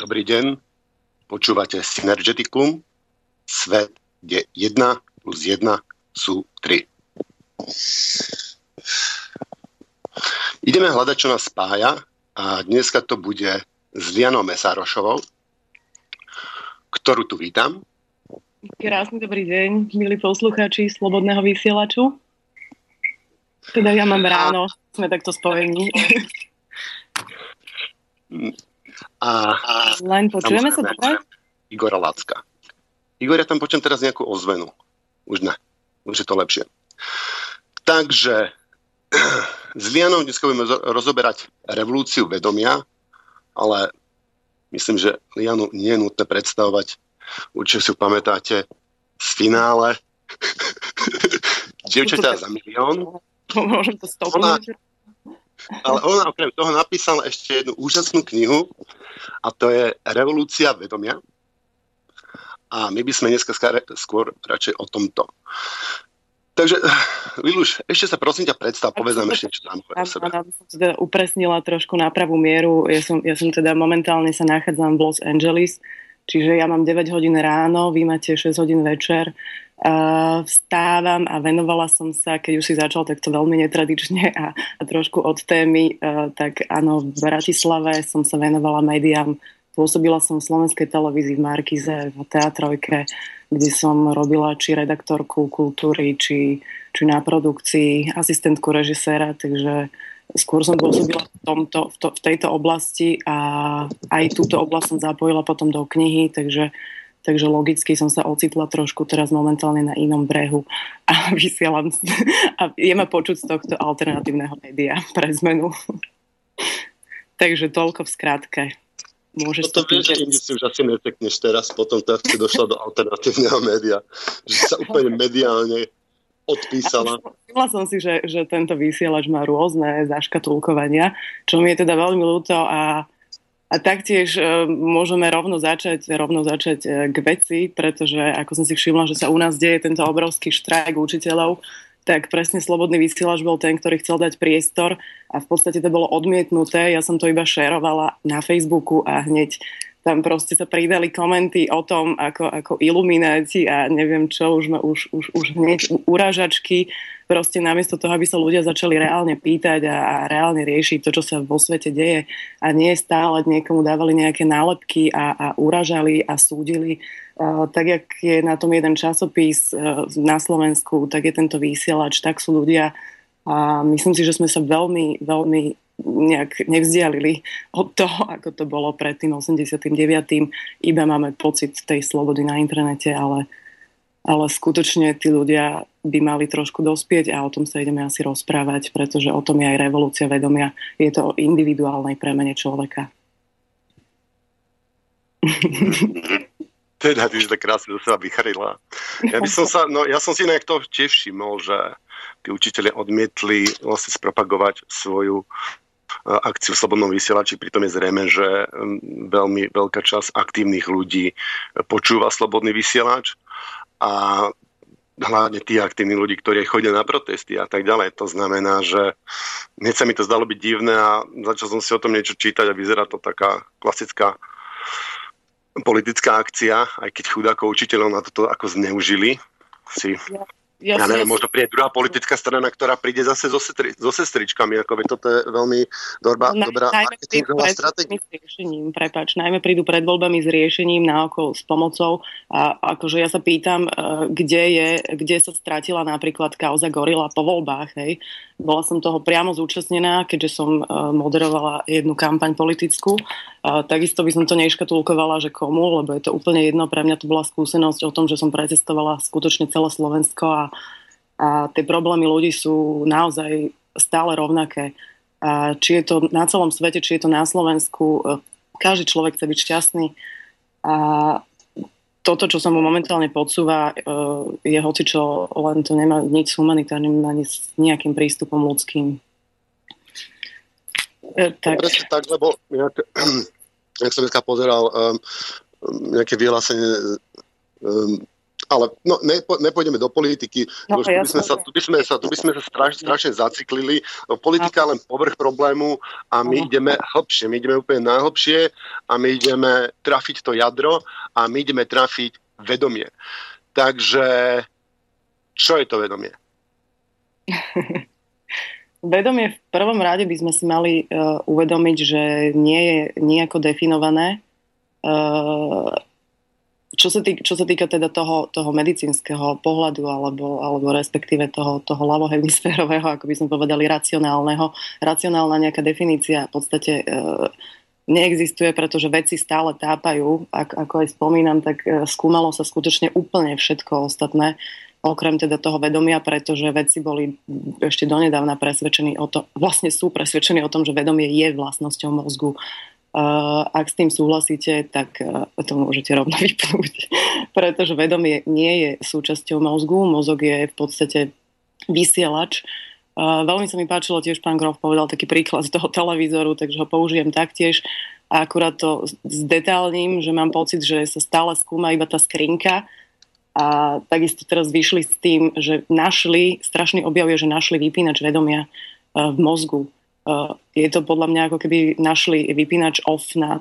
dobrý deň. Počúvate Synergeticum, svet, kde 1 plus 1 sú 3. Ideme hľadať, čo nás spája, a dneska to bude s Lianou Mesárošovou, ktorú tu vítam. Krásny dobrý deň, milí poslucháči Slobodného vysielaču. Teda ja mám ráno, sme takto spojení. A len počujeme sa dobre? Igora Lacka. Igor, ja tam počujem teraz nejakú ozvenu. Už ne, už je to lepšie. Takže s Lianou dnes budeme rozoberať revolúciu vedomia, ale myslím, že Lianu nie je nutné predstavovať. Určite si pamätáte z finále Dievčatá za milión. Môžem to stopnúť. Ale ona okrem toho napísala ešte jednu úžasnú knihu a to je Revolúcia vedomia. A my by sme dneska skôr radšej o tomto. Takže, Liluš, ešte sa prosím ťa predstav, povedz nám ešte, čo tam o sebe. Áno, som teda upresnila trošku na pravú mieru. Ja som teda momentálne sa nachádzam v Los Angeles, čiže ja mám 9 hodín ráno, vy máte 6 hodín večer. Vstávam a venovala som sa, keď už si začal takto veľmi netradične a trošku od témy, tak áno, v Bratislave som sa venovala médiám. Pôsobila som v slovenskej televízii v Markize, v Teatrojke, kde som robila či redaktorku kultúry, či na produkcii, asistentku režiséra, takže skôr som pôsobila v tejto oblasti a aj túto oblasť som zapojila potom do knihy, takže logicky som sa ocitla trošku teraz momentálne na inom brehu a vysielam a je ma počuť z tohto alternatívneho média pre zmenu. Takže toľko v skratke. Môžeš to vieš, že inde si už asi netekneš teraz, potom tak si došla do alternatívneho média, že sa úplne mediálne odpísala. Všimla som si, že tento vysielač má rôzne zaškatulkovania, čo mi je teda veľmi ľúto a taktiež môžeme rovno začať k veci, pretože ako som si všimla, že sa u nás deje tento obrovský štrajk učiteľov, tak presne Slobodný vysielač bol ten, ktorý chcel dať priestor a v podstate to bolo odmietnuté. Ja som to iba šerovala na Facebooku a hneď tam proste sa pridali komenty o tom, ako ilumináti a neviem čo, už hneď urážačky. Proste namiesto toho, aby sa ľudia začali reálne pýtať a reálne riešiť to, čo sa vo svete deje a nie stále niekomu dávali nejaké nálepky a uražali a súdili. Tak, jak je na tom jeden časopis na Slovensku, tak je tento vysielač, tak sú ľudia a myslím si, že sme sa veľmi, veľmi nejak nevzdialili od toho, ako to bolo pred tým 89. Iba máme pocit tej slobody na internete, ale skutočne tí ľudia by mali trošku dospieť a o tom sa ideme asi rozprávať, pretože o tom je aj revolúcia vedomia. Je to o individuálnej premene človeka. Teda, ty si tak krásne do seba vychrila. Ja som si inak to tiež všimol, že tí učitelia odmietli vlastne spropagovať svoju akciu v Slobodnom vysielači. Pritom je zrejme, že veľmi veľká časť aktívnych ľudí počúva Slobodný vysielač a hlavne tí aktívni ľudí, ktorí chodia na protesty a tak ďalej. To znamená, že hneď sa mi to zdalo byť divné a začal som si o tom niečo čítať a vyzerá to taká klasická politická akcia, aj keď chudákov učiteľov na toto ako zneužili. Ja neviem, možno príde druhá politická strana, ktorá príde zase so sestričkami, ako toto je veľmi dobrá marketingová stratégia. Najmä prídu pred voľbami s riešením naokolo s pomocou a akože ja sa pýtam, kde sa stratila napríklad kauza Gorila po voľbách, hej. Bola som toho priamo zúčastnená, keďže som moderovala jednu kampaň politickú. Takisto by som to neškatulkovala, že komu, lebo je to úplne jedno. Pre mňa to bola skúsenosť o tom, že som precestovala skutočne celé Slovensko a tie problémy ľudí sú naozaj stále rovnaké. A či je to na celom svete, či je to na Slovensku, každý človek chce byť šťastný. A toto, čo sa mu momentálne podsúva, je hocičo, len to nemá nič s humanitárnym ani s nejakým prístupom ľudským. Presne tak, lebo jak som dneska pozeral nejaké vyhlásenie Ale no, nepôjdeme do politiky, No, tu by sme sa strašne zaciklili. No, politika je len povrch problému a my ideme hlbšie, my ideme úplne najhlbšie a my ideme trafiť to jadro a my ideme trafiť vedomie. Takže čo je to vedomie? Vedomie v prvom rade by sme si mali uvedomiť, že nie je nejako definované. Čo sa týka teda toho medicínskeho pohľadu alebo respektíve toho ľavohemisférového, ako by sme povedali, racionálneho. Racionálna nejaká definícia v podstate neexistuje, pretože veci stále tápajú. Ako aj spomínam, tak skúmalo sa skutočne úplne všetko ostatné, okrem teda toho vedomia, pretože vedci boli ešte donedávna presvedčení o tom, vlastne sú presvedčení o tom, že vedomie je vlastnosťou mozgu. Ak s tým súhlasíte, tak to môžete rovno vypnúť, pretože vedomie nie je súčasťou mozgu. Mozog je v podstate vysielač. Veľmi sa mi páčilo, tiež pán Grof povedal taký príklad z toho televízoru, takže ho použijem taktiež. A akurát to zdetálním, že mám pocit, že sa stále skúma iba tá skrinka. A takisto teraz vyšli s tým, že strašný objav je, že našli vypínač vedomia v mozgu. Je to podľa mňa ako keby našli vypínač off na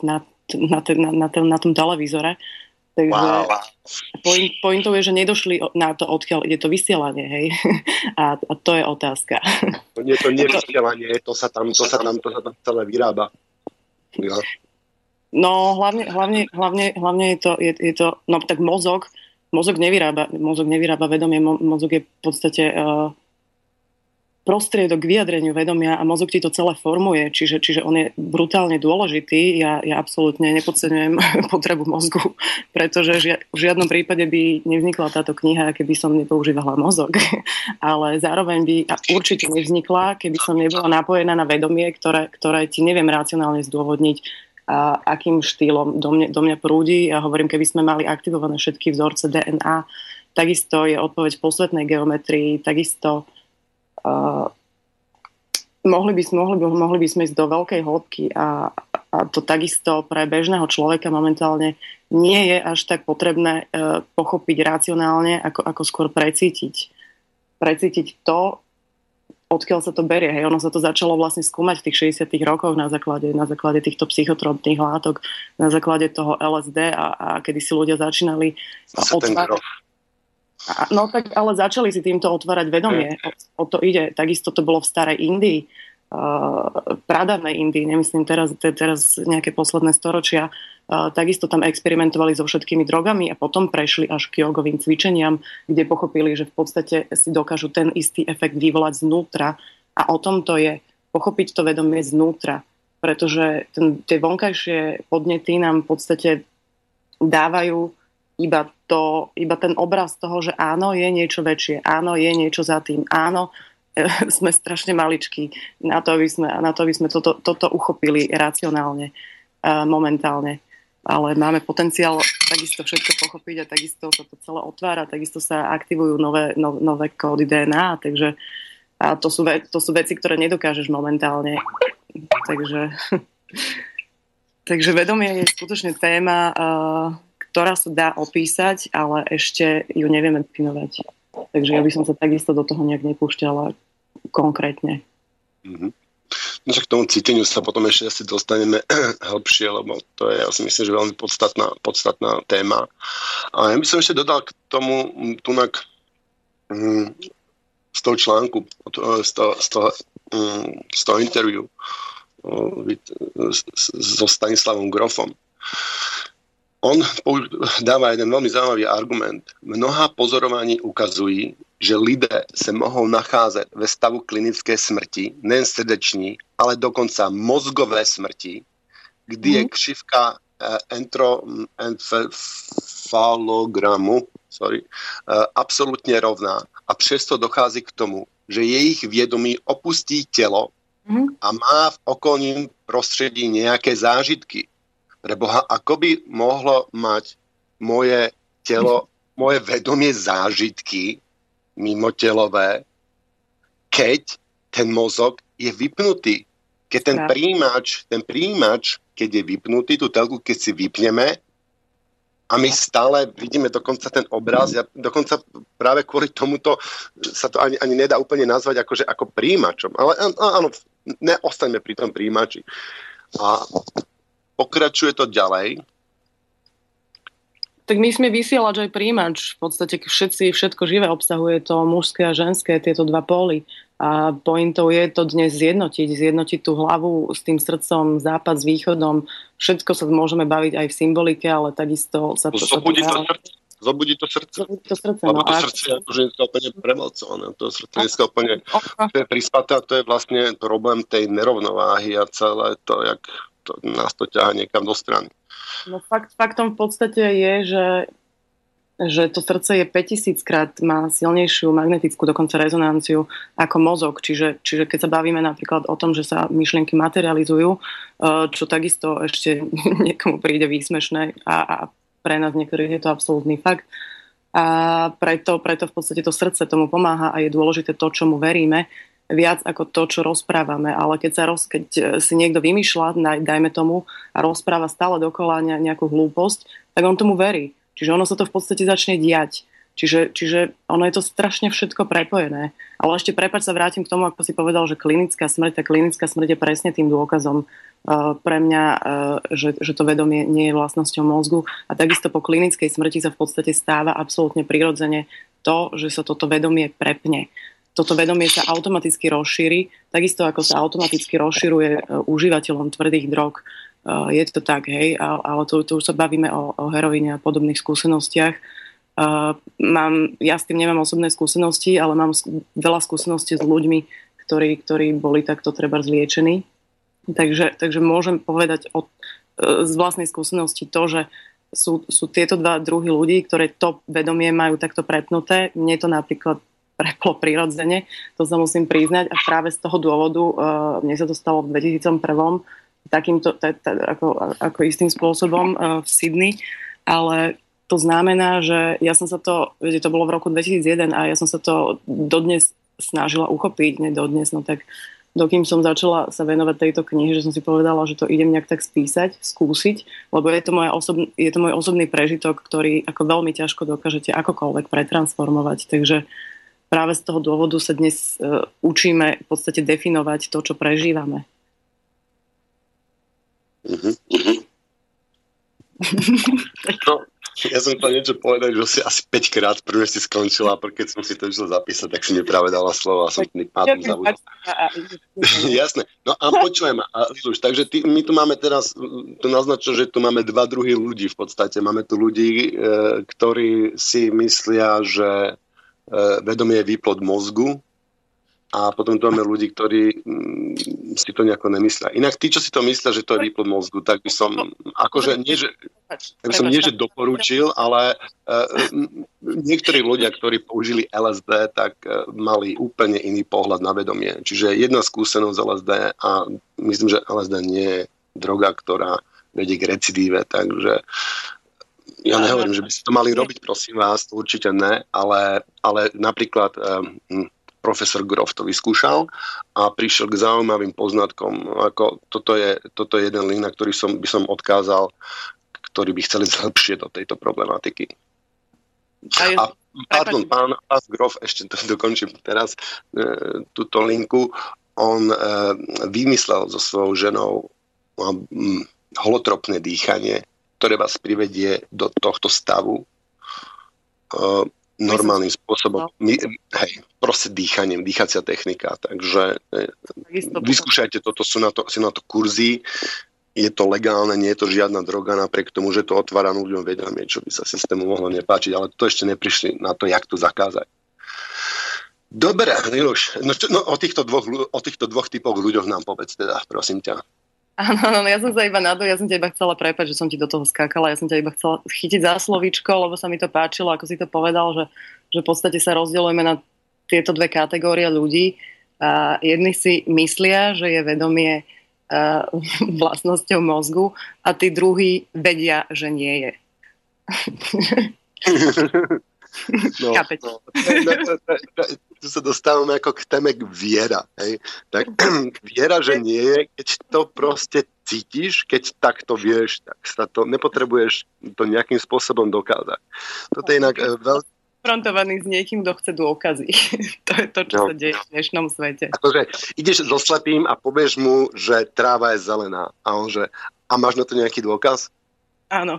tom televízore. Takže pointou je, že nedošli na to, odkiaľ ide to vysielanie, hej. A to je otázka. Nie je to nevysielanie, to sa tam celé vyrába. Ja. No, hlavne je to no tak mozog nevyrába vedomie, mozog je v podstate prostriedok k vyjadreniu vedomia a mozog ti to celé formuje, čiže on je brutálne dôležitý. Ja absolútne nepodceňujem potrebu mozgu, pretože v žiadnom prípade by nevznikla táto kniha, keby som nepoužívala mozog. Ale zároveň by určite nevznikla, keby som nebola napojená na vedomie, ktoré ti neviem racionálne zdôvodniť, a akým štýlom do mňa prúdi. Ja hovorím, keby sme mali aktivované všetky vzorce DNA, takisto je odpoveď v posvetnej geometrii, takisto mohli by sme ísť do veľkej hĺbky a to takisto pre bežného človeka momentálne nie je až tak potrebné pochopiť racionálne, ako skôr precítiť to, odkiaľ sa to berie. Hej. Ono sa to začalo vlastne skúmať v tých 60. rokoch na základe týchto psychotropných látok, na základe toho LSD a kedy si ľudia začínali otvárať. No tak ale začali si týmto otvárať vedomie. O to ide. Takisto to bolo v starej Indii, pradávnej Indii, nemyslím teraz nejaké posledné storočia. Takisto tam experimentovali so všetkými drogami a potom prešli až k jogovým cvičeniam, kde pochopili, že v podstate si dokážu ten istý efekt vyvolať znútra. A o tom to je. Pochopiť to vedomie znútra. Pretože tie vonkajšie podnety nám v podstate dávajú iba ten obraz toho, že áno, je niečo väčšie, áno, je niečo za tým, áno, sme strašne maličkí na to, aby sme toto uchopili racionálne, momentálne. Ale máme potenciál takisto všetko pochopiť a takisto sa to celé otvára, takisto sa aktivujú nové kódy DNA, takže a to sú veci, ktoré nedokážeš momentálne. Takže vedomie je skutočne téma, ktorá sa dá opísať, ale ešte ju nevieme definovať. Takže ja by som sa takisto do toho nejak nepúšťala konkrétne. Mm-hmm. No však k tomu cíteniu sa potom ešte asi dostaneme hĺbšie, lebo to je, ja si myslím, že veľmi podstatná téma. A ja by som ešte dodal k tomu z toho článku, z toho interview so Stanislavom Grofom. On dáva jeden veľmi zaujímavý argument. Mnohá pozorovaní ukazují, že lidé se mohou nacházet ve stavu klinické smrti, nejen srdeční, ale dokonca mozgové smrti, kdy je křivka encefalogramu absolutně rovná. A přesto dochází k tomu, že jejich vědomí opustí tělo a má v okolním prostředí nějaké zážitky. Preboha, ako by mohlo mať moje telo, moje vedomie zážitky mimotelové, keď ten mozog je vypnutý. Keď ten príjimač, keď je vypnutý, tú telku, keď si vypneme, A my stále vidíme dokonca ten obraz, dokonca práve kvôli tomuto sa to ani nedá úplne nazvať ako príjimačom. Ale áno, neostaňme pri tom príjimači. A pokračuje to ďalej. Tak my sme vysielač aj príjimač. V podstate všetko živé obsahuje to mužské a ženské, tieto dva póly. A pointou je to dnes zjednotiť tú hlavu s tým srdcom, západ s východom. Všetko sa môžeme baviť aj v symbolike, ale takisto sa to... Zobudí to srdce. Lebo to srdce je akože úplne prevalcované. To srdce je úplne prispaté a to je vlastne problém tej nerovnováhy a celé to, jak nás to ťahá niekam do strany. No faktom v podstate je, že to srdce je 5000 krát, má silnejšiu magnetickú dokonca rezonanciu ako mozog. Čiže keď sa bavíme napríklad o tom, že sa myšlienky materializujú, čo takisto ešte niekomu príde výsmešné a pre nás niektorých je to absolútny fakt. A preto v podstate to srdce tomu pomáha a je dôležité to, čomu veríme, viac ako to, čo rozprávame. Ale keď si niekto vymýšľa, dajme tomu, a rozpráva stále dokola nejakú hlúposť, tak on tomu verí. Čiže ono sa to v podstate začne diať. Čiže ono je to strašne všetko prepojené. Ale ešte prepáč, sa vrátim k tomu, ako si povedal, že klinická smrť, tá klinická smrť je presne tým dôkazom pre mňa, že to vedomie nie je vlastnosťou mozgu. A takisto po klinickej smrti sa v podstate stáva absolútne prirodzene to, že sa toto vedomie prepne. Toto vedomie sa automaticky rozšíri, takisto ako sa automaticky rozširuje užívateľom tvrdých drog. Je to tak, hej, ale tu už sa bavíme o heroíne a podobných skúsenostiach. Ja s tým nemám osobné skúsenosti, ale mám veľa skúseností s ľuďmi, ktorí boli takto treba zliečení. Takže môžem povedať z vlastnej skúsenosti to, že sú tieto dva druhy ľudí, ktoré to vedomie majú takto prepnuté. Mne to napríklad preplo prirodzene, to sa musím priznať a práve z toho dôvodu mne sa to stalo v 2001 takýmto, ako istým spôsobom v Sydney, ale to znamená, že ja som sa to bolo v roku 2001 a ja som sa to dodnes snažila uchopiť, nie dodnes, no tak dokým som začala sa venovať tejto knihe, že som si povedala, že to idem nejak tak spísať, skúsiť, lebo je to môj osobný prežitok, ktorý ako veľmi ťažko dokážete akokoľvek pretransformovať, takže práve z toho dôvodu sa dnes učíme v podstate definovať to, čo prežívame. No, ja som chcel niečo povedať, že si asi 5 krát prvne si skončila, keď som si to išla zapísať, tak si mi práve dala slovo a som tým pádom zabudol. Jasné. No a počujem, Liluš, takže my tu máme teraz, to naznačilo, že tu máme dva druhy ľudí v podstate. Máme tu ľudí, ktorí si myslia, že vedomie je výplod mozgu, a potom tu máme ľudí, ktorí si to nejako nemyslia. Inak tí, čo si to myslia, že to je výplod mozgu, tak by som akože nie, že doporučil, ale niektorí ľudia, ktorí použili LSD, tak mali úplne iný pohľad na vedomie. Čiže jedna skúsenosť LSD a myslím, že LSD nie je droga, ktorá vedie k recidíve, takže ja nehovorím, že by ste to mali robiť, prosím vás, to určite ne, ale napríklad profesor Grof to vyskúšal a prišiel k zaujímavým poznatkom. Ako toto je jeden link, na ktorý by som odkázal, ktorí by chceli lepšie do tejto problematiky. Pardon, pán Grof, ešte to dokončím teraz, túto linku. On vymyslel so svojou ženou holotropné dýchanie, ktoré vás privedie do tohto stavu normálnym spôsobom. Proste dýchaním, dýchacia technika. Takže vyskúšajte toto, sú na to kurzy. Je to legálne, nie je to žiadna droga, napriek tomu, že to otvára ľuďom vedomie, čo by sa systému mohlo nepáčiť, ale to ešte neprišli na to, jak to zakázať. Dobre, Liluš, o týchto dvoch typoch ľuďoch nám povedz teda, prosím ťa. Áno, ja som ťa iba chcela prepať, že som ti do toho skákala, ja som ťa iba chcela chytiť za slovíčko, lebo sa mi to páčilo, ako si to povedal, že v podstate sa rozdeľujeme na tieto dve kategórie ľudí. A jedni si myslia, že je vedomie vlastnosťou mozgu a tí druhí vedia, že nie je. Tu sa dostávame ako k téme viera. Hej? Tak viera, že nie je, keď to proste cítiš, keď takto vieš, tak sa to nepotrebuješ to nejakým spôsobom dokázať. Toto je inak konfrontovaný s niekým, kto chce dôkazy. To je to, čo sa deje v dnešnom svete. Akože ideš so slepým a povieš mu, že tráva je zelená. A on že, a máš na to nejaký dôkaz? Áno.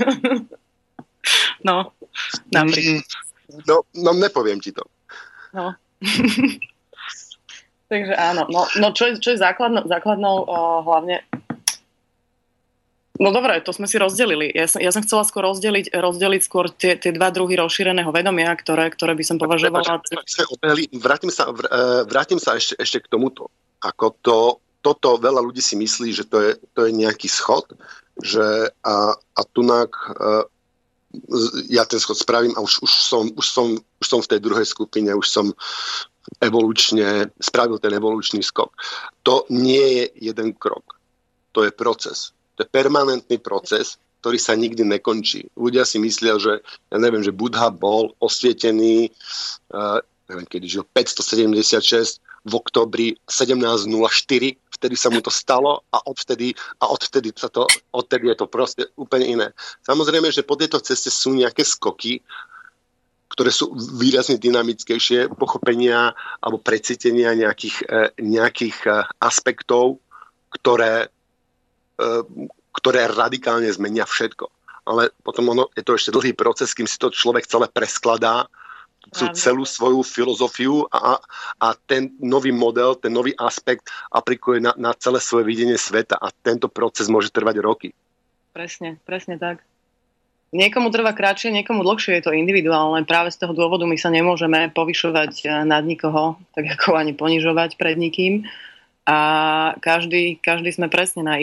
No, napríklad. No, nepoviem ti to. No. Takže áno. No čo je základnou hlavne. No dobre, to sme si rozdelili. Ja som chcela skôr rozdeliť skôr tie dva druhy rozšíreného vedomia, ktoré by som považovala. Vrátim sa ešte k tomuto. Ako toto veľa ľudí si myslí, že to je nejaký schod, že a tunak ja ten schod spravím a už som v tej druhej skupine, už som evolučne spravil ten evolučný skok. To nie je jeden krok. To je proces. To je permanentný proces, ktorý sa nikdy nekončí. Ľudia si myslia, že ja neviem, že Buddha bol osvietený neviem, kedy žil 576 v októbri 1704, vtedy sa mu to stalo a odtedy je to proste úplne iné. Samozrejme, že po tejto ceste sú nejaké skoky, ktoré sú výrazne dynamickejšie, pochopenia alebo precítenia nejakých aspektov, ktoré radikálne zmenia všetko. Ale potom je to ešte dlhý proces, kým si to človek celé preskladá, celú svoju filozofiu a ten nový model, ten nový aspekt aplikuje na celé svoje videnie sveta a tento proces môže trvať roky. Presne tak. Niekomu trvá kratšie, niekomu dlhšie, je to individuálne. Práve z toho dôvodu my sa nemôžeme povyšovať nad nikoho, tak ako ani ponižovať pred nikým. A každý sme presne na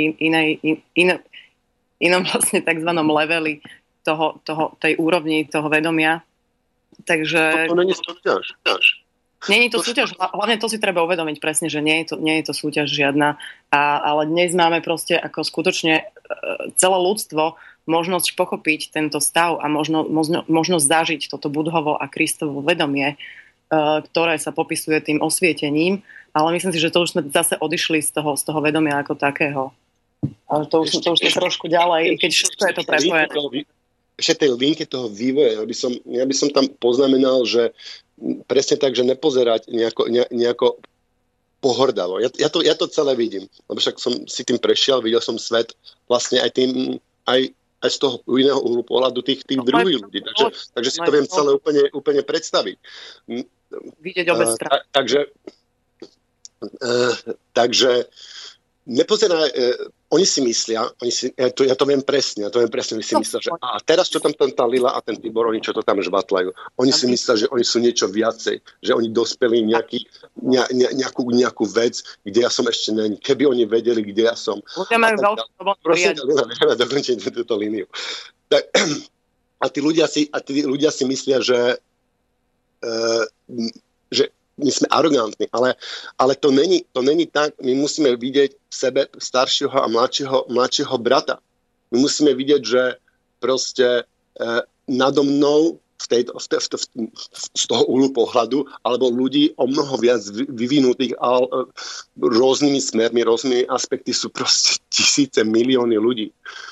inom vlastne takzvanom leveli tej úrovni toho vedomia. Takže to nie je súťaž. Nie je to súťaž, hlavne to si treba uvedomiť presne, že nie je to súťaž žiadna, ale dnes máme proste ako skutočne celé ľudstvo možnosť pochopiť tento stav a možnosť zažiť toto Budhovo a Kristovo vedomie, ktoré sa popisuje tým osvietením, ale myslím si, že to už sme zase odišli z toho vedomia ako takého. Ale to už je trošku ďalej, keď všetko je to prepojené. Ešte tej linke toho vývoja, ja by som tam poznamenal, že presne tak, že nepozerať nejako pohordalo. Ja to celé vidím, lebo však som si tým prešiel, videl som svet vlastne aj z toho iného uhlu pohľadu tých druhých ľudí. Takže si to viem celé úplne predstaviť. Vidieť obe strany. Takže nepozeraj, oni si myslia, ja to viem presne, oni si myslia, že a teraz čo tam tá Lila a ten Tibor, oni čo to tam žvatlajú. Oni si myslia, že oni sú niečo viacej, že oni dospeli nejakú vec, kde ja som ešte není. Keby oni vedeli, kde ja som. Prosím, dokončiť túto líniu. A tí ľudia si myslia, že my sme arogantní, ale to není tak. My musíme vidieť v sebe staršieho a mladšieho brata. My musíme vidieť, že proste nado mnou z toho uhlu pohľadu alebo ľudí o mnoho viac vyvinutých rôznymi smermi, rôznymi aspekty sú proste tisíce, milióny ľudí.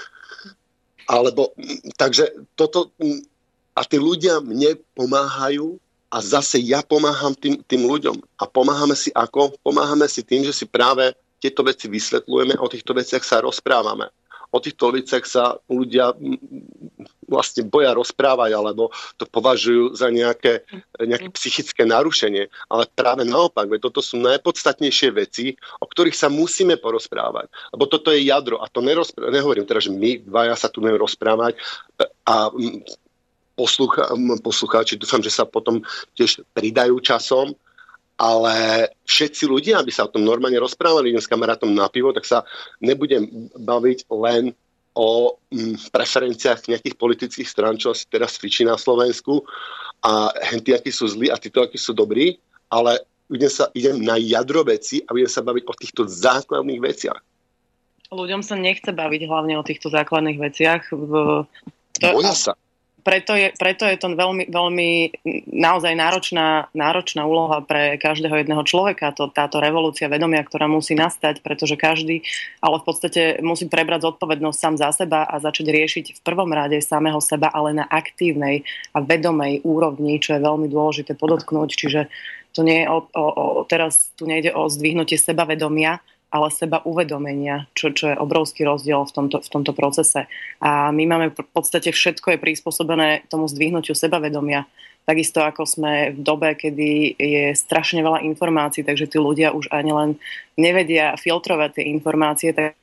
Takže toto a tí ľudia mne pomáhajú a zase ja pomáham tým ľuďom. A pomáhame si ako? Pomáhame si tým, že si práve tieto veci vysvetľujeme, o týchto veciach sa rozprávame. O týchto veciach sa ľudia vlastne boja rozprávať, alebo to považujú za nejaké psychické narušenie. Ale práve naopak, toto sú najpodstatnejšie veci, o ktorých sa musíme porozprávať. Lebo toto je jadro. A to nehovorím teraz, že my dvaja sa tu budeme rozprávať a poslucháči, dúfam, že sa potom tiež pridajú časom, ale všetci ľudia, aby sa o tom normálne rozprávali, idem s kamarátom na pivo, tak sa nebudem baviť len o preferenciách nejakých politických strán, čo asi teraz cvičí na Slovensku a tí, akí sú zlí a títo, akí sú dobrí, ale idem na jadro veci a budem sa baviť o týchto základných veciach. Ľuďom sa nechce baviť hlavne o týchto základných veciach. Boja sa. preto je to veľmi, veľmi naozaj náročná úloha pre každého jedného človeka, táto revolúcia vedomia, ktorá musí nastať, pretože každý, ale v podstate musí prebrať zodpovednosť sám za seba a začať riešiť v prvom rade samého seba, ale na aktívnej a vedomej úrovni, čo je veľmi dôležité podotknúť. Čiže to nie je teraz tu nejde o zdvihnutie sebavedomia, ale seba uvedomenia, čo je obrovský rozdiel v tomto procese. A my máme v podstate všetko je prispôsobené tomu zdvihnutiu sebavedomia. Takisto ako sme v dobe, kedy je strašne veľa informácií, takže tí ľudia už ani len nevedia filtrovať tie informácie, tak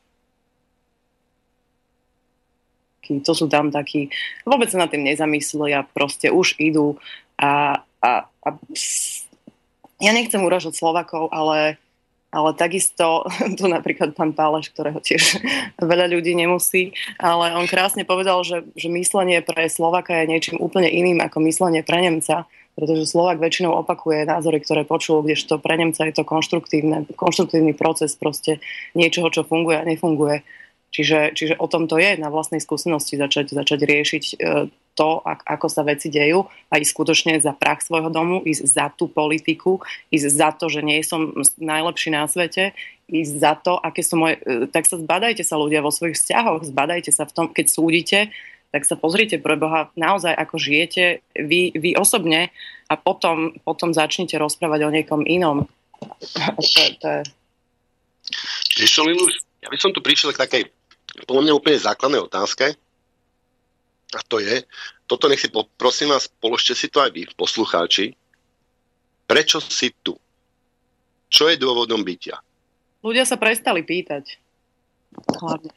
to sú tam takí, vôbec sa nad tým nezamyslia, proste už idú a ja nechcem uražať Slovákov, ale takisto tu napríklad pán Páleš, ktorého tiež veľa ľudí nemusí, ale on krásne povedal, že myslenie pre Slováka je niečím úplne iným ako myslenie pre Nemca, pretože Slovák väčšinou opakuje názory, ktoré počul, kdežto pre Nemca je to konštruktívny proces proste niečoho, čo funguje a nefunguje. Čiže o tom to je na vlastnej skúsenosti začať riešiť to, ako sa veci dejú a ísť skutočne za prach svojho domu, ísť za tú politiku, ísť za to, že nie som najlepší na svete, ísť za to, aké sú moje... Tak sa zbadajte sa ľudia vo svojich vzťahoch, zbadajte sa v tom, keď súdite, tak sa pozrite pre Boha naozaj, ako žijete vy osobne a potom začnite rozprávať o niekom inom. Vieš čo, Liluš, ja by som tu prišiel k takej podľa mňa úplne základnej otázke. A to je, toto nech si prosím vás, položte si to aj vy, poslucháči. Prečo si tu? Čo je dôvodom bytia? Ľudia sa prestali pýtať. Hlavne.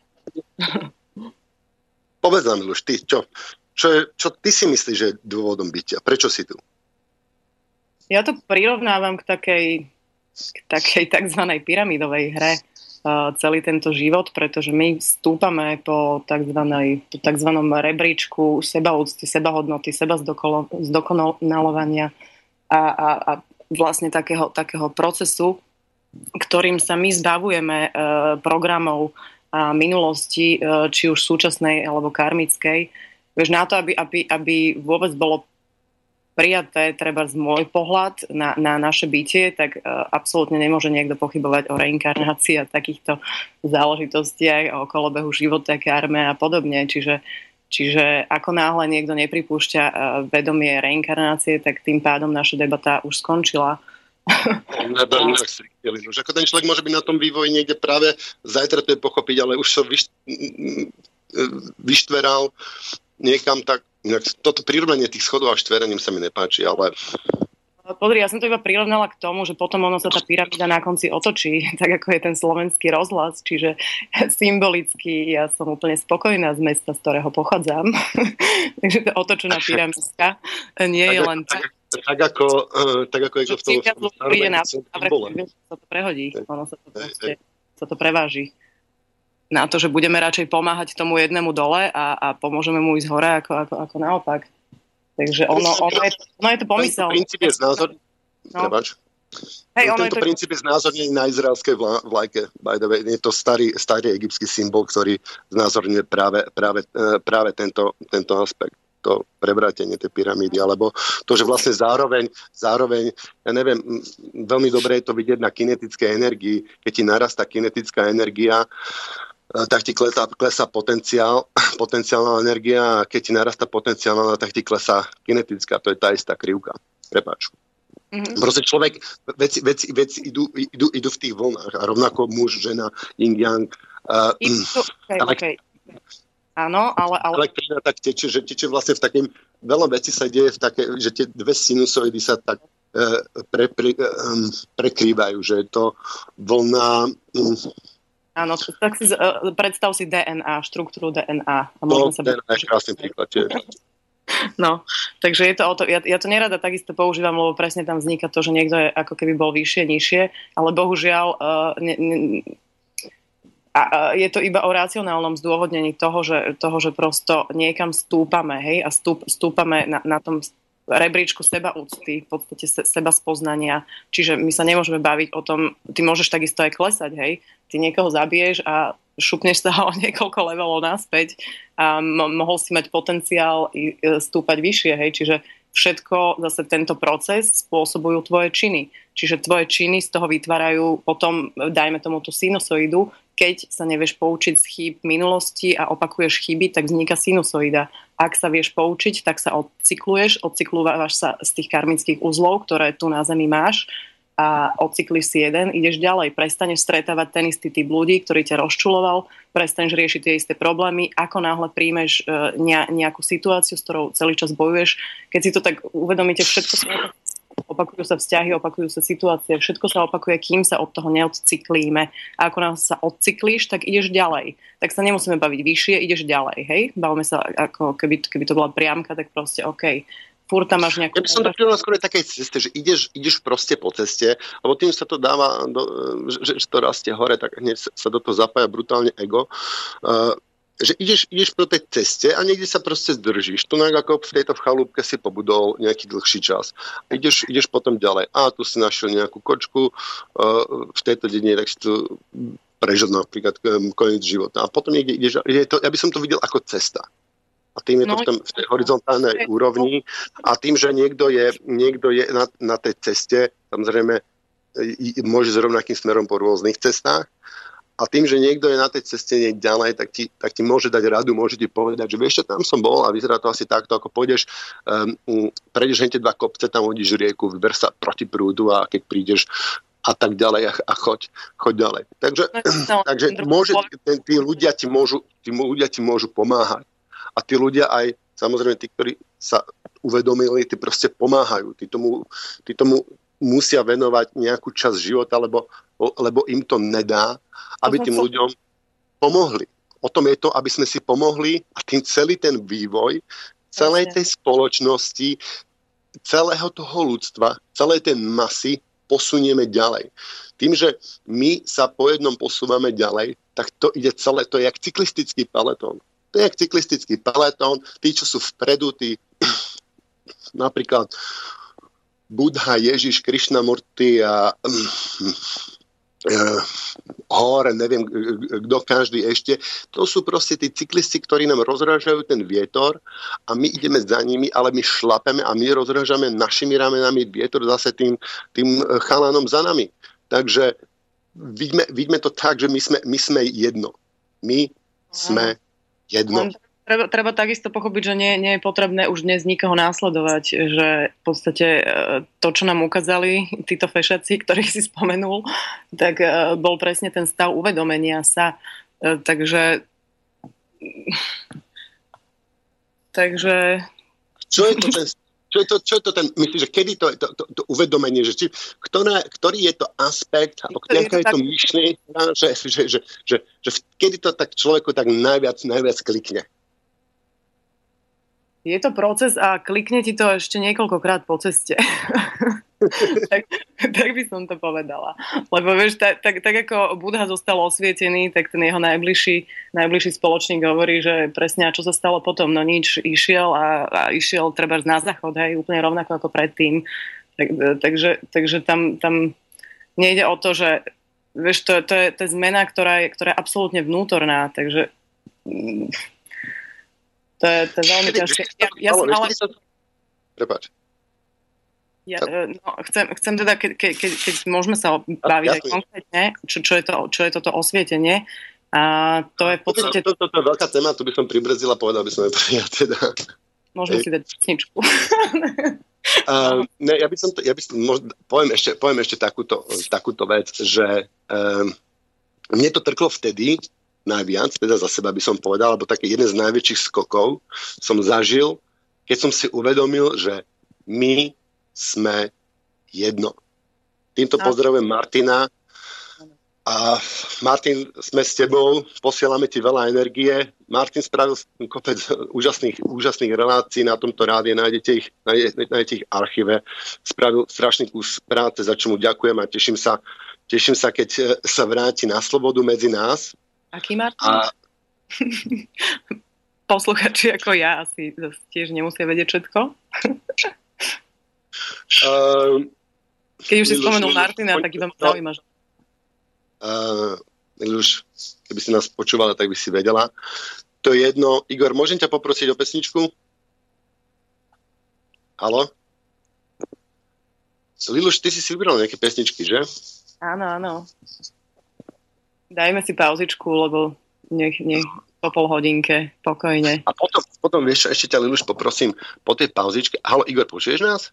Povedz nám, Miluš, ty, čo ty si myslíš, že je dôvodom bytia? Prečo si tu? Ja to prirovnávam k takej takzvanej pyramidovej hre. Celý tento život, pretože my stúpame po takzvanom rebríčku sebaúcty, sebahodnoty, seba zdokonalovania a vlastne takého procesu, ktorým sa my zbavujeme programov a minulosti, či už súčasnej alebo karmickej. Vieš, na to, aby vôbec bolo prijaté, treba z môj pohľad na naše bytie, tak absolútne nemôže niekto pochybovať o reinkarnácii a takýchto záležitostiach, o kolobehu života, karme a podobne. Čiže ako náhle niekto nepripúšťa vedomie reinkarnácie, tak tým pádom naša debata už skončila. Ako ten človek môže byť na tom vývoji niekde práve zajtra to je pochopiť, ale už som vyštveral niekam tak. Toto prirovnanie tých schodov a štverením sa mi nepáči, ale... Pozri, ja som to iba prirovnala k tomu, že potom ono sa tá pyramída na konci otočí, tak ako je ten slovenský rozhlas, čiže symbolicky ja som úplne spokojná z mesta, z ktorého pochádzam. Takže to otočená pyramídka nie je len tak. Tak ako je to v tom... Sa to prehodí, ono sa to preváži. Na to, že budeme radšej pomáhať tomu jednému dole a pomôžeme mu ísť hore ako naopak. Takže ono je to pomysel. Tento princíp je znázornený na izraelskej vlajke. By the way, je to starý egyptský symbol, ktorý znázorňuje práve tento aspekt. To prevrátenie tej pyramídy, alebo to, že vlastne zároveň, ja neviem, veľmi dobre je to vidieť na kinetickej energii. Keď ti narastá kinetická energia, tak ti klesá potenciálna energia a keď ti narastá potenciálna, tak ti klesá kinetická. To je tá istá krivka. Prepáč. Mm-hmm. Proste človek, veci idú v tých vlnách a rovnako muž, žena, yin-yang. Okay. Áno, ale... Elektrina tak teče, že teče vlastne v takým... Veľa vecí sa deje v také, že tie dve sinusoidy sa tak prekrývajú, že je to vlna... Áno, tak si predstav si DNA, štruktúru DNA. DNA je krásny príklad tiež. No, takže je to o to, ja to nerada takisto používam, lebo presne tam vzniká to, že niekto je ako keby bol vyššie, nižšie, ale bohužiaľ je to iba o racionálnom zdôvodnení toho, že prosto niekam stúpame, hej, a stúpame na tom rebríčku sebaúcty, v podstate seba spoznania. Čiže my sa nemôžeme baviť o tom, ty môžeš takisto aj klesať, hej. Ty niekoho zabiješ a šupneš sa o niekoľko levelov naspäť a mohol si mať potenciál stúpať vyššie, hej, čiže všetko, zase tento proces spôsobujú tvoje činy. Čiže tvoje činy z toho vytvárajú potom, dajme tomu tú sinusoidu, keď sa nevieš poučiť z chýb minulosti a opakuješ chyby, tak vzniká sinusoida. Ak sa vieš poučiť, tak sa odcyklúvaš sa z tých karmických uzlov, ktoré tu na Zemi máš a odcyklíš si jeden, ideš ďalej, prestaneš stretávať ten istý typ ľudí, ktorý ťa rozčuloval, prestaneš riešiť tie isté problémy, ako náhle príjmeš nejakú situáciu, s ktorou celý čas bojuješ. Keď si to tak uvedomíte, všetko sa opakujú sa vzťahy, opakujú sa situácie, všetko sa opakuje, kým sa od toho neodcyklíme. A ako náhle sa odcyklíš, tak ideš ďalej. Tak sa nemusíme baviť vyššie, ideš ďalej, hej? Bavíme sa, ako keby to bola priamka, tak proste OK. Furt tam máš nejakú... Ja by som to prirovnal skôr takej ceste, že ideš proste po ceste, lebo tým sa to dáva, že to rastie hore, tak hneď sa do toho zapája brutálne ego. Že ideš po tej ceste a niekde sa proste zdržíš. Tu ako v tejto chalúbke si pobudol nejaký dlhší čas. Ideš potom ďalej. A tu si našiel nejakú kočku v tejto dedine, tak si tu prežil napríklad koniec života. A potom niekde ideš, ja by som to videl ako cesta. A tým je to v tej horizontálnej úrovni. A tým, že niekto je na tej ceste, samozrejme môže s rovnakým smerom po rôznych cestách. A tým, že niekto je na tej ceste niekde ďalej, tak ti môže dať radu, môže ti povedať, že vieš čo, tam som bol a vyzerá to asi takto, ako pôjdeš, prejdeš hente 2 kopce, tam hodíš rieku, vyber sa proti prúdu a keď prídeš a tak ďalej a choď ďalej. Takže tí ľudia ti môžu pomáhať. A tí ľudia aj, samozrejme tí, ktorí sa uvedomili, tí proste pomáhajú. Tí tomu musia venovať nejakú časť života, lebo im to nedá, aby tým ľuďom pomohli. O tom je to, aby sme si pomohli a tým celý ten vývoj celej tej spoločnosti, celého toho ľudstva, celej tej masy posunieme ďalej. Tým, že my sa po jednom posúvame ďalej, tak to ide celé, to je jak cyklistický peletón. To je jak cyklistický peletón, tí, čo sú vpredu, tí napríklad Buddha, Ježiš, Krišnamurti a hore, neviem, kto každý ešte. To sú proste tí cyklisti, ktorí nám rozrážajú ten vietor a my ideme za nimi, ale my šlapeme a my rozrážame našimi ramenami vietor zase tým chalanom za nami. Takže vidíme to tak, že my sme jedno. My sme jedno. Treba takisto pochopiť, že nie je potrebné už dnes nikoho následovať, že v podstate to, čo nám ukázali títo fešaci, ktorých si spomenul, tak bol presne ten stav uvedomenia sa. Takže Čo je to ten, myslíš, že kedy to uvedomenie, že ktorý je to aspekt, alebo aká je to myšlienka, že kedy to tak človeku tak najviac klikne? Je to proces a klikne ti to ešte niekoľkokrát po ceste. tak by som to povedala. Lebo vieš, tak ako Buddha zostal osvietený, tak ten jeho najbližší spoločník hovorí, že presne a čo sa stalo potom, no nič, išiel a išiel trebárs na záchod, hej, úplne rovnako ako predtým. Takže tam nejde o to, že vieš, to je zmena, ktorá je absolútne vnútorná, takže to je veľmi ťažké. Prepáč. Chcem teda, keď môžeme sa baviť aj konkrétne, čo je toto osvietenie. A to je v podstate... To je veľká téma, tu by som pribrzdil a povedal by som ja teda. Môžeme si dať pesničku. Poviem ešte takúto vec, že mne to trklo vtedy, najviac, teda za seba by som povedal, alebo taký jeden z najväčších skokov som zažil, keď som si uvedomil, že my sme jedno. Týmto pozdravujem Martina. A Martin, sme s tebou, posielame ti veľa energie. Martin spravil kopec úžasných relácií na tomto rádiu, nájdete ich v archíve. Spravil strašný kus práce, za čo mu ďakujem a teším sa, keď sa vráti na slobodu medzi nás. Aký Martin? Posluchači ako ja asi tiež nemusia vedieť všetko. Keď už si spomenul Martina, tak iba ma zaujíma. Už, keby si nás počúvala, tak by si vedela. To je jedno. Igor, môžem ťa poprosiť o pesničku? Haló? Liluš, ty si vybral nejaké pesničky, že? Áno. Dajme si pauzičku, lebo nech po pol hodinke, pokojne. A potom vieš, ešte ťa, Liluš, poprosím, po tej pauzičke. Haló, Igor, počuješ nás?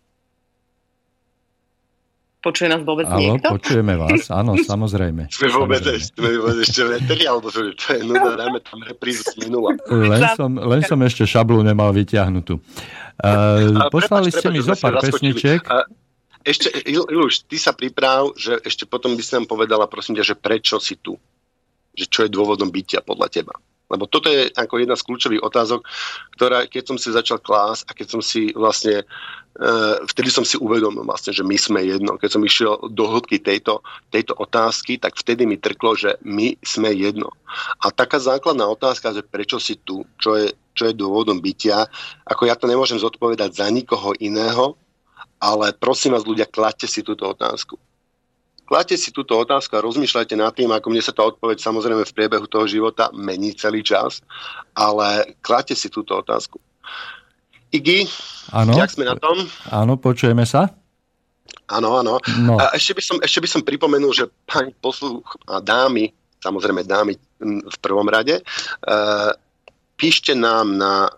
Počuje nás vôbec niekto? Áno, počujeme vás, áno, samozrejme. Sme vôbec ešte veteri, alebo to je nuda, dajme tam reprízu z minula. Len som ešte šablu nemal vyťahnutú. Poslali ste mi zo pár pesničiek. Ešte, Iluš, ty sa priprav, že ešte potom by si nám povedala, prosím ťa, že prečo si tu? Že čo je dôvodom bytia podľa teba? Lebo toto je ako jedna z kľúčových otázok, ktorá, keď som si začal klásť a keď som si vlastne, vtedy som si uvedomil vlastne, že my sme jedno. Keď som išiel do hĺbky tejto otázky, tak vtedy mi trklo, že my sme jedno. A taká základná otázka, že prečo si tu, čo je dôvodom bytia, ako ja to nemôžem zodpovedať za nikoho iného, ale prosím vás, ľudia, kladte si túto otázku. Kladte si túto otázku a rozmýšľajte nad tým, ako mne sa tá odpoveď samozrejme v priebehu toho života mení celý čas, ale kladte si túto otázku. Iggy, jak sme na tom? Áno, počujeme sa? Áno. No. A ešte by som pripomenul, že pani a dámy, samozrejme dámy v prvom rade, píšte nám na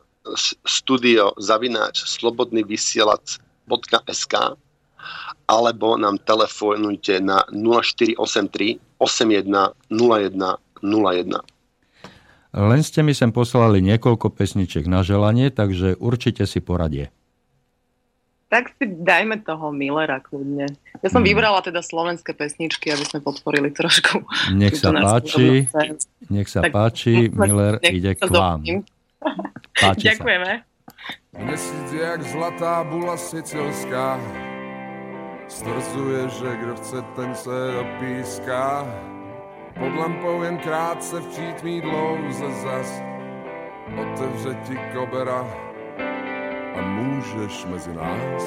studio@slobodnyvysielac.sk alebo nám telefonujte na 0483 81 01 01. Len ste mi sem poslali niekoľko pesničiek na želanie, takže určite si poradie. Tak si dajme toho Millera kľudne. Ja som vybrala teda slovenské pesničky, aby sme podporili trošku. Nech sa páči, Miller ide k vám. Ďakujeme. Měsíc jak zlatá bula sicilská, stvrzuje, že kdo chce, ten se dopíská. Pod lampou jen krátce v přítmí dlouze zas otevře ti kobera a můžeš mezi nás.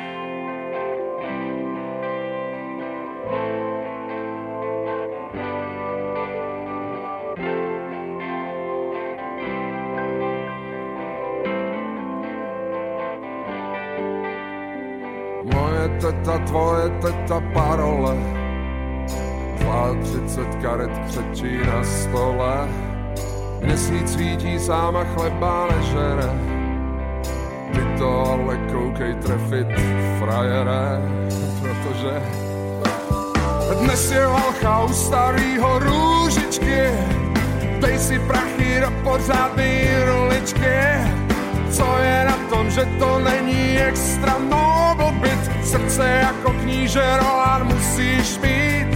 Moje teta, tvoje teta, parole, 32 karet křečí na stole. Měsíc svítí, sám a chleba nežere, ty to ale koukej trefit, frajere, protože dnes je válka u starýho Růžičky, dej si prachy do pořádný roličky. Co je na tom, že to není extra noble byt, srdce jako kníže Rohan musíš mít.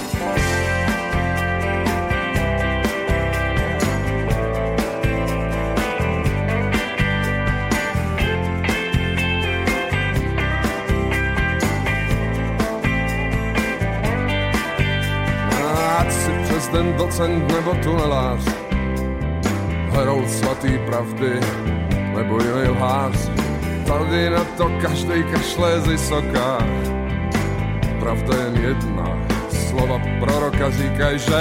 Ať si přes den docent nebo tunelář, herou svatý pravdy nebo jiný lhář, tady na to každej kašle z vysoká. Pravda jen jedna, slova proroka říkaj, že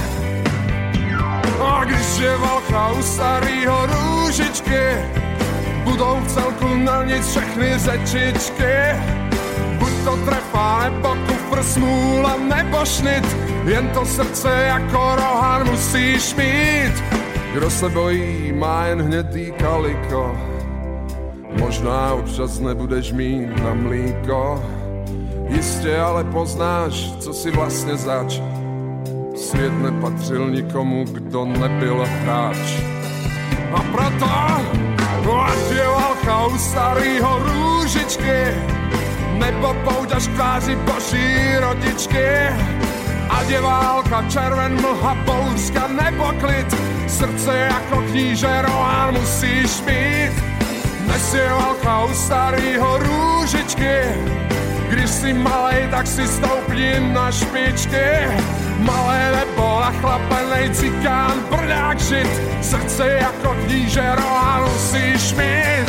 a když je válka u starýho Růžičky, budou v celku na nic všechny řečičky. Buď to trefa, nebo kufr, smůla, nebo šnit, jen to srdce jako Rohan musíš mít. Kdo se bojí, má jen hnědý kaliko, možná občas nebudeš mít na mlíko. Jistě ale poznáš, co si vlastně zač. Svět nepatřil nikomu, kdo nebyl hráč. A proto, ať je válka u starýho Růžičky, nebo pouťažkáři boží rodičky. Ať je válka, červen, mlha, bouřka nebo klid, srdce jako kníže Rohan musíš mít. Dnes je válka u starýho Růžičky, když si malej, tak si stoupni na špičky. Malé nebo nachlapenej cikán, brdák žid, srdce jako kníže Rohan musíš mít.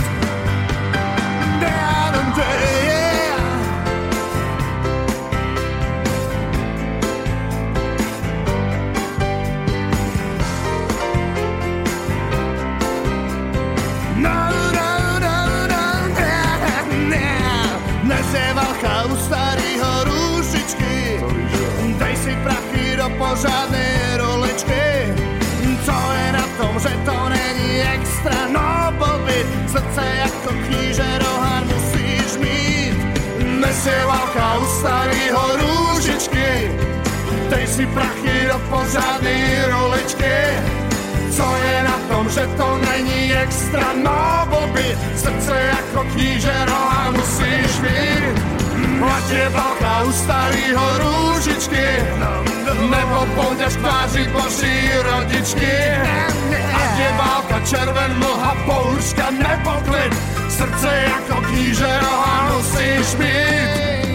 žiadnej rolečke. Co je na tom, že to není extra, no blbý, srdce jako kníže rohan musíš mít. Dnes je válka u starýho růžičky, dej si prachy do pořádnej rolečky. Co je na tom, že to není extra, no blbý, srdce jako kníže rohan musíš mít. Ať je válka u starýho růžičky, nebo pôjdeš k tváři boží rodičky. Ať je válka, červen, mlha, bouřka nebo klid, srdce jako kníže rohan musíš mít.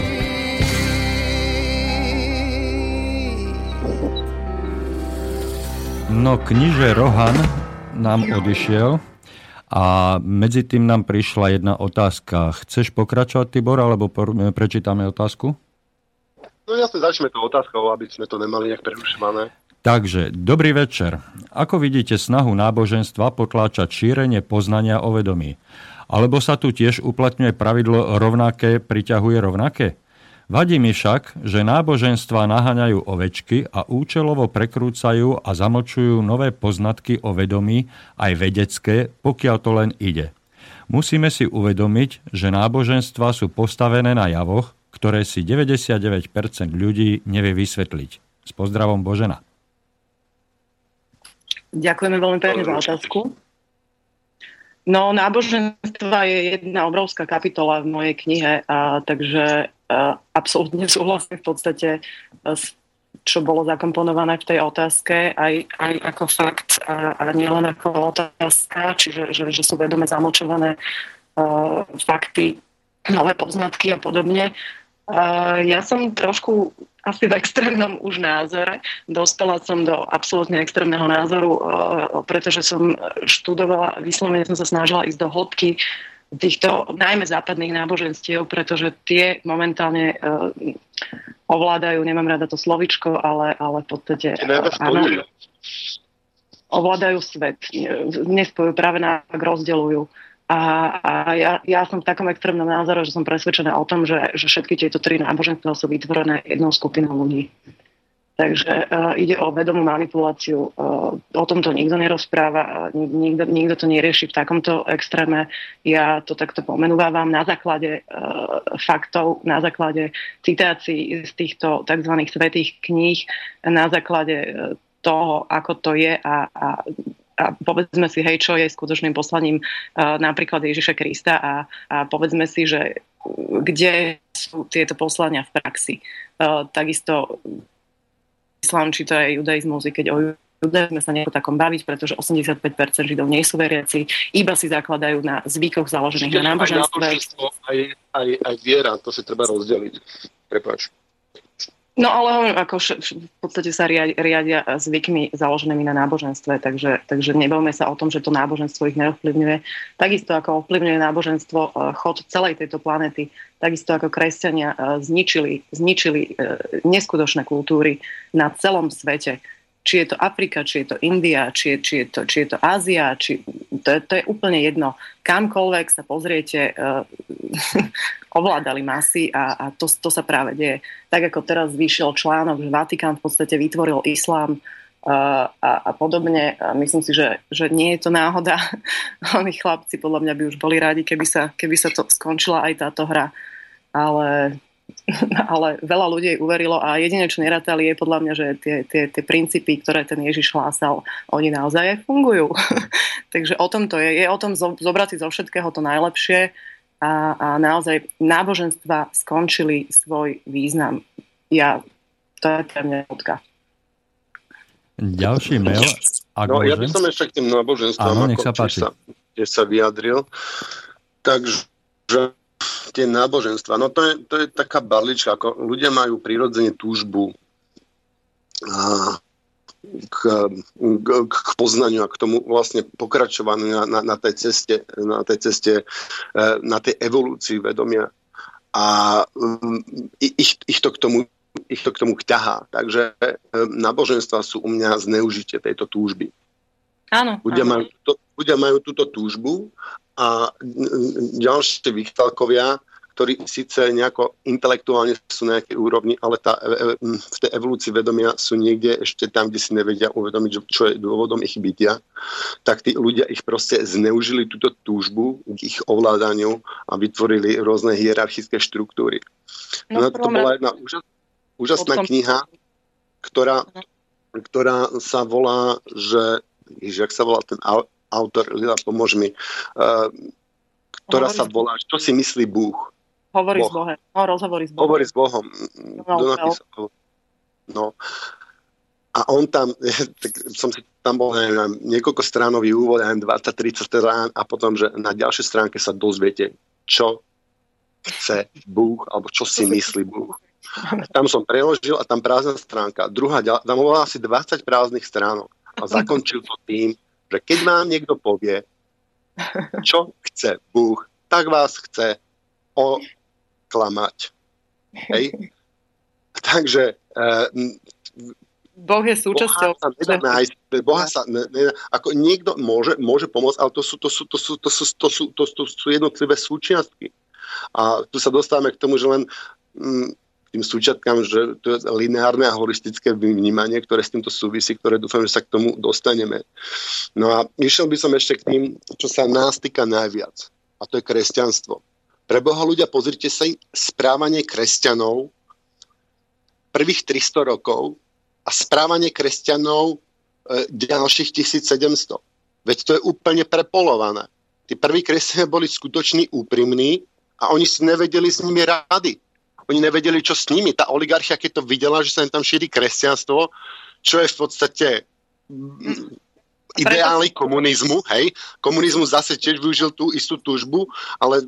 No, kníže Rohan nám odišiel a medzi tým nám prišla jedna otázka. Chceš pokračovať, Tibor, alebo prečítame otázku? No jasne, začneme to otázkou, aby sme to nemali nejak prerušované. Takže, dobrý večer. Ako vidíte snahu náboženstva potláčať šírenie poznania o vedomí? Alebo sa tu tiež uplatňuje pravidlo rovnaké priťahuje rovnaké? Vadí mi však, že náboženstva naháňajú ovečky a účelovo prekrúcajú a zamlčujú nové poznatky o vedomí, aj vedecké, pokiaľ to len ide. Musíme si uvedomiť, že náboženstva sú postavené na javoch, ktoré si 99% ľudí nevie vysvetliť. S pozdravom, Božena. Ďakujeme veľmi pekne za otázku. No, náboženstva je jedna obrovská kapitola v mojej knihe, takže absolútne súhlasím v podstate, čo bolo zakomponované v tej otázke, aj ako fakt a nielen ako otázka, čiže že sú vedome zamlčované fakty, nové poznatky a podobne. Ja som trošku asi v extrémnom už názore. Dospela som do absolútne extrémneho názoru, pretože som študovala, vyslovene som sa snažila ísť do hĺbky týchto najmä západných náboženstiev, pretože tie momentálne ovládajú, nemám rada to slovičko, ale v podstate ovládajú svet. Nespojujú, práve naopak rozdeľujú. A ja som v takom extrémnom názore, že som presvedčená o tom, že všetky tieto tri náboženstva sú vytvorené jednou skupinou ľudí. Takže ide o vedomú manipuláciu. O tomto nikto nerozpráva, nikto to nerieši v takomto extréme. Ja to takto pomenúvam na základe faktov, na základe citácií z týchto tzv. Svätých kníh, na základe toho, ako to je a povedzme si, hej, čo je skutočným poslaním napríklad Ježiša Krista a povedzme si, že kde sú tieto poslania v praxi. Takisto islám, či to je judaizmus, i keď o judaizme sa nejako takom baviť, pretože 85% Židov nie sú veriaci, iba si zakladajú na zvykoch založených na náboženstve. Aj viera, to si treba rozdeliť. Prepáč. No ale ako v podstate sa riadia zvykmi založenými na náboženstve, takže nebavme sa o tom, že to náboženstvo ich neovplyvňuje. Takisto ako ovplyvňuje náboženstvo chod celej tejto planety, takisto ako kresťania zničili neskutočné kultúry na celom svete. Či je to Afrika, či je to India, či je to Ázia, to je úplne jedno. Kamkoľvek sa pozriete, ovládali masy a to sa práve deje. Tak ako teraz vyšiel článok, že Vatikán v podstate vytvoril islám a podobne. Myslím si, že nie je to náhoda. Oni chlapci podľa mňa by už boli rádi, keby sa to skončila aj táto hra. Ale veľa ľudí uverilo a jedine, čo nerátali, je podľa mňa, že tie princípy, ktoré ten Ježiš hlásal, oni naozaj fungujú. Takže o tom to je o tom zobrať si zo všetkého to najlepšie a naozaj náboženstva skončili svoj význam. To je pre mňa ľudka. Ďalší mail. Ja by som ešte k tým náboženstvám, kde sa vyjadril. Takže tie náboženstva, no to je taká barlička, ako ľudia majú prirodzene túžbu k poznaniu a k tomu vlastne pokračovaniu na tej ceste, na tej evolúcii vedomia a ich to k tomu ťahá. Takže náboženstva sú u mňa zneužitie tejto túžby. Áno. Ľudia majú túto túžbu a ďalšie výchvalkovia ktorí síce nejako intelektuálne sú na nejakej úrovni, ale v tej evolúcii vedomia sú niekde ešte tam, kde si nevedia uvedomiť, čo je dôvodom ich bytia, tak tí ľudia ich proste zneužili túto túžbu k ich ovládaniu a vytvorili rôzne hierarchické štruktúry. No, to bola jedna úžasná kniha, ktorá sa volá, jak sa volá ten autor, pomôž mi, ktorá sa volá, čo si myslí Búh. Hovorí s Bohom. Hovorí s Bohom. No. A on tam, tam bol niekoľko stránový úvod, 20-30 strán a potom, že na ďalšej stránke sa dozviete, čo chce Búh, alebo čo si myslí Búh. Tam som preložil a tam prázdna stránka. Tam bola asi 20 prázdnych stránok. A zakončil to tým, že keď vám niekto povie, čo chce Búh, tak vás chce oklamať. Hej? Takže Boh je súčasťou. Boha sa ako niekto môže pomôcť, ale to sú jednotlivé súčiastky. A tu sa dostávame k tomu, že len tým súčiatkám, že to je lineárne a holistické vnímanie, ktoré s týmto súvisí, ktoré dúfam, že sa k tomu dostaneme. No a išiel by som ešte k tým, čo sa nás týka najviac. A to je kresťanstvo. Pre Boha ľudia, pozrite sa, správanie kresťanov prvých 300 rokov a správanie kresťanov ďalších 1700. Veď to je úplne prepolované. Tí prví kresťania boli skutoční, úprimní a oni si nevedeli s nimi rady. Oni nevedeli, čo s nimi. Tá oligarchia, keď to videla, že sa im tam šíri kresťanstvo, čo je v podstate ideálny komunizmu, hej. Komunizmus zase tiež využil tú istú túžbu, ale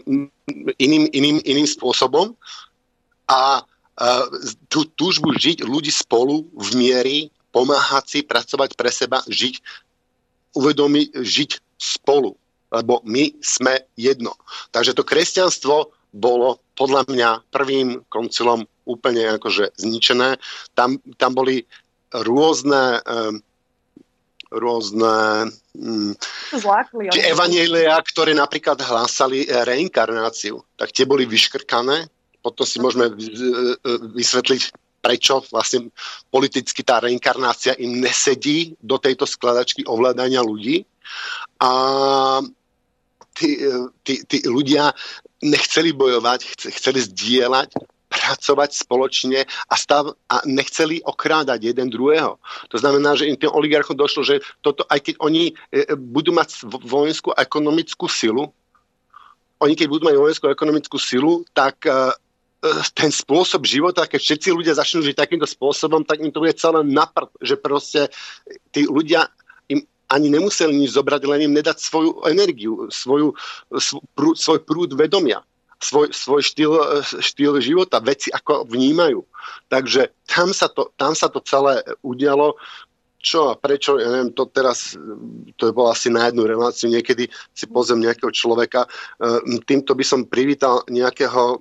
iným spôsobom. A tú túžbu žiť ľudí spolu v miery, pomáhať si, pracovať pre seba, žiť spolu. Lebo my sme jedno. Takže to kresťanstvo bolo podľa mňa prvým koncilom úplne akože zničené. Tam boli rôzne či evanjelia, ktoré napríklad hlásali reinkarnáciu, tak tie boli vyškrkané. Potom si môžeme vysvetliť, prečo vlastne politicky tá reinkarnácia im nesedí do tejto skladačky ovládania ľudí. A tí ľudia nechceli bojovať, chceli zdieľať, pracovať spoločne a nechceli okrádať jeden druhého. To znamená, že im tým oligarchom došlo, že toto, aj keď oni budú mať vojenskú a ekonomickú silu, tak ten spôsob života, keď všetci ľudia začnú žiť takýmto spôsobom, tak im to bude celé naprd, že proste tí ľudia im ani nemuseli nič zobrať, len im nedať svoju energiu, svoj prúd vedomia, svoj štýl života, veci ako vnímajú. Takže tam sa to celé udialo. Čo a prečo, ja neviem, to teraz, to bolo asi na jednu reláciu, niekedy si pozriem nejakého človeka, týmto by som privítal nejakého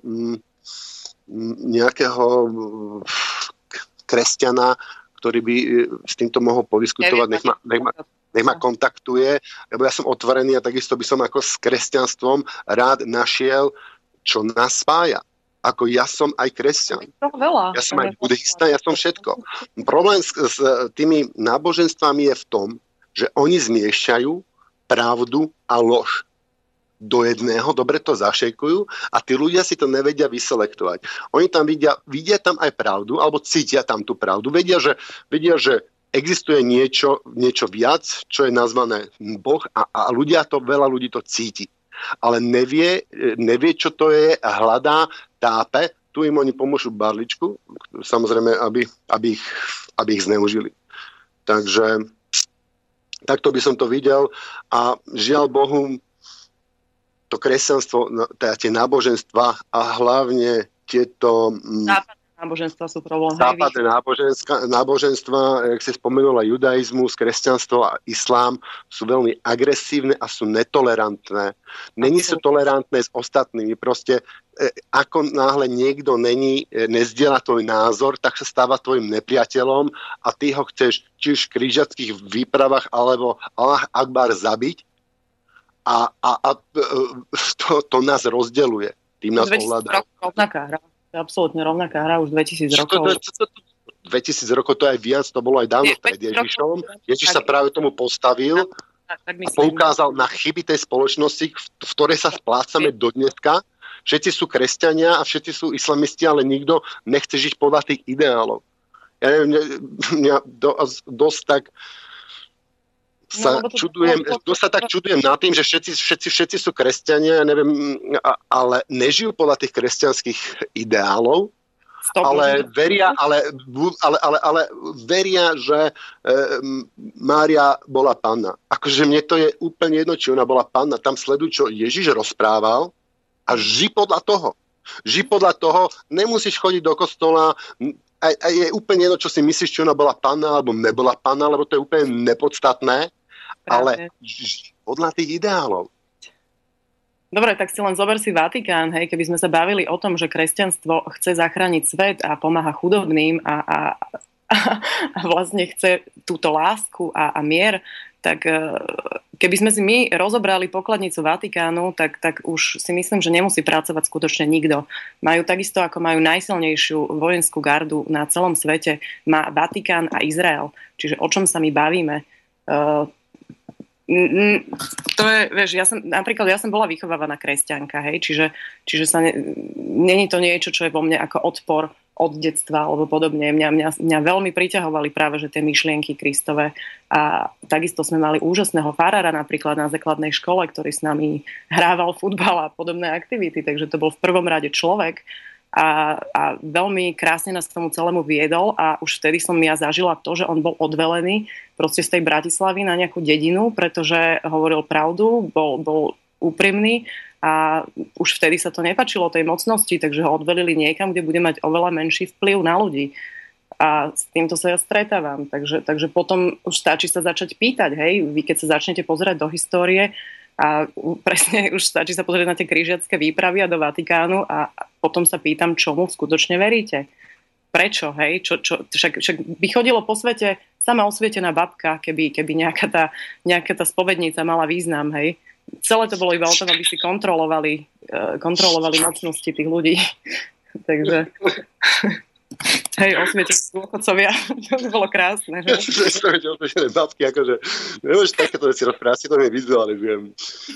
kresťana, ktorý by s týmto mohol podiskutovať, nech ma kontaktuje, lebo ja som otvorený a takisto by som ako s kresťanstvom rád našiel, čo nás spája. Ako ja som aj kresťan. Ja som aj buddhista, ja som všetko. Problém s tými náboženstvami je v tom, že oni zmiešajú pravdu a lož do jedného, dobre to zašejkujú a tí ľudia si to nevedia vyselektovať. Oni tam vidia tam aj pravdu, alebo cítia tam tú pravdu. Vedia, že existuje niečo viac, čo je nazvané Boh a veľa ľudí to cíti. Ale nevie, čo to je, hľadá, tápe, tu im oni pomôžu barličku, samozrejme, aby ich zneužili. Takže takto by som to videl a žiaľ Bohu, to kresťanstvo, tie náboženstva a hlavne tieto náboženstva sú problém. Západné náboženstva, jak si spomenula, judaizmus, kresťanstvo a islám sú veľmi agresívne a sú netolerantné. Není sú tolerantné s ostatnými. Proste ako náhle niekto nezdieľa tvoj názor, tak sa stáva tvojim nepriateľom a ty ho chceš či už v križackých výpravách alebo Allah Akbar zabiť a to nás rozdeľuje. Tým nás ovládajú. Rovnaká hra. Absolútne rovnaká hra už 2000 rokov. 2000 rokov to aj viac, to bolo aj dávno pred Ježišom. Ježiš sa práve tomu postavil a poukázal na chyby tej spoločnosti, v ktorej sa splácame do dneska. Všetci sú kresťania a všetci sú islamisti, ale nikto nechce žiť podľa tých ideálov. Ja neviem, dosť tak sa čudujem nad tým, že všetci sú kresťania, ja neviem, ale nežijú podľa tých kresťanských ideálov, ale veria, že Mária bola panna. Akože mne to je úplne jedno, či ona bola panna. Tam sledujú, čo Ježiš rozprával a ži podľa toho. Ži podľa toho, nemusíš chodiť do kostola, a je úplne jedno, čo si myslíš, či ona bola panna alebo nebola panna, lebo to je úplne nepodstatné, ale podľa tých ideálov. Dobre, tak si len zober si Vatikán, hej, keby sme sa bavili o tom, že kresťanstvo chce zachrániť svet a pomáha chudobným a vlastne chce túto lásku a mier, tak keby sme si my rozobrali pokladnicu Vatikánu, tak už si myslím, že nemusí pracovať skutočne nikto. Majú takisto, ako majú najsilnejšiu vojenskú gardu na celom svete, má Vatikán a Izrael. Čiže o čom sa my bavíme? To je, vieš, ja som bola vychovávaná kresťanka, hej, čiže sa není to niečo, čo je vo mne ako odpor od detstva alebo podobne. Mňa veľmi priťahovali práve, že tie myšlienky Kristove a takisto sme mali úžasného farára napríklad na základnej škole, ktorý s nami hrával futbal a podobné aktivity, takže to bol v prvom rade človek a veľmi krásne nás k tomu celému viedol a už vtedy som ja zažila to, že on bol odvelený proste z tej Bratislavy na nejakú dedinu, pretože hovoril pravdu, bol úprimný a už vtedy sa to nepáčilo tej mocnosti, takže ho odvelili niekam, kde bude mať oveľa menší vplyv na ľudí. A s týmto sa ja stretávam. Takže potom už stačí sa začať pýtať, hej, vy keď sa začnete pozerať do histórie a presne už stačí sa pozrieť na tie križiacké výpravy a do Vatikánu a potom sa pýtam, čomu skutočne veríte. Prečo, hej? Však by chodilo po svete sama osvietená babka, keby nejaká tá spovednica mala význam, hej? Celé to bolo iba o tom, aby si kontrolovali mocnosti tých ľudí. Takže hej, osvietení dôchodcovia, to by bolo krásne. Že? Osvietené babky, akože nemôžeš takéto veci rozprávať, si to nevizualizujem.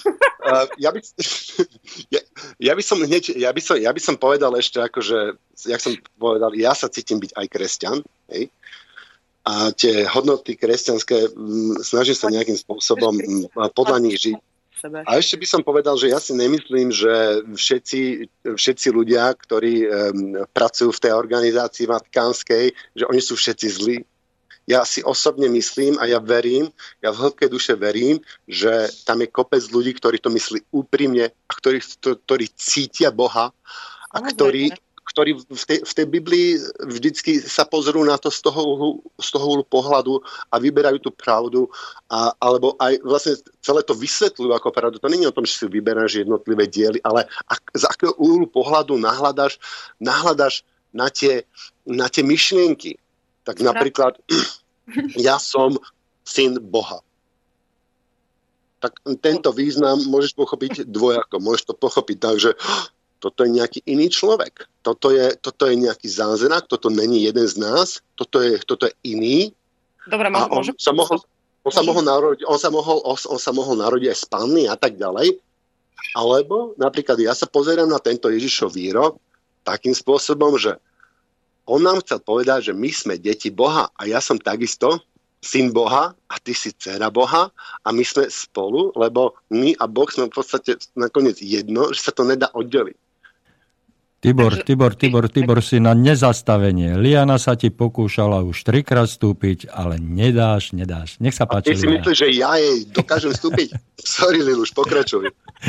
Ja by som povedal ešte, akože, jak som povedal, ja sa cítim byť aj kresťan, hej? A tie hodnoty kresťanské snažím sa nejakým spôsobom podľa nich žiť. A ešte by som povedal, že ja si nemyslím, že všetci ľudia, ktorí pracujú v tej organizácii vatikánskej, že oni sú všetci zlí. Ja si osobne myslím a ja v hĺbke duše verím, že tam je kopec ľudí, ktorí to myslí úprimne a ktorí cítia Boha a ktorí v tej Biblii vždycky sa pozrú na to z toho uhlu pohľadu a vyberajú tú pravdu alebo aj vlastne celé to vysvetľujú ako pravdu. To nie je o tom, že si vyberáš jednotlivé diely, ale z akého uhlu pohľadu nahľadaš na tie myšlienky. Tak napríklad ja som syn Boha. Tak tento význam môžeš pochopiť dvojako. Môžeš to pochopiť tak, že toto je nejaký iný človek. Toto je nejaký zázrak, toto není jeden z nás, toto je iný. Dobre, on sa mohol narodiť aj z panny a tak ďalej. Alebo napríklad ja sa pozerám na tento Ježišov výrok takým spôsobom, že on nám chcel povedať, že my sme deti Boha a ja som takisto syn Boha a ty si dcera Boha a my sme spolu, lebo my a Boh sme v podstate nakoniec jedno, že sa to nedá oddeliť. Tibor si na nezastavenie. Liana sa ti pokúšala už 3-krát vstúpiť, ale nedáš. Nech sa páči. A ty si myslíš, že ja jej dokážem vstúpiť? Sorry, Liluš, pokračuj.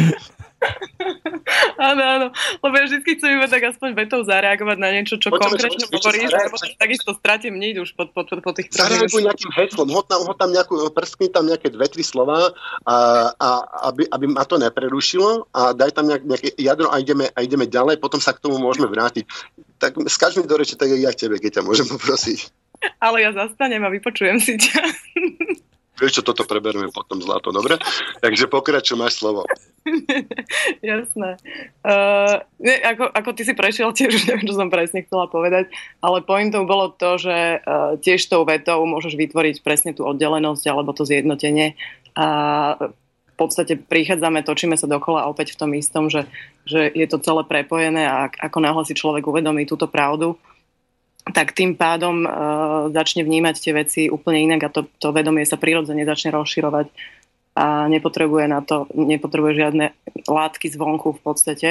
Áno, lebo ja vždy chcem iba tak aspoň vetou zareagovať na niečo, čo konkrétne hovoríš, lebo takisto stratím niť už po tých... Zareaguj nejakým heslom, prskni tam nejaké 2-3 slova, aby ma to neprerušilo a daj tam nejaké jadro a ideme ďalej, potom sa k tomu môžeme vrátiť. Tak skáč mi do reči, tak ja k tebe, keď ťa môžem poprosiť. Ale ja zastanem a vypočujem si ťa. Vieš čo, toto preberme potom zlato, dobre? Takže pokračuj, máš slovo. Jasné. Ako ty si prešiel tiež, neviem, čo som presne chcela povedať, ale pointou bolo to, že tiež tou vetou môžeš vytvoriť presne tú oddelenosť alebo to zjednotenie a v podstate prichádzame, točíme sa dokola opäť v tom istom, že je to celé prepojené a ako náhle si človek uvedomí túto pravdu, tak tým pádom začne vnímať tie veci úplne inak a to vedomie sa prirodzene začne rozširovať a nepotrebuje žiadne látky zvonku v podstate.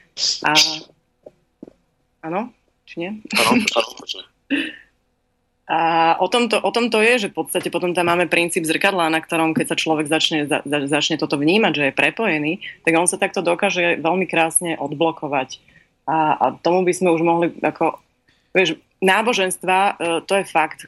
Áno? Či nie? Áno. A o tom to je, že v podstate potom tam máme princíp zrkadla, na ktorom keď sa človek začne toto vnímať, že je prepojený, tak on sa takto dokáže veľmi krásne odblokovať. A tomu by sme už mohli ako... Vieš, náboženstva, to je fakt,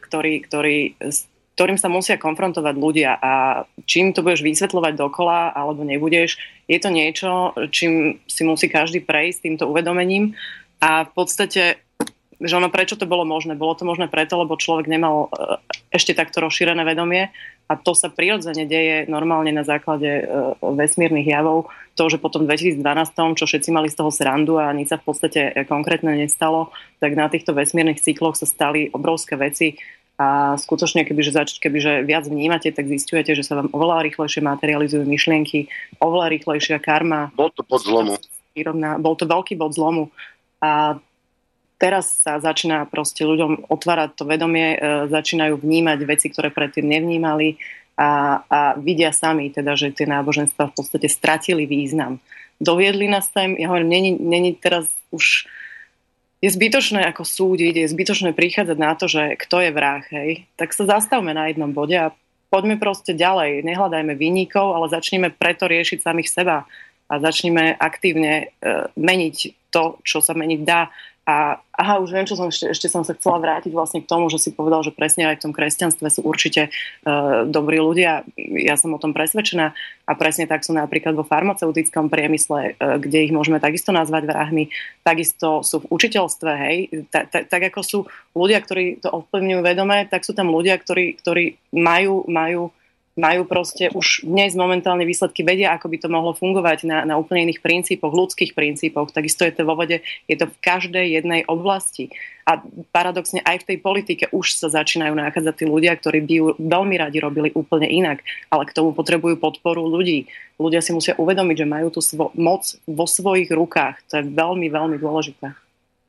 ktorým sa musia konfrontovať ľudia a čím to budeš vysvetľovať dokola alebo nebudeš, je to niečo, čím si musí každý prejsť týmto uvedomením a v podstate, že ono prečo to bolo možné? Bolo to možné preto, lebo človek nemal ešte takto rozšírené vedomie a to sa prirodzene deje normálne na základe vesmírnych javov. To, že potom v 2012, čo všetci mali z toho srandu a nič sa v podstate konkrétne nestalo, tak na týchto vesmírnych cykloch sa stali obrovské veci a skutočne, kebyže viac vnímate, tak zisťujete, že sa vám oveľa rýchlejšie materializujú myšlienky, oveľa rýchlejšia karma. Bol to bod zlomu. Bol to veľký bod zlomu a teraz sa začína proste ľuďom otvárať to vedomie, začínajú vnímať veci, ktoré predtým nevnímali a vidia sami, teda, že tie náboženstva v podstate stratili význam. Doviedli nás tam, ja hovorím, není teraz už... Je zbytočné ako súdiť, je zbytočné prichádzať na to, že kto je vrah, hej. Tak sa zastavme na jednom bode a poďme proste ďalej. Nehľadajme vinníkov, ale začneme preto riešiť samých seba a začneme aktívne meniť to, čo sa meniť dá. A už viem, čo som ešte som sa chcela vrátiť vlastne k tomu, že si povedal, že presne aj v tom kresťanstve sú určite dobrí ľudia. Ja som o tom presvedčená a presne tak sú napríklad vo farmaceutickom priemysle, kde ich môžeme takisto nazvať vrahmi. Takisto sú v učiteľstve, hej. Tak ako sú ľudia, ktorí to ovplyvňujú vedome, tak sú tam ľudia, ktorí majú proste už dnes momentálne výsledky, vedia, ako by to mohlo fungovať na úplne iných princípoch, ľudských princípoch. Takisto je to vo vede, je to v každej jednej oblasti. A paradoxne aj v tej politike už sa začínajú nachádzať tí ľudia, ktorí by ju veľmi radi robili úplne inak, ale k tomu potrebujú podporu ľudí. Ľudia si musia uvedomiť, že majú tú moc vo svojich rukách. To je veľmi, veľmi dôležité.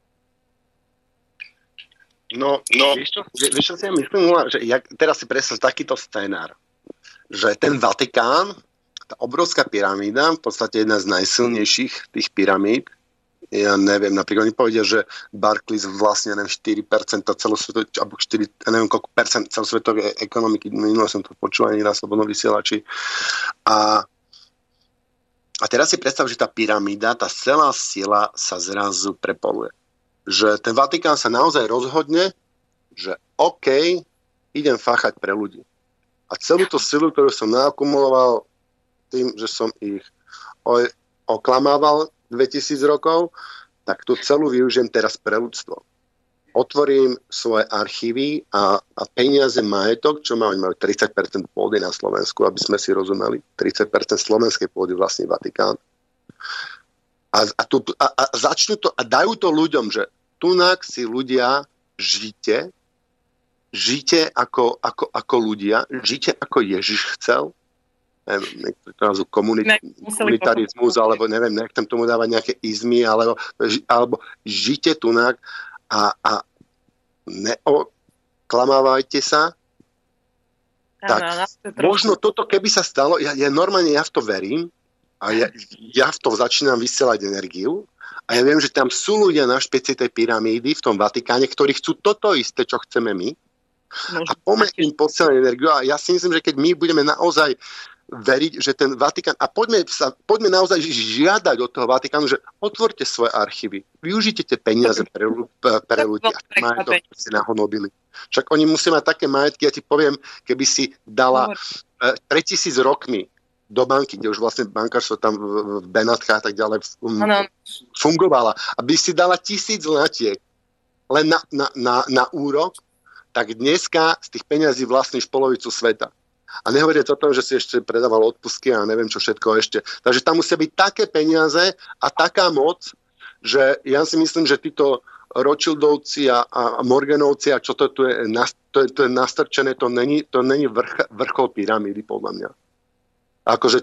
No vieš čo si ja myslím, že teraz si predstav takýto scénár, že ten Vatikán, tá obrovská pyramída, v podstate jedna z najsilnejších tých pyramíd, ja neviem, napríklad oni povedia, že Barclays vlastne, neviem, 4% celosvetovej, alebo 4, neviem koľko percent celosvetovej ekonomiky, minule som to počul aj na Slobodnom vysielači. A teraz si predstav, že tá pyramída, tá celá sila sa zrazu prepoluje. Že ten Vatikán sa naozaj rozhodne, že OK, idem fáchať pre ľudí. A celú tú silu, ktorú som naakumuloval tým, že som ich oklamával 2000 rokov, tak tú celú využijem teraz pre ľudstvo. Otvorím svoje archívy a peniaze, majetok, čo majú 30% pôdy na Slovensku, aby sme si rozumeli. 30% slovenskej pôdy vlastní Vatikán. A začnú to a dajú to ľuďom, že tunak si ľudia žite ako ľudia, žite ako Ježiš chcel, komunitarizmus, alebo neviem, nechcem tomu dávať nejaké izmy, alebo žite tunak a neoklamávajte sa. Tak možno toto, keby sa stalo, ja normálne ja v to verím a ja v to začínam vysielať energiu a ja viem, že tam sú ľudia na špici tej pyramídy v tom Vatikáne, ktorí chcú toto isté, čo chceme my. A poďme im posielať energiu a ja si myslím, že keď my budeme naozaj veriť, že ten Vatikán a poďme naozaj žiadať od toho Vatikánu, že otvorte svoje archívy, využite tie peniaze pre ľudí a majetok, ktoré si nahonobili. Však oni musia mať také majetky, ja ti poviem, keby si dala 3000 rokmi do banky, kde už vlastne bankárstvo tam v Benátkach a tak ďalej fungovala, aby si dala 1000 zlatiek len na úrok, tak dneska z tých peňazí vlastníš polovicu sveta. A nehovoriac o tom, že si ešte predával odpustky a neviem čo všetko ešte. Takže tam musia byť také peniaze a taká moc, že ja si myslím, že títo Rothschildovci a Morganovci a čo to tu je, to je nastrčené, to není vrchol pyramídy, podľa mňa. Akože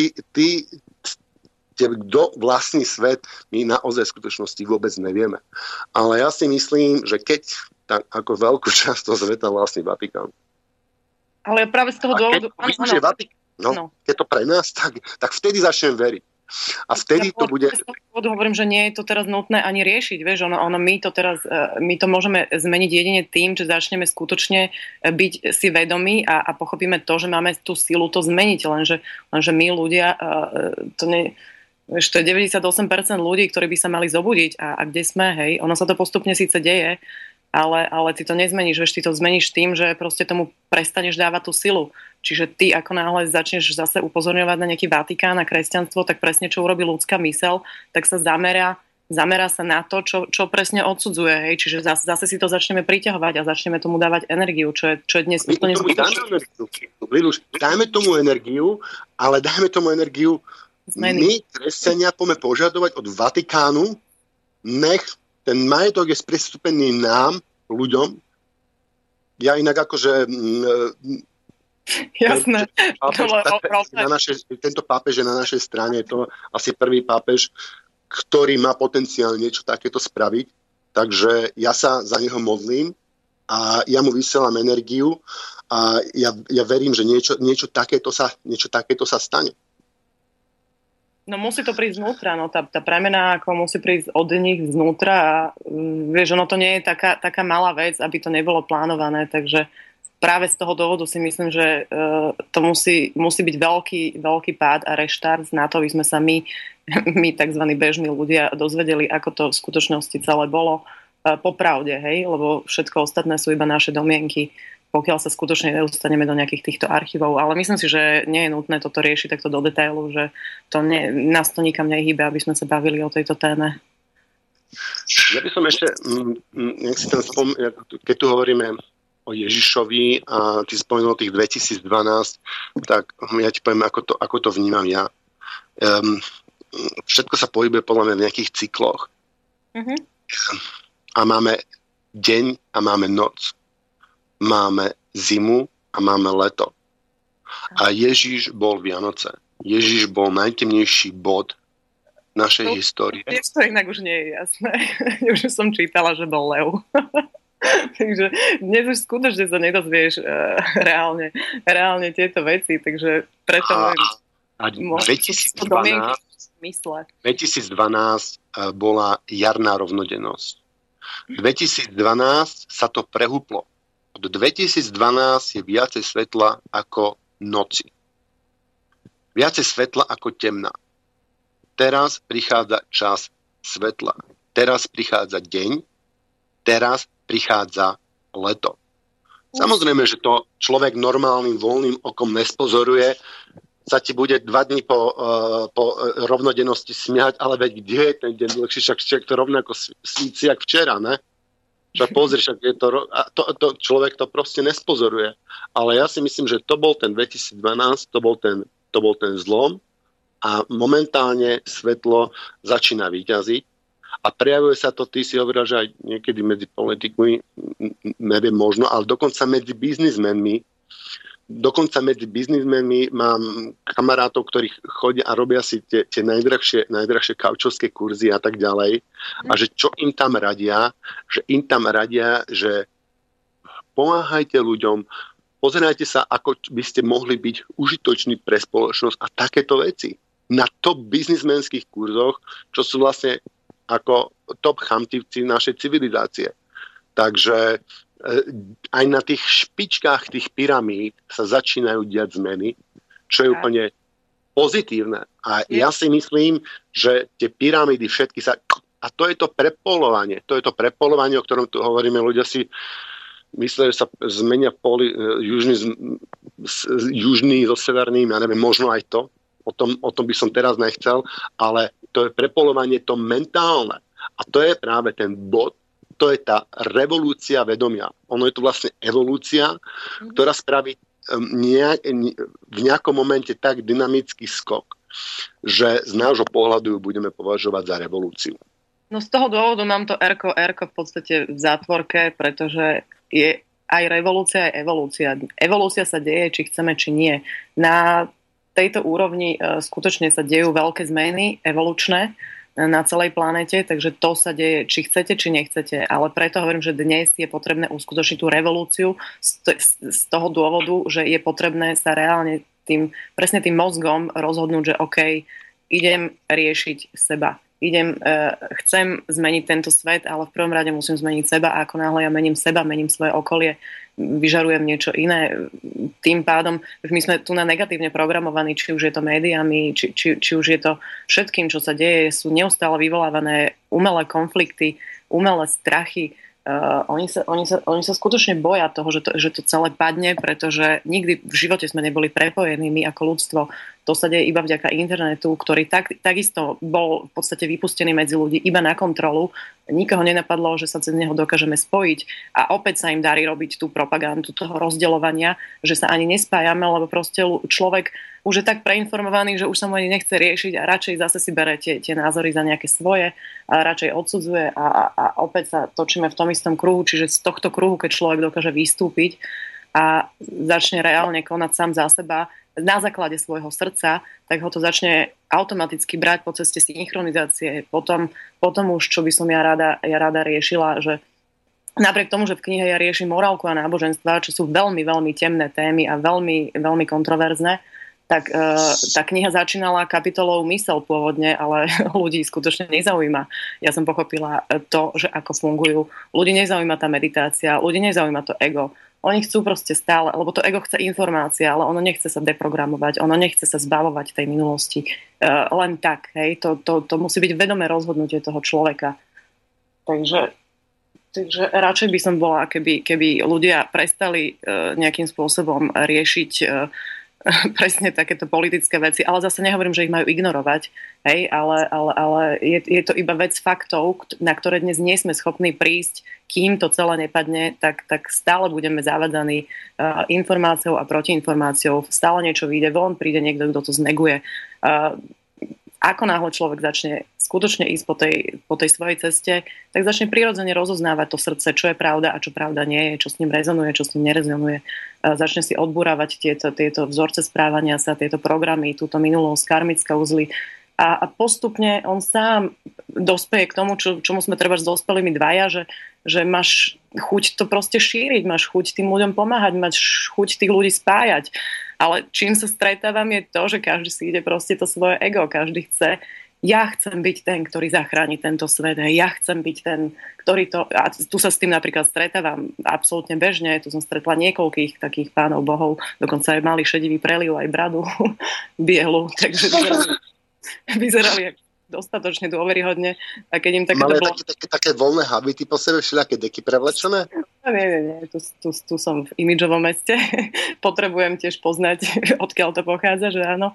kto vlastní svet, my naozaj v skutočnosti vôbec nevieme. Ale ja si myslím, že keď tak ako veľkú časť toho sveta vlastní Vatikán. Ale práve z toho dôvodu... Keď to pre nás, tak vtedy začnem veriť. A vtedy to bude... Z toho dôvodu hovorím, že nie je to teraz nutné ani riešiť. Vieš, my to môžeme zmeniť jedine tým, že začneme skutočne byť si vedomí a pochopíme to, že máme tú silu to zmeniť. Lenže my ľudia, to je 98% ľudí, ktorí by sa mali zobudiť a kde sme, hej, ono sa to postupne síce deje, ale ty to nezmeníš, vieš, ty to zmeníš tým, že proste tomu prestaneš dávať tú silu. Čiže ty ako náhle začneš zase upozorňovať na nejaký Vatikán a kresťanstvo, tak presne čo urobí ľudská myseľ, tak sa zamerá sa na to, čo presne odsudzuje, hej, čiže zase si to začneme priťahovať a začneme tomu dávať energiu, čo je dnes úplne zbytočné. Dajme tomu energiu, ale dajme tomu energiu my, kresťania, poďme požadovať od Vatikánu, nech ten majetok je sprístupnený nám, ľuďom. Ja inak akože... Jasné. Tento pápež je na našej strane. Je to asi prvý pápež, ktorý má potenciál niečo takéto spraviť. Takže ja sa za neho modlím a ja mu vysielam energiu a ja verím, že niečo takéto sa stane. No musí to prísť znútra, no tá premena ako musí prísť od nich znútra a vieš, ono to nie je taká malá vec, aby to nebolo plánované, takže práve z toho dôvodu si myslím, že to musí byť veľký pád a reštart na to, aby sme sa my tzv. Bežní ľudia dozvedeli, ako to v skutočnosti celé bolo popravde, hej, lebo všetko ostatné sú iba naše domienky, pokiaľ sa skutočne nedostaneme do nejakých týchto archívov. Ale myslím si, že nie je nutné toto riešiť takto do detailu, že nás to nikam nehýbe, aby sme sa bavili o tejto téme. Ja by som ešte, keď tu hovoríme o Ježišovi a ty spomenul tých 2012, tak ja ti poviem, ako to vnímam ja. Všetko sa pohybuje podľa mňa v nejakých cykloch. Mm-hmm. A máme deň a máme noc. Máme zimu a máme leto. A Ježiš bol Vianoce. Ježiš bol najtemnejší bod našej histórie. To inak už nie je jasné. Už som čítala, že bol lev. Takže dnes už skutočne sa nedozvieš reálne tieto veci. Takže preto... A 2012 bola jarná rovnodennosť. 2012 sa to prehúplo. Od 2012 je viacej svetla ako noci. Viacej svetla ako temna. Teraz prichádza čas svetla. Teraz prichádza deň. Teraz prichádza leto. Samozrejme, že to človek normálnym, voľným okom nespozoruje. Sa ti bude 2 dní po rovnodennosti smiať, ale veď kde je ten deň dlhší, však to rovnako svíci jak včera, ne? Však pozri, však je to človek to proste nespozoruje. Ale ja si myslím, že to bol ten 2012, to bol ten zlom a momentálne svetlo začína vyťaziť a prejavuje sa to, ty si hovoril, že aj niekedy medzi politikmi, neviem možno, ale dokonca medzi biznismenmi mám kamarátov, ktorí chodia a robia si tie najdrahšie kaučovské kurzy a tak ďalej. A že čo im tam radia? Že im tam radia, že pomáhajte ľuďom, pozerajte sa, ako by ste mohli byť užitoční pre spoločnosť a takéto veci. Na top biznismenských kurzoch, čo sú vlastne ako top chamtivci našej civilizácie. Takže aj na tých špičkách tých pyramíd sa začínajú diať zmeny, čo je úplne pozitívne. A ja si myslím, že tie pyramídy všetky sa... A to je to prepolovanie. To je to prepolovanie, o ktorom tu hovoríme. Ľudia si myslia, že sa zmenia južný so severným. Ja neviem, možno aj to. O tom by som teraz nechcel. Ale to je prepolovanie, to mentálne. A to je práve ten bod, to je tá revolúcia vedomia. Ono je to vlastne evolúcia, ktorá spraví v nejakom momente tak dynamický skok, že z nášho pohľadu ju budeme považovať za revolúciu. No z toho dôvodu mám to Erko v podstate v zátvorke, pretože je aj revolúcia, aj evolúcia. Evolúcia sa deje, či chceme, či nie. Na tejto úrovni skutočne sa dejú veľké zmeny evolučné na celej planete, takže to sa deje, či chcete, či nechcete. Ale preto hovorím, že dnes je potrebné uskutočniť tú revolúciu z toho dôvodu, že je potrebné sa reálne presne tým mozgom rozhodnúť, že OK, idem riešiť seba. Chcem zmeniť tento svet, ale v prvom rade musím zmeniť seba a ako náhle ja mením seba, mením svoje okolie, vyžarujem niečo iné. Tým pádom, že my sme tu na negatívne programovaní, či už je to médiami, či už je to všetkým, čo sa deje, sú neustále vyvolávané umelé konflikty, umelé strachy. Oni sa skutočne boja toho, že to celé padne, pretože nikdy v živote sme neboli prepojení my ako ľudstvo. To sa deje iba vďaka internetu, ktorý takisto bol v podstate vypustený medzi ľudí iba na kontrolu. Nikoho nenapadlo, že sa cez neho dokážeme spojiť a opäť sa im darí robiť tú propagandu toho rozdeľovania, že sa ani nespájame, lebo proste človek už je tak preinformovaný, že už sa mu ani nechce riešiť a radšej zase si bere tie názory za nejaké svoje a radšej odsudzuje a opäť sa točíme v tom istom kruhu, čiže z tohto kruhu, keď človek dokáže vystúpiť a začne reálne konať sám za seba na základe svojho srdca, tak ho to začne automaticky brať po ceste synchronizácie. Potom už, čo by som ja rada riešila, že napriek tomu, že v knihe ja riešim morálku a náboženstva, čo sú veľmi, veľmi temné témy a veľmi, veľmi kontroverzné, tak tá kniha začínala kapitolou mysel pôvodne, ale ľudí skutočne nezaujíma. Ja som pochopila to, že ako fungujú. Ľudí nezaujíma tá meditácia, ľudí nezaujíma to ego. Oni chcú proste stále, lebo to ego chce informácie, ale ono nechce sa deprogramovať, ono nechce sa zbavovať tej minulosti. Len tak, hej, to musí byť vedomé rozhodnutie toho človeka. Takže radšej by som bola, keby ľudia prestali nejakým spôsobom riešiť presne takéto politické veci, ale zase nehovorím, že ich majú ignorovať, hej, ale je to iba vec faktov, na ktoré dnes nie sme schopní prísť, kým to celé nepadne, tak stále budeme zavadzaní informáciou a protiinformáciou, stále niečo vyjde von, príde niekto, kto to zneguje. Ako náhle človek začne skutočne ísť po tej svojej ceste, tak začne prirodzene rozoznávať to srdce, čo je pravda a čo pravda nie je, čo s ním rezonuje, čo s ním nerezonuje. Začne si odburávať tieto vzorce správania sa, tieto programy, túto minulosť, karmické uzly a postupne on sám dospeje k tomu, čomu sme treba s dospelými dvaja, že máš chuť to proste šíriť, máš chuť tým ľuďom pomáhať, máš chuť tých ľudí spájať. Ale čím sa stretávam je to, že každý si ide proste to svoje ego, každý chce. Ja chcem byť ten, ktorý zachráni tento svet. Ja chcem byť ten, ktorý to... A tu sa s tým napríklad stretávam absolútne bežne. Tu som stretla niekoľkých takých pánov bohov. Dokonca aj mali šedivý preliv, aj bradu bielu. Takže vyzerali dostatočne dôveryhodne. A keď im takéto bolo... také voľné habity po sebe, všelijaké deky prevlečené? Nie. Tu som v imidžovom meste. Potrebujem tiež poznať, odkiaľ to pochádza, že áno.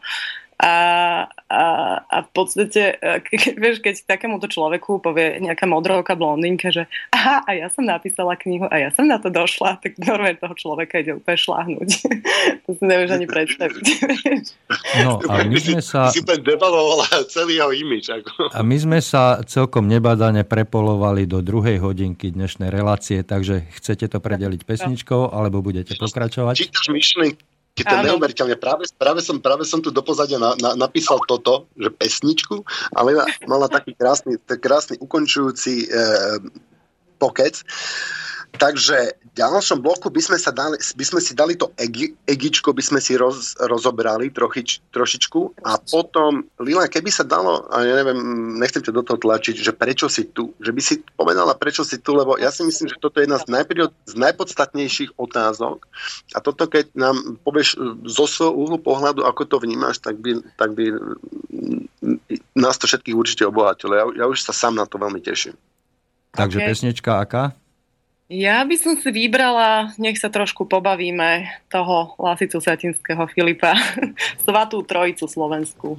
A v podstate, vieš, keď takémuto človeku povie nejaká modrohoká blondínka, že aha, a ja som napísala knihu a ja som na to došla, tak normálne toho človeka ide úplne šláhnuť. To si nevieš ani predstaviť. No a my sme sa... Si devalovala celý jeho imidž. A my sme sa celkom nebadane prepolovali do 2. hodinky dnešnej relácie, takže chcete to predeliť pesničkou, alebo budete pokračovať? Čítaš myšlienky? Keď to neuveriteľne, práve som tu do pozadia napísal toto, že pesničku, ale mala taký krásny ukončujúci pokec. Takže v ďalšom bloku by sme si dali to egičko, by sme si rozobrali trošičku a potom, Lila, keby sa dalo, a ja neviem, nechcem ťa do toho tlačiť, že prečo si tu, že by si povedala, prečo si tu, lebo ja si myslím, že toto je jedna z najpodstatnejších otázok a toto, keď nám povieš zo svojho uhlu pohľadu, ako to vnímaš, tak by nás to všetkých určite obohatilo. Ja už sa sám na to veľmi teším. Takže pesnička aká? Ja by som si vybrala, nech sa trošku pobavíme, toho Lasicu Satinského Filipa, Svatú trojicu slovenskú.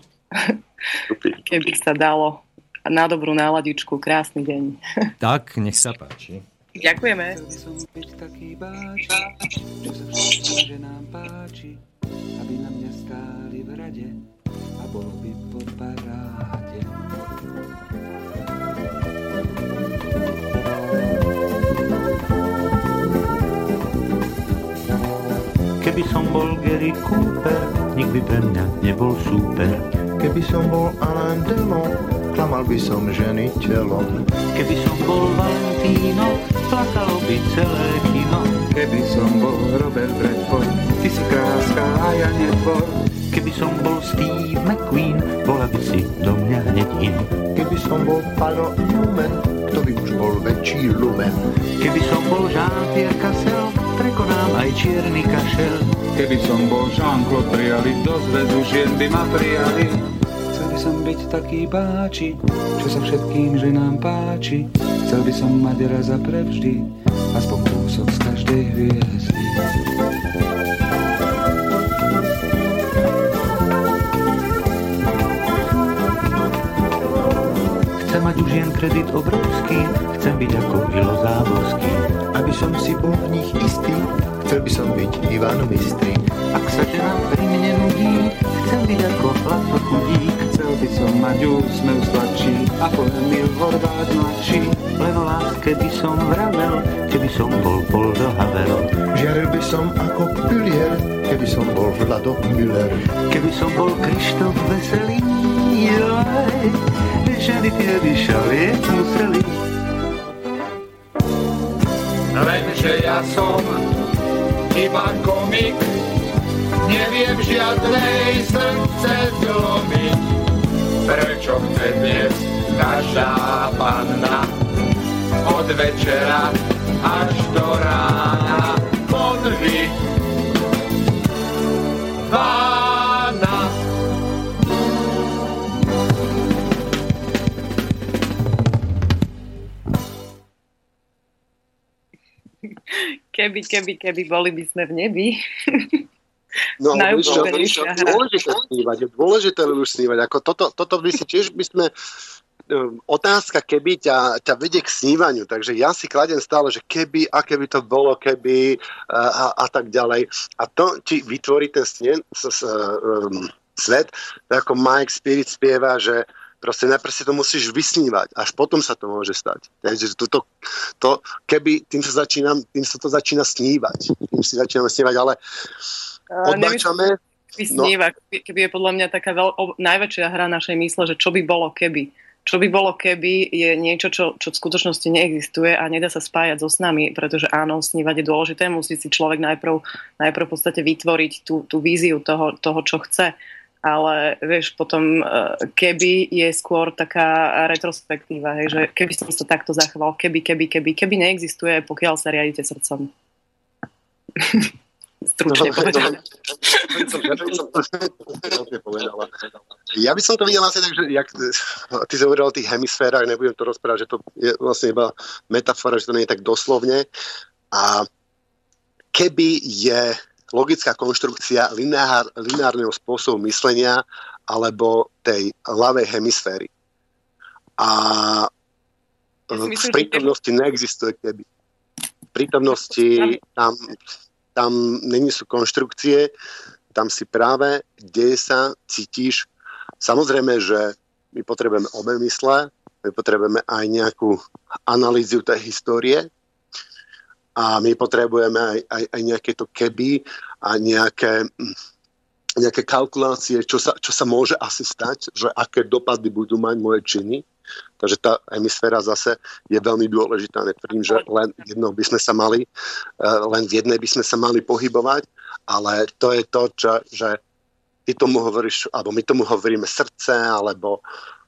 Keby sa dalo na dobrú náladičku, krásny deň. Tak, nech sa páči. Ďakujeme. Chcel by som byť taký báčik, čo sa všetkým, že nám páči, aby na mňa stáli v rade a bolo by po paráde. Keby som bol Gary Cooper, nik by pre mňa nebol super. Keby som bol Alain Delon, klamal by som ženy telom. Keby som bol Valentino, plakalo by celé kino. Keby som bol Robert Redford, ty si kráska a ja netvor. Keby som bol Steve McQueen, bola by si do mňa hneď in. Keby som bol Paolo Newman, kto by už bol väčší lumen. Keby som bol Jean-Pierre Cassel, prekonám aj čierny kašel. Keby som bol Jean-Claude Triali, do zväzu žien by ma prijali. Chcel by som byť taký báčik, čo sa všetkým ženám páči. Chcel by som mať raz a prevždy aspoň kúsok z každej hviezdy. Chcem mať už jen kredit obrovský, chcem byť ako Ilo Záborský. Aby som si bol v nich istý, chcel by som byť Ivan Mistry. Ak sa žena pri mne nudí, chcem byť ako Laco Chudík. Chcel by som mať úsmev sladší ako Emil Horváth mladší. Len o láske by som vravel, keby som bol Poldo Havel. Žiaril by som ako Pilier, keby som bol Vlado Müller. Keby som bol Krištof Veselý, joj, ženy tie by šalieť museli. Lenže ja som iba komik, neviem žiadnej srdce zlomiť. Prečo chce dnes každá panna od večera až do rána konviť vána? Keby boli by sme v nebi. No, je dôležité už snívať. Ako toto by si tiež by sme otázka, keby ťa vedie k snívaniu. Takže ja si kladem stále, že keby to bolo, keby a tak ďalej. A to ti vytvorí ten svet, ako Mike Spirit spieva, že proste najprv si to musíš vysnívať, až potom sa to môže stať. Takže keby tým sa to začína snívať. Tým si začíname snívať, ale odbáčame. Keby je podľa mňa taká najväčšia hra našej mysle, že čo by bolo keby. Čo by bolo keby je niečo, čo v skutočnosti neexistuje a nedá sa spájať so snami, pretože áno, snívať je dôležité, musí si človek najprv v podstate vytvoriť tú víziu toho, čo chce. Ale vieš, potom keby je skôr taká retrospektíva, hej, že keby som sa takto zachoval, keby neexistuje, pokiaľ sa riadite srdcom. Stručne povedané. Ja by som to videl asi tak, že jak ty si hovoril o tých hemisférach, nebudem to rozprávať, že to je vlastne iba metafora, že to nie je tak doslovne. A keby je logická konštrukcia lineárneho spôsobu myslenia alebo tej ľavej hemisféry. A v prítomnosti neexistuje keby. V prítomnosti tam není sú konštrukcie, tam si práve deje sa, cítiš. Samozrejme, že my potrebujeme obe mysle, my potrebujeme aj nejakú analýziu tej histórie a my potrebujeme aj nejaké to keby a nejaké kalkulácie, čo sa môže asi stať, že aké dopady budú mať moje činy. Takže tá hemisféra zase je veľmi dôležitá. Netvrdím, že len v jednej by sme sa mali pohybovať, ale to je to, že ty tomu hovoríš, alebo my tomu hovoríme srdce, alebo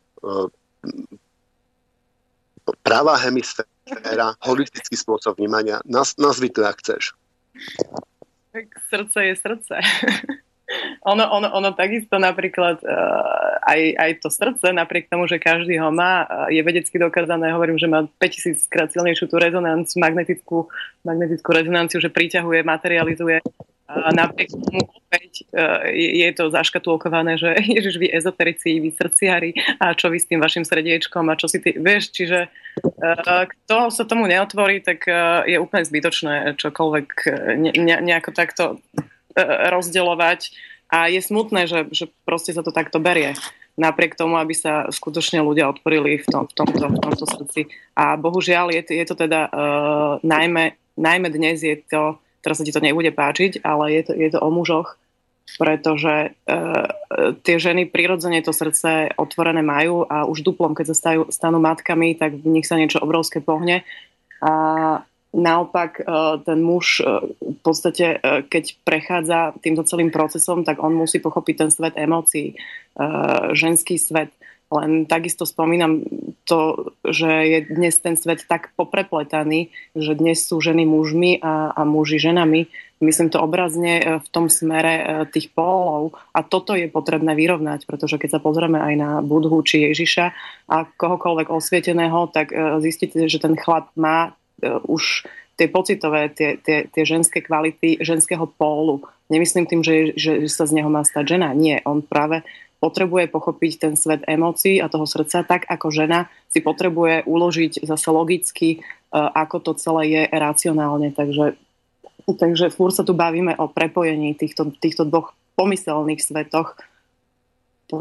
pravá hemisféra, holistický spôsob vnímania. Nazvi to, jak chceš. Tak srdce je srdce. Ono takisto napríklad aj to srdce, napriek tomu, že každý ho má, je vedecky dokázané, hovorím, že má 5000 krát silnejšiu tú rezonanciu, magnetickú rezonanciu, že priťahuje, materializuje. A napriek tomu opäť je to zaškatulkované, že ježiš, vy ezoterici, vy srdciari a čo vy s tým vašim srdiečkom a čo si ty, vieš, čiže Kto sa tomu neotvorí, tak je úplne zbytočné čokoľvek nejako takto rozdeľovať. A je smutné, že proste sa to takto berie. Napriek tomu, aby sa skutočne ľudia otvorili v tomto srdci. A bohužiaľ je to teda najmä dnes je to, teraz sa ti to nebude páčiť, ale je to o mužoch, pretože tie ženy prirodzene to srdce otvorené majú a už duplom, keď sa stanú matkami, tak v nich sa niečo obrovské pohne. A naopak ten muž v podstate, keď prechádza týmto celým procesom, tak on musí pochopiť ten svet emócií, ženský svet. Len takisto spomínam to, že je dnes ten svet tak poprepletaný, že dnes sú ženy mužmi a muži ženami. Myslím to obrazne v tom smere tých pólov. A toto je potrebné vyrovnať, pretože keď sa pozrieme aj na Budhu či Ježiša a kohokoľvek osvieteného, tak zistíte, že ten chlap má už tie pocitové, tie ženské kvality ženského pólu. Nemyslím tým, že sa z neho má stať žena. Nie, on práve potrebuje pochopiť ten svet emócií a toho srdca tak, ako žena si potrebuje uložiť zase logicky, ako to celé je racionálne. Takže fúr sa tu bavíme o prepojení týchto dvoch pomyselných svetov. No.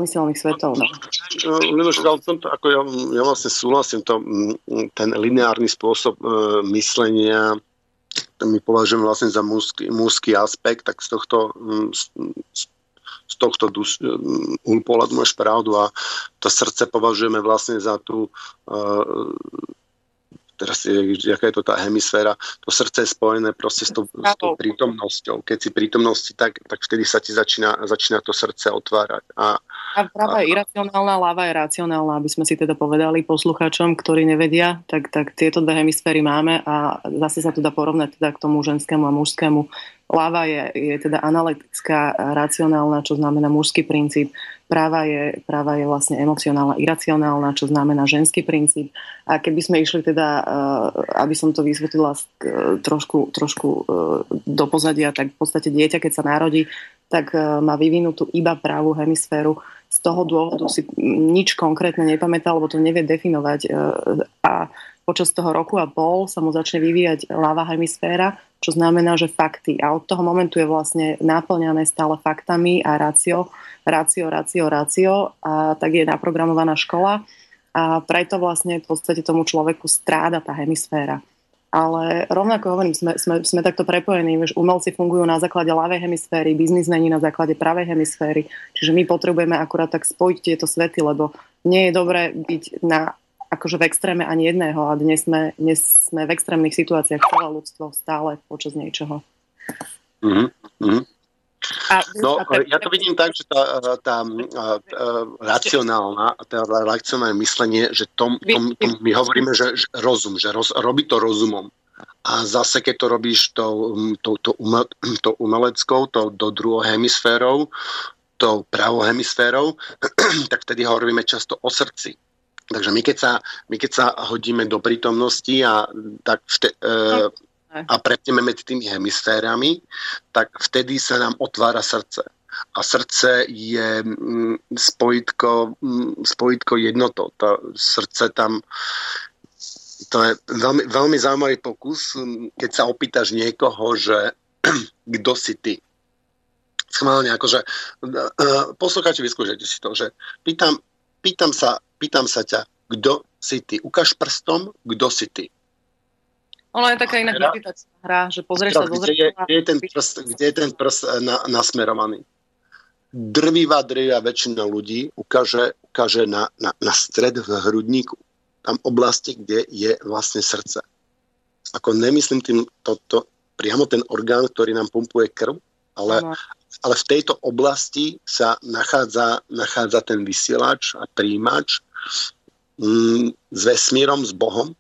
Ja vlastne súhlasím, ten lineárny spôsob myslenia, my považujeme vlastne za mužský aspekt, tak z tohto uhlu pohľadu máš pravdu a to srdce považujeme vlastne za tú teraz jaká je to tá hemisféra, to srdce je spojené proste s tou prítomnosťou. Keď si prítomnosti, tak vtedy sa ti začína to srdce otvárať. A práva je iracionálna, ľava je racionálna, aby sme si teda povedali poslucháčom, ktorí nevedia, tak tieto dve hemisféry máme a zase sa to dá porovnať teda k tomu ženskému a mužskému. Ľava je teda analytická, racionálna, čo znamená mužský princíp. Práva je vlastne emocionálna, iracionálna, čo znamená ženský princíp. A keby sme išli teda, aby som to vysvetlila trošku do pozadia, tak v podstate dieťa, keď sa narodí, tak má vyvinutú iba pravú hemisféru. Z toho dôvodu si nič konkrétne nepamätá, lebo to nevie definovať. A počas toho roku a pol sa mu začne vyvíjať ľavá hemisféra, čo znamená, že fakty. A od toho momentu je vlastne náplňané stále faktami a rácio. A tak je naprogramovaná škola. A preto vlastne v podstate tomu človeku stráda tá hemisféra. Ale rovnako hovorím, sme takto prepojení, že umelci fungujú na základe ľavej hemisféry, biznismeni na základe pravej hemisféry. Čiže my potrebujeme akurát tak spojiť tieto svety, lebo nie je dobré byť akože v extréme ani jedného a dnes sme v extrémnych situáciách celé ľudstvo stále počas niečoho. Ja to vidím tak, že tá racionálne myslenie, že my hovoríme, že rozum, že robí to rozumom. A zase, keď to robíš tou umeleckou, do druhou hemisférou, tou pravou hemisférou, tak vtedy hovoríme často o srdci. Takže my keď sa hodíme do prítomnosti a prepneme medzi tými hemisférami, tak vtedy sa nám otvára srdce. A srdce je spojitko jednotou. To srdce tam, to je veľmi, veľmi zaujímavý pokus, keď sa opýtaš niekoho, že kto si ty. Schválne, akože poslucháči, vyskúšajte si to, že pýtam sa ťa, kto si ty. Ukáž prstom, kto si ty. Ono je taká iná meditačná hra, že pozrieš sa do zrkadla. Kde je ten prst nasmerovaný? Drvivá väčšina ľudí ukáže na stred v hrudníku. Tam oblasti, kde je vlastne srdce. Ako nemyslím tým priamo ten orgán, ktorý nám pumpuje krv, ale v tejto oblasti sa nachádza ten vysielač a príjimač s vesmírom, s Bohom.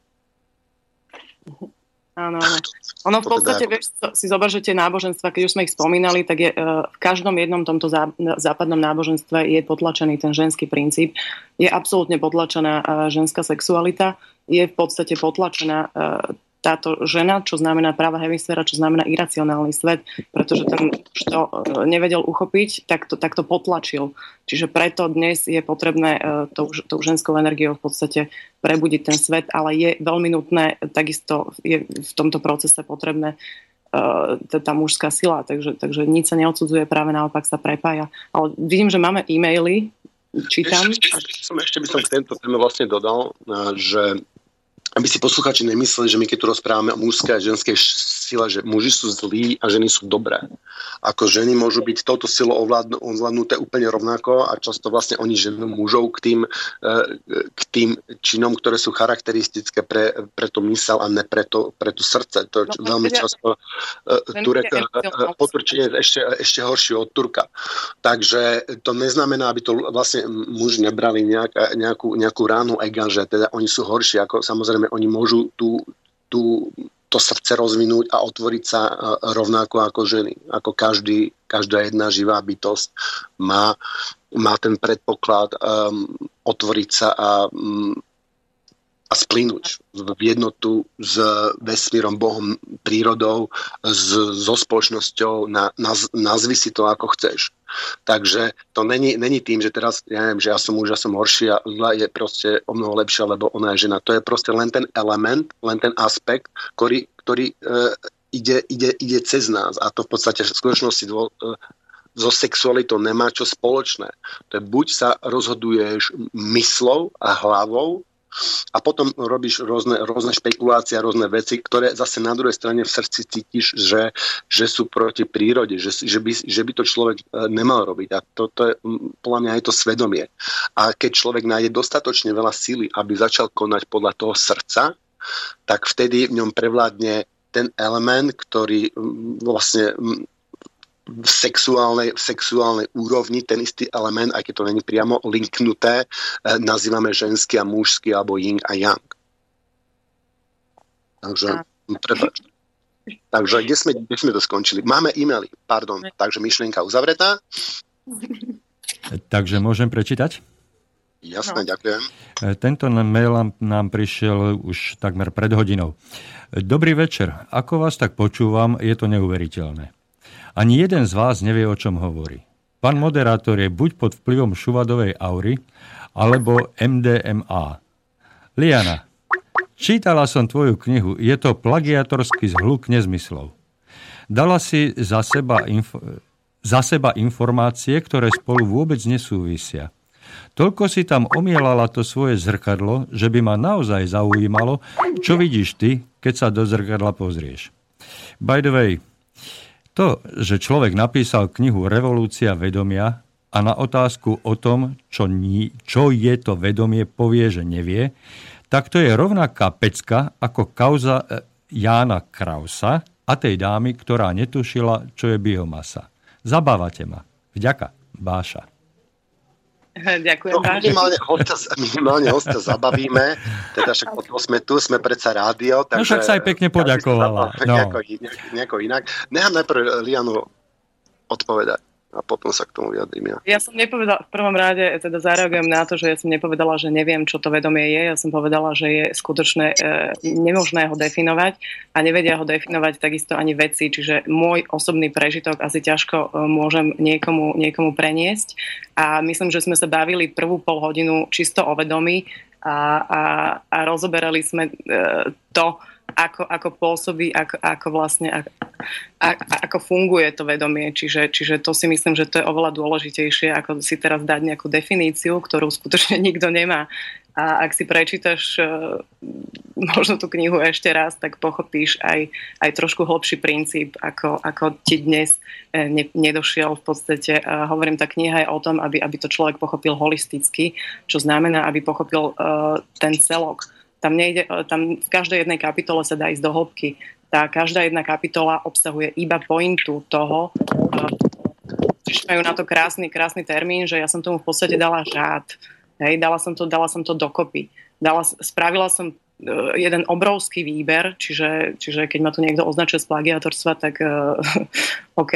Áno. Ono v podstate, vieš, si zober, že tie náboženstva, keď už sme ich spomínali, tak je v každom jednom tomto západnom náboženstve je potlačený ten ženský princíp. Je absolútne potlačená ženská sexualita. Je v podstate potlačená táto žena, čo znamená práva hemisféra, čo znamená iracionálny svet, pretože ten muž to nevedel uchopiť, tak to potlačil. Čiže preto dnes je potrebné tou ženskou energiou v podstate prebudiť ten svet, ale je veľmi nutné, takisto je v tomto procese potrebné tá mužská sila, takže nič sa neodsudzuje, práve naopak sa prepája. Ale vidím, že máme e-maily, čítam. Ešte by som k tento téme vlastne dodal, že aby si posluchači nemysleli, že my keď tu rozprávame o mužskej a ženskej sile, že muži sú zlí a ženy sú dobré. Ako ženy môžu byť touto silou ovládnuté úplne rovnako a často vlastne oni ženú mužov k tým činom, ktoré sú charakteristické pre tú mysel a ne pre tú srdce. To je veľmi často Turek poturčenie ešte horšie od Turka. Takže to neznamená, aby to vlastne muži nebrali nejakú ránu ega, že teda oni sú horší, ako samozrejme oni môžu to srdce rozvinúť a otvoriť sa rovnako ako ženy. Ako každá jedna živá bytosť má ten predpoklad otvoriť sa a splynúť v jednotu s vesmírom, Bohom, prírodou, so spoločnosťou, nazvi si to ako chceš. Takže to není tým, že teraz, ja neviem, že ja som muž, ja som horší a zla je proste o mnoho lepšia, lebo ona je žena. To je proste len ten element, len ten aspekt, ktorý ide cez nás. A to v podstate v skutočnosti so sexualitou nemá čo spoločné. To je buď sa rozhoduješ myslou a hlavou, a potom robíš rôzne špekulácie, rôzne veci, ktoré zase na druhej strane v srdci cítiš, že sú proti prírode, že by to človek nemal robiť. A to je, podľa mňa je to svedomie. A keď človek nájde dostatočne veľa síly, aby začal konať podľa toho srdca, tak vtedy v ňom prevládne ten element, ktorý vlastne v sexuálnej úrovni, ten istý element, aj keď to není priamo linknuté, nazývame ženský a mužský alebo yin a yang. Takže, prepáč. Takže kde sme to skončili? Máme e-maily, pardon. Takže myšlienka uzavretá. Takže môžem prečítať? Jasné, ďakujem. Tento mail nám prišiel už takmer pred hodinou. Dobrý večer. Ako vás tak počúvam, je to neuveriteľné. Ani jeden z vás nevie, o čom hovorí. Pán moderátor je buď pod vplyvom šuvadovej aury, alebo MDMA. Liana, čítala som tvoju knihu. Je to plagiatorský zhluk nezmyslov. Dala si za seba informácie, ktoré spolu vôbec nesúvisia. Toľko si tam omielala to svoje zrkadlo, že by ma naozaj zaujímalo, čo vidíš ty, keď sa do zrkadla pozrieš. By the way, to, že človek napísal knihu Revolúcia vedomia a na otázku o tom, čo je to vedomie, povie, že nevie, tak to je rovnaká pecka ako kauza Jána Krausa a tej dámy, ktorá netušila, čo je biomasa. Zabávate ma. Vďaka. Báša. Ďakujem. Minimálne hostia zabavíme, teda však potom sme tu, sme predsa rádio. Takže, no však sa aj pekne poďakovala. Nejako inak. Nechám najprv Lianu odpovedať a potom sa k tomu vyjadrím ja. Ja som nepovedala, v prvom rade teda zareagujem na to, že ja som nepovedala, že neviem, čo to vedomie je. Ja som povedala, že je skutočne nemožné ho definovať a nevedia ho definovať takisto ani vedci. Čiže môj osobný prežitok asi ťažko môžem niekomu preniesť. A myslím, že sme sa bavili prvú polhodinu čisto o vedomí a rozoberali sme to, ako pôsobí, ako vlastne ako funguje to vedomie. Čiže to si myslím, že to je oveľa dôležitejšie, ako si teraz dať nejakú definíciu, ktorú skutočne nikto nemá. A ak si prečítaš možno tú knihu ešte raz, tak pochopíš aj trošku hlbší princíp, ako ti dnes nedošiel v podstate. Hovorím, tá kniha je o tom, aby to človek pochopil holisticky, čo znamená, aby pochopil ten celok. Tam v každej jednej kapitole sa dá ísť do hĺbky. Tá každá jedna kapitola obsahuje iba pointu toho, čiže majú na to krásny termín, že ja som tomu v podstate dala řád. Hej, dala som to dokopy. Spravila som jeden obrovský výber, čiže keď ma tu niekto označuje z plagiatorstva, tak OK.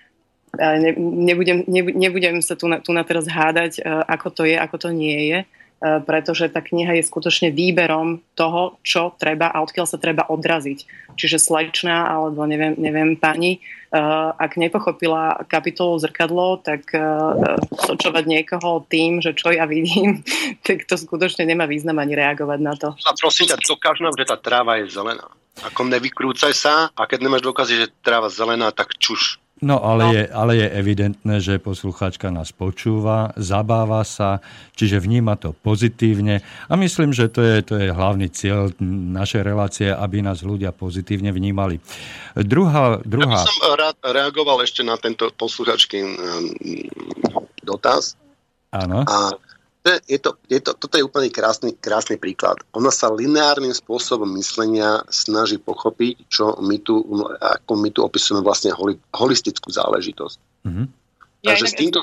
Nebudem sa tu na teraz hádať, ako to je, ako to nie je. pretože tá kniha je skutočne výberom toho, čo treba a odkiaľ sa treba odraziť. Čiže slečna, alebo neviem pani, ak nepochopila kapitolu Zrkadlo, tak sočovať niekoho tým, že čo ja vidím, tak to skutočne nemá význam ani reagovať na to. A prosím ťa, dokáž nám, že tá tráva je zelená. Ako nevykrúcaj sa, a keď nemáš dôkazy, že tráva zelená, tak čuš. No, ale je evidentné, že poslucháčka nás počúva, zabáva sa, čiže vníma to pozitívne a myslím, že to je hlavný cieľ našej relácie, aby nás ľudia pozitívne vnímali. Druhá... Ja by som rád reagoval ešte na tento poslucháčky dotaz. Áno. A toto je úplne krásny príklad. Ona sa lineárnym spôsobom myslenia snaží pochopiť, ako my tu opisujeme vlastne holistickú záležitosť. Mm-hmm. Takže s týmto...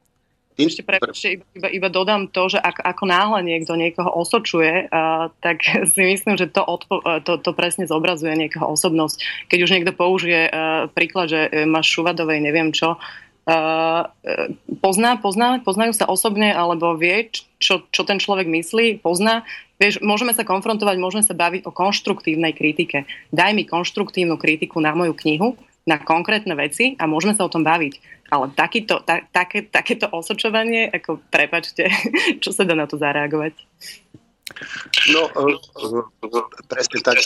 Iba dodám to, že ako náhle niekto niekoho osočuje, tak si myslím, že to presne zobrazuje niekoho osobnosť. Keď už niekto použije príklad, že máš šuvadovej neviem čo, poznajú sa osobne, alebo vie, čo ten človek myslí, pozná. Vieš, môžeme sa konfrontovať, môžeme sa baviť o konštruktívnej kritike. Daj mi konštruktívnu kritiku na moju knihu, na konkrétne veci a môžeme sa o tom baviť. Ale takéto osočovanie, ako prepáčte, čo sa dá na to zareagovať? No, presne tak.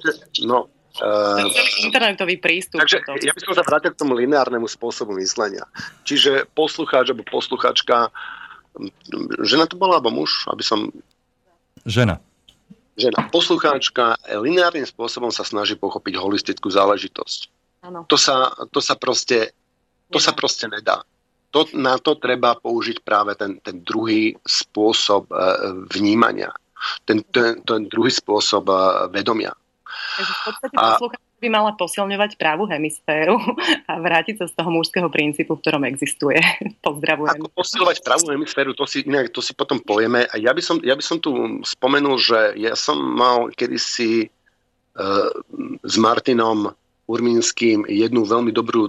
Internetový prístup. Takže ja by som sa vrátil k tomu lineárnemu spôsobu myslenia. Čiže poslucháč alebo poslucháčka, žena to bola, alebo muž? Žena. Poslucháčka lineárnym spôsobom sa snaží pochopiť holistickú záležitosť. Áno. To sa proste nedá. Na to treba použiť práve ten druhý spôsob vnímania. Ten druhý spôsob vedomia. Takže v podstate poslucháč by mala posilňovať pravú hemisféru a vrátiť sa z toho mužského princípu, v ktorom existuje. Pozdravujem. Ako posilovať pravú hemisféru, to si potom povieme. A ja by som tu spomenul, že ja som mal kedysi s Martinom Urmínským jednu veľmi dobrú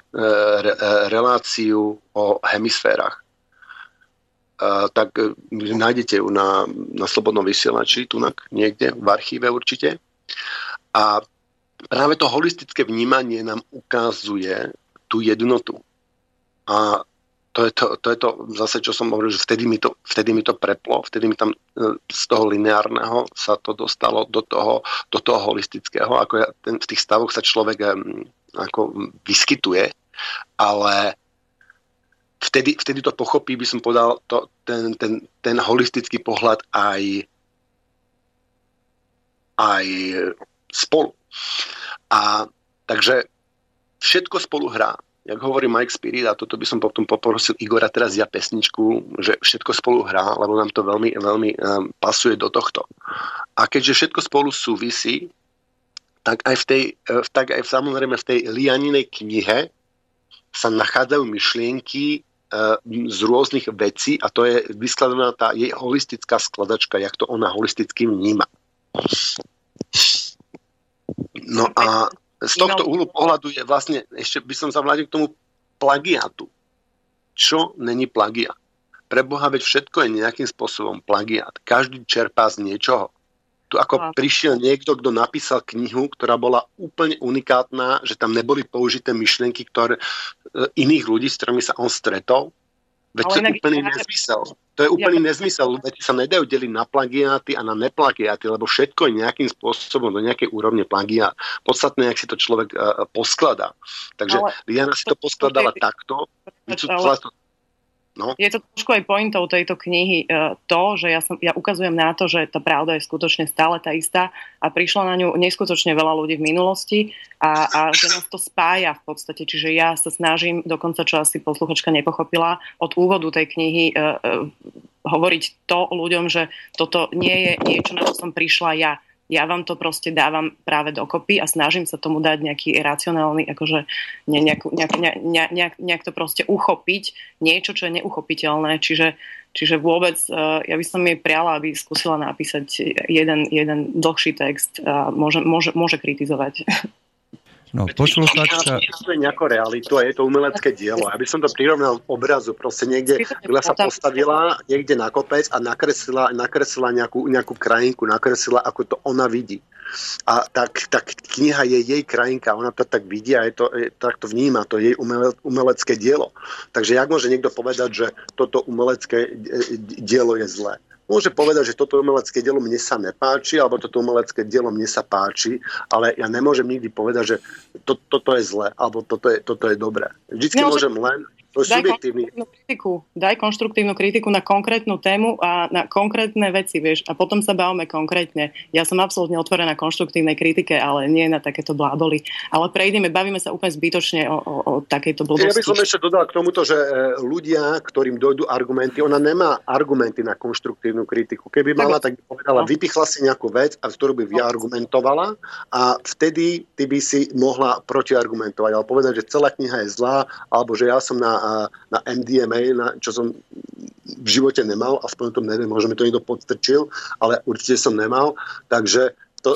reláciu o hemisférach. Tak nájdete ju na Slobodnom vysielači, tunak niekde v archíve určite. A práve to holistické vnímanie nám ukazuje tú jednotu. A to je to zase, čo som hovoril, že vtedy mi to preplo, vtedy mi tam z toho lineárneho sa to dostalo do toho holistického. Ako v tých stavoch sa človek ako vyskytuje, ale vtedy to pochopí, by som povedal, ten holistický pohľad aj spolu. A takže všetko spolu hrá. Jak hovorí Mike Spirit, a toto by som potom poprosil Igora teraz ja pesničku, že všetko spolu hrá, lebo nám to veľmi, veľmi pasuje do tohto. A keďže všetko spolu súvisí, tak aj samozrejme v tej Lianinej knihe sa nachádzajú myšlienky z rôznych vecí a to je vyskladaná tá jej holistická skladačka, jak to ona holisticky vníma. No a z tohto uhlu pohľadu je vlastne, ešte by som sa vrátil k tomu plagiátu. Čo není plagiát? Preboha, veď všetko je nejakým spôsobom plagiát. Každý čerpá z niečoho. Tu ako prišiel niekto, kto napísal knihu, ktorá bola úplne unikátna, že tam neboli použité myšlienky iných ľudí, s ktorými sa on stretol. Veď to je úplný nezmysel. To je úplný nezmysel. Veď sa nedajú deliť na plagiáty a na neplagiáty, lebo všetko je nejakým spôsobom do nejakej úrovne plagiát. Podstatné, jak si to človek poskladá. Takže Liana si to poskladala takto. No. Je to trošku aj pointou tejto knihy to, že ja ukazujem na to, že tá pravda je skutočne stále tá istá a prišlo na ňu neskutočne veľa ľudí v minulosti a že nás to spája v podstate. Čiže ja sa snažím, dokonca čo asi posluchačka nepochopila, od úvodu tej knihy hovoriť to ľuďom, že toto nie je niečo, na čo som prišla ja. Ja vám to proste dávam práve dokopy a snažím sa tomu dať nejaký racionálny, akože nejak to proste uchopiť, niečo, čo je neuchopiteľné. Čiže vôbec, ja by som jej priala, aby skúsila napísať jeden dlhší text a môže kritizovať. No, poslucháčka... To je nejakú realitu a je to umelecké dielo. Aby som to prirovnal obrazu, proste niekde, kde sa postavila niekde na kopec a nakreslila nejakú krajinku, nakreslila, ako to ona vidí. A tak kniha je jej krajinka, ona to tak vidí a tak to vníma, to je jej umelecké dielo. Takže jak môže niekto povedať, že toto umelecké dielo je zlé? Môže povedať, že toto umelecké dielo mne sa nepáči, alebo toto umelecké dielo mne sa páči, ale ja nemôžem nikdy povedať, že toto je zlé, alebo toto je dobré. Vždycky môžem len... Daj konštruktívnu kritiku na konkrétnu tému a na konkrétne veci, vieš, a potom sa bavíme konkrétne. Ja som absolútne otvorená konštruktívnej kritike, ale nie na takéto bláboli. Ale bavíme sa úplne zbytočne o takejto blbosti. Ja by som ešte dodal k tomuto, že ľudia, ktorým dojdú argumenty, ona nemá argumenty na konštruktívnu kritiku. Keby mala, tak by povedala, vypichla si nejakú vec, a ktorú by vyargumentovala a vtedy ty by si mohla protiargumentovať, ale povedať, že celá kniha je zlá, alebo že ja som na MDMA, čo som v živote nemal, aspoň to neviem, možno mi to niekto podstrčil, ale určite som nemal. Takže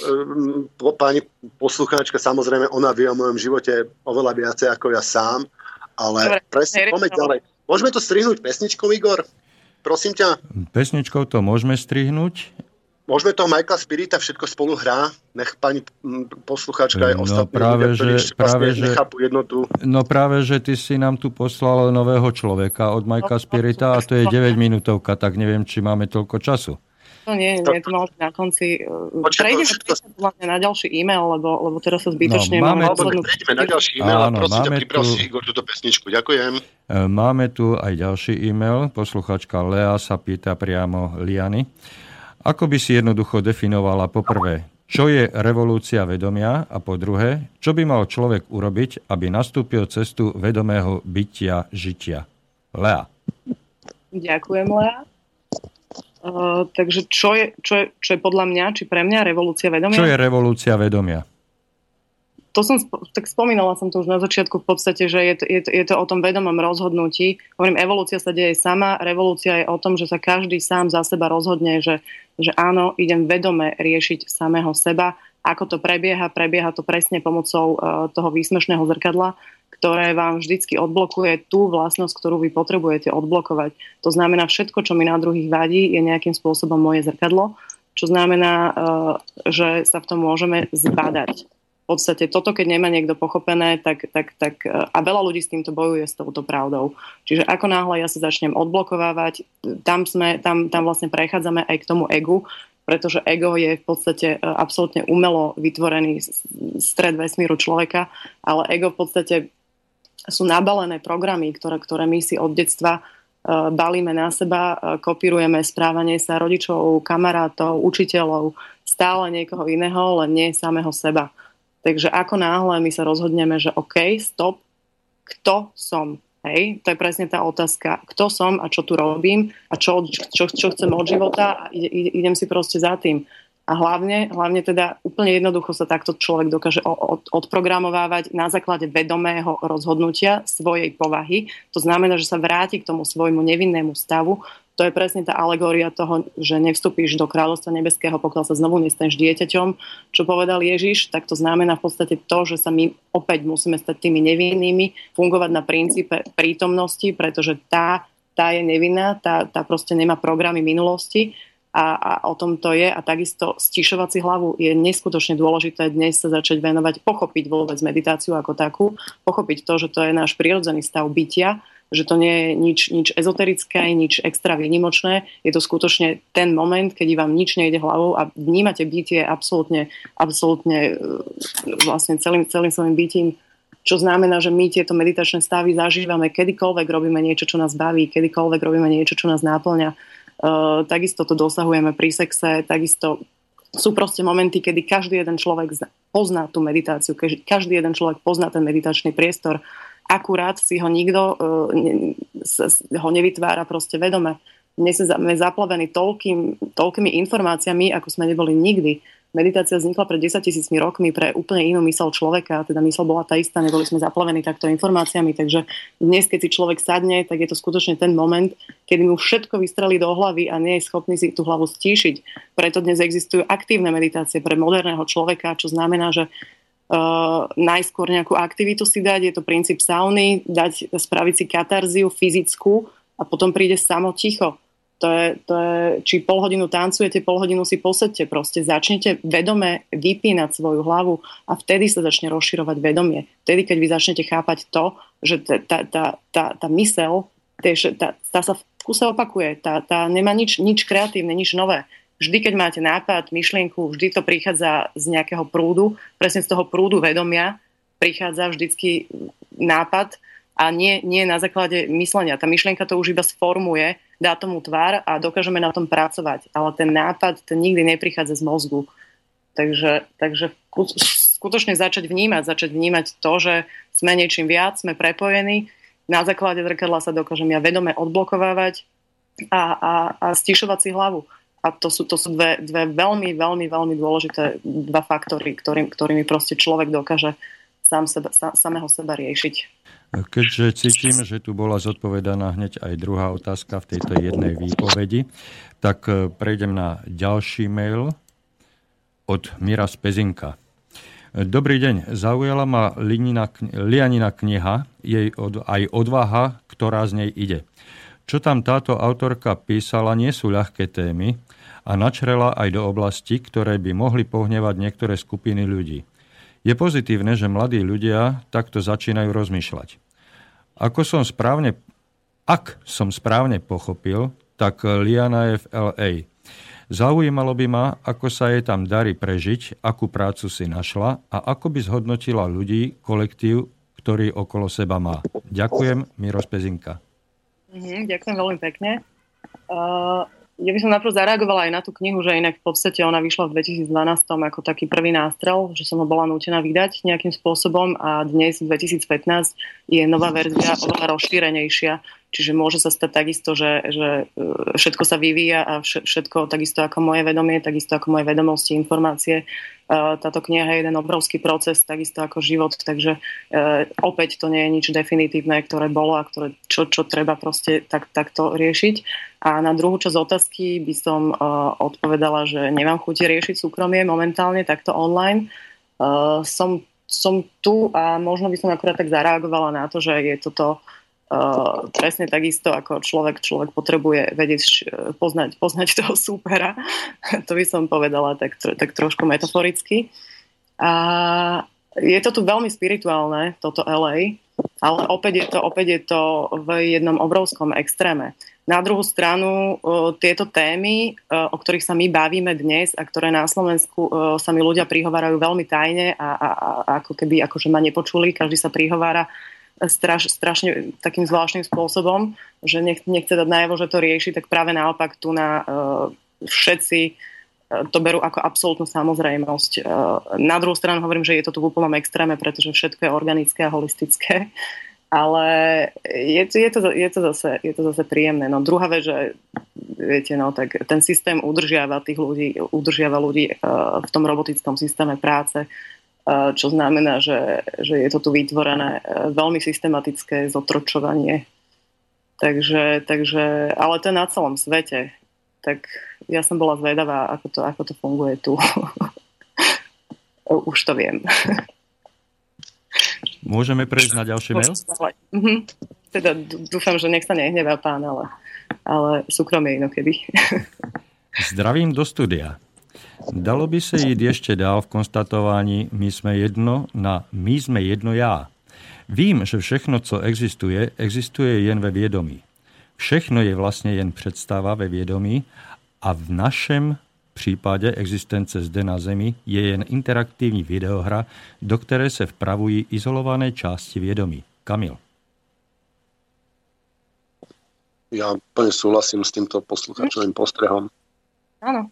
pani poslucháčka, samozrejme, ona vie o mojom živote oveľa viacej ako ja sám, ale presne, poďme ďalej. Môžeme to strihnúť pesničkou, Igor? Prosím ťa. Pesničkou to môžeme strihnúť. Môžeme toho Michaela Spirita všetko spolu hrá? Nech pani poslucháčka aj ostatní nechápu jednotu. No práve, že ty si nám tu poslal nového človeka od Michaela Spirita a to je 9 minútovka, tak neviem, či máme toľko času. No nie, to malo na konci. Prejdeme na ďalší e-mail, lebo teraz sa zbytočne... Prejdeme na ďalší e-mail a prosím ťa, priprav si, Igor, túto pesničku. Ďakujem. Máme tu aj ďalší e-mail. Posluchačka Lea sa pýta priamo Liany. Ako by si jednoducho definovala poprvé, čo je revolúcia vedomia a po druhé, čo by mal človek urobiť, aby nastúpil cestu vedomého bytia, žitia? Lea. Ďakujem, Lea. Takže čo je podľa mňa, či pre mňa revolúcia vedomia? Čo je revolúcia vedomia? To som, tak spomínala som to už na začiatku v podstate, že je to o tom vedomom rozhodnutí. Hovorím, evolúcia sa deje sama, revolúcia je o tom, že sa každý sám za seba rozhodne, že áno, idem vedome riešiť samého seba. Ako to prebieha to presne pomocou toho výsmešného zrkadla, ktoré vám vždycky odblokuje tú vlastnosť, ktorú vy potrebujete odblokovať. To znamená, všetko, čo mi na druhých vadí, je nejakým spôsobom moje zrkadlo, čo znamená, že sa v tom môžeme zbadať. V podstate toto, keď nemá niekto pochopené, tak a veľa ľudí s týmto bojuje s touto pravdou. Čiže ako náhle ja sa začnem odblokovávať, tam vlastne prechádzame aj k tomu egu, pretože ego je v podstate absolútne umelo vytvorený stred vesmíru človeka, ale ego v podstate sú nabalené programy, ktoré my si od detstva balíme na seba, kopírujeme správanie sa rodičov, kamarátov, učiteľov, stále niekoho iného, len nie samého seba. Takže ako náhle my sa rozhodneme, že OK, stop, kto som? Hej, to je presne tá otázka, kto som a čo tu robím a čo chcem od života a idem si proste za tým. A hlavne teda úplne jednoducho sa takto človek dokáže odprogramovávať na základe vedomého rozhodnutia svojej povahy. To znamená, že sa vráti k tomu svojmu nevinnému stavu. To je presne tá alegória toho, že nevstúpíš do kráľovstva nebeského, pokiaľ sa znovu nestaneš dieťaťom. Čo povedal Ježiš, tak to znamená v podstate to, že sa my opäť musíme stať tými nevinnými, fungovať na princípe prítomnosti, pretože tá je nevinná, tá proste nemá programy minulosti a o tom to je. A takisto stišovať si hlavu je neskutočne dôležité dnes sa začať venovať, pochopiť vôbec meditáciu ako takú, pochopiť to, že to je náš prirodzený stav bytia, že to nie je nič ezoterické, nič extra výnimočné. Je to skutočne ten moment, keď vám nič nejde hlavou a vnímate bytie absolútne vlastne celým svojím bytím. Čo znamená, že my tieto meditačné stavy zažívame, kedykoľvek robíme niečo, čo nás baví, kedykoľvek robíme niečo, čo nás náplňa. Takisto to dosahujeme pri sexe, takisto sú proste momenty, kedy každý jeden človek pozná tú meditáciu, každý jeden človek pozná ten meditačný priestor. Akurát si ho nikto ho nevytvára proste vedome. Dnes sme zaplavení toľkými informáciami, ako sme neboli nikdy. Meditácia vznikla pred 10 000 rokmi pre úplne inú myseľ človeka, teda myseľ bola tá istá, neboli sme zaplavení takto informáciami, takže dnes, keď si človek sadne, tak je to skutočne ten moment, kedy mu všetko vystrelí do hlavy a nie je schopný si tú hlavu stíšiť. Preto dnes existujú aktívne meditácie pre moderného človeka, čo znamená, že najskôr nejakú aktivitu si dať, je to princíp sauny, spraviť si katarziu fyzickú a potom príde samo ticho. To je, či pol hodinu tancujete, pol hodinu si posedte, proste začnete vedome vypínať svoju hlavu a vtedy sa začne rozširovať vedomie. Vtedy, keď vy začnete chápať to, že tá myseľ, tá sa v kuse opakuje, tá nemá nič kreatívne, nič nové. Vždy, keď máte nápad, myšlienku, vždy to prichádza z nejakého prúdu, presne z toho prúdu vedomia prichádza vždycky nápad a nie na základe myslenia. Tá myšlienka to už iba sformuje, dá tomu tvár a dokážeme na tom pracovať. Ale ten nápad, ten nikdy neprichádza z mozgu. Takže skutočne začať vnímať to, že sme niečím viac, sme prepojení. Na základe zrkadla sa dokážem ja vedome odblokovávať a stišovať si hlavu. A to sú dve veľmi, veľmi, veľmi dôležité dva faktory, ktorými proste človek dokáže samého seba riešiť. Keďže cítim, že tu bola zodpovedaná hneď aj druhá otázka v tejto jednej výpovedi, tak prejdem na ďalší mail od Mira z Pezinka. Dobrý deň, zaujala ma Lianina kniha, jej aj odvaha, ktorá z nej ide. Čo tam táto autorka písala, nie sú ľahké témy a načrela aj do oblasti, ktoré by mohli pohnevať niektoré skupiny ľudí. Je pozitívne, že mladí ľudia takto začínajú rozmýšľať. Ak som správne pochopil, tak Liana je v LA. Zaujímalo by ma, ako sa jej tam darí prežiť, akú prácu si našla a ako by zhodnotila ľudí, kolektív, ktorý okolo seba má. Ďakujem, Miro z Pezinka. Ďakujem veľmi pekne. Ja by som najprv zareagovala aj na tú knihu, že inak v podstate ona vyšla v 2012 ako taký prvý nástrel, že som ho bola nútená vydať nejakým spôsobom a dnes v 2015 je nová verzia oveľa rozšírenejšia. Čiže môže sa stať takisto, že všetko sa vyvíja a všetko takisto ako moje vedomie, takisto ako moje vedomosti, informácie. Táto kniha je jeden obrovský proces, takisto ako život, takže opäť to nie je nič definitívne, ktoré bolo a čo treba proste takto riešiť. A na druhú časť otázky by som odpovedala, že nemám chuť riešiť súkromie momentálne takto online. Som tu a možno by som akurát tak zareagovala na to, že je toto presne takisto, ako človek potrebuje vedieť, poznať toho súpera. To by som povedala tak trošku metaforicky. A je to tu veľmi spirituálne, toto LA, ale opäť je to v jednom obrovskom extréme. Na druhú stranu tieto témy, o ktorých sa my bavíme dnes a ktoré na Slovensku sa mi ľudia prihovárajú veľmi tajne a ako keby akože ma nepočuli, každý sa prihovára strašne takým zvláštnym spôsobom, že nechce dať najavo, že to rieši, tak práve naopak tu všetci to berú ako absolútnu samozrejmosť. Na druhú stranu hovorím, že je to tu v úplnom extréme, pretože všetko je organické a holistické, ale je to zase príjemné. No druhá vec, že viete, no tak ten systém udržiava ľudí v tom robotickom systéme práce, čo znamená, že je to tu vytvorené veľmi systematické zotročovanie. Takže, ale to je na celom svete. Tak ja som bola zvedavá, ako to funguje tu. Už to viem. Môžeme prejsť na ďalší mail? Teda dúfam, že nech sa nehnevá pán, ale súkromie inokedy. Zdravím do studia. Dalo by sa ísť ešte dál v konstatovaní my sme jedno ja. Vím, že všechno, co existuje jen ve vědomí. Všechno je vlastně jen představa ve vědomí a v našem případě existence zde na Zemi je jen interaktivní videohra, do které se vpravují izolované části vědomí. Kamil. Ja plne súhlasím s týmto poslucháčovým postrehom. Áno.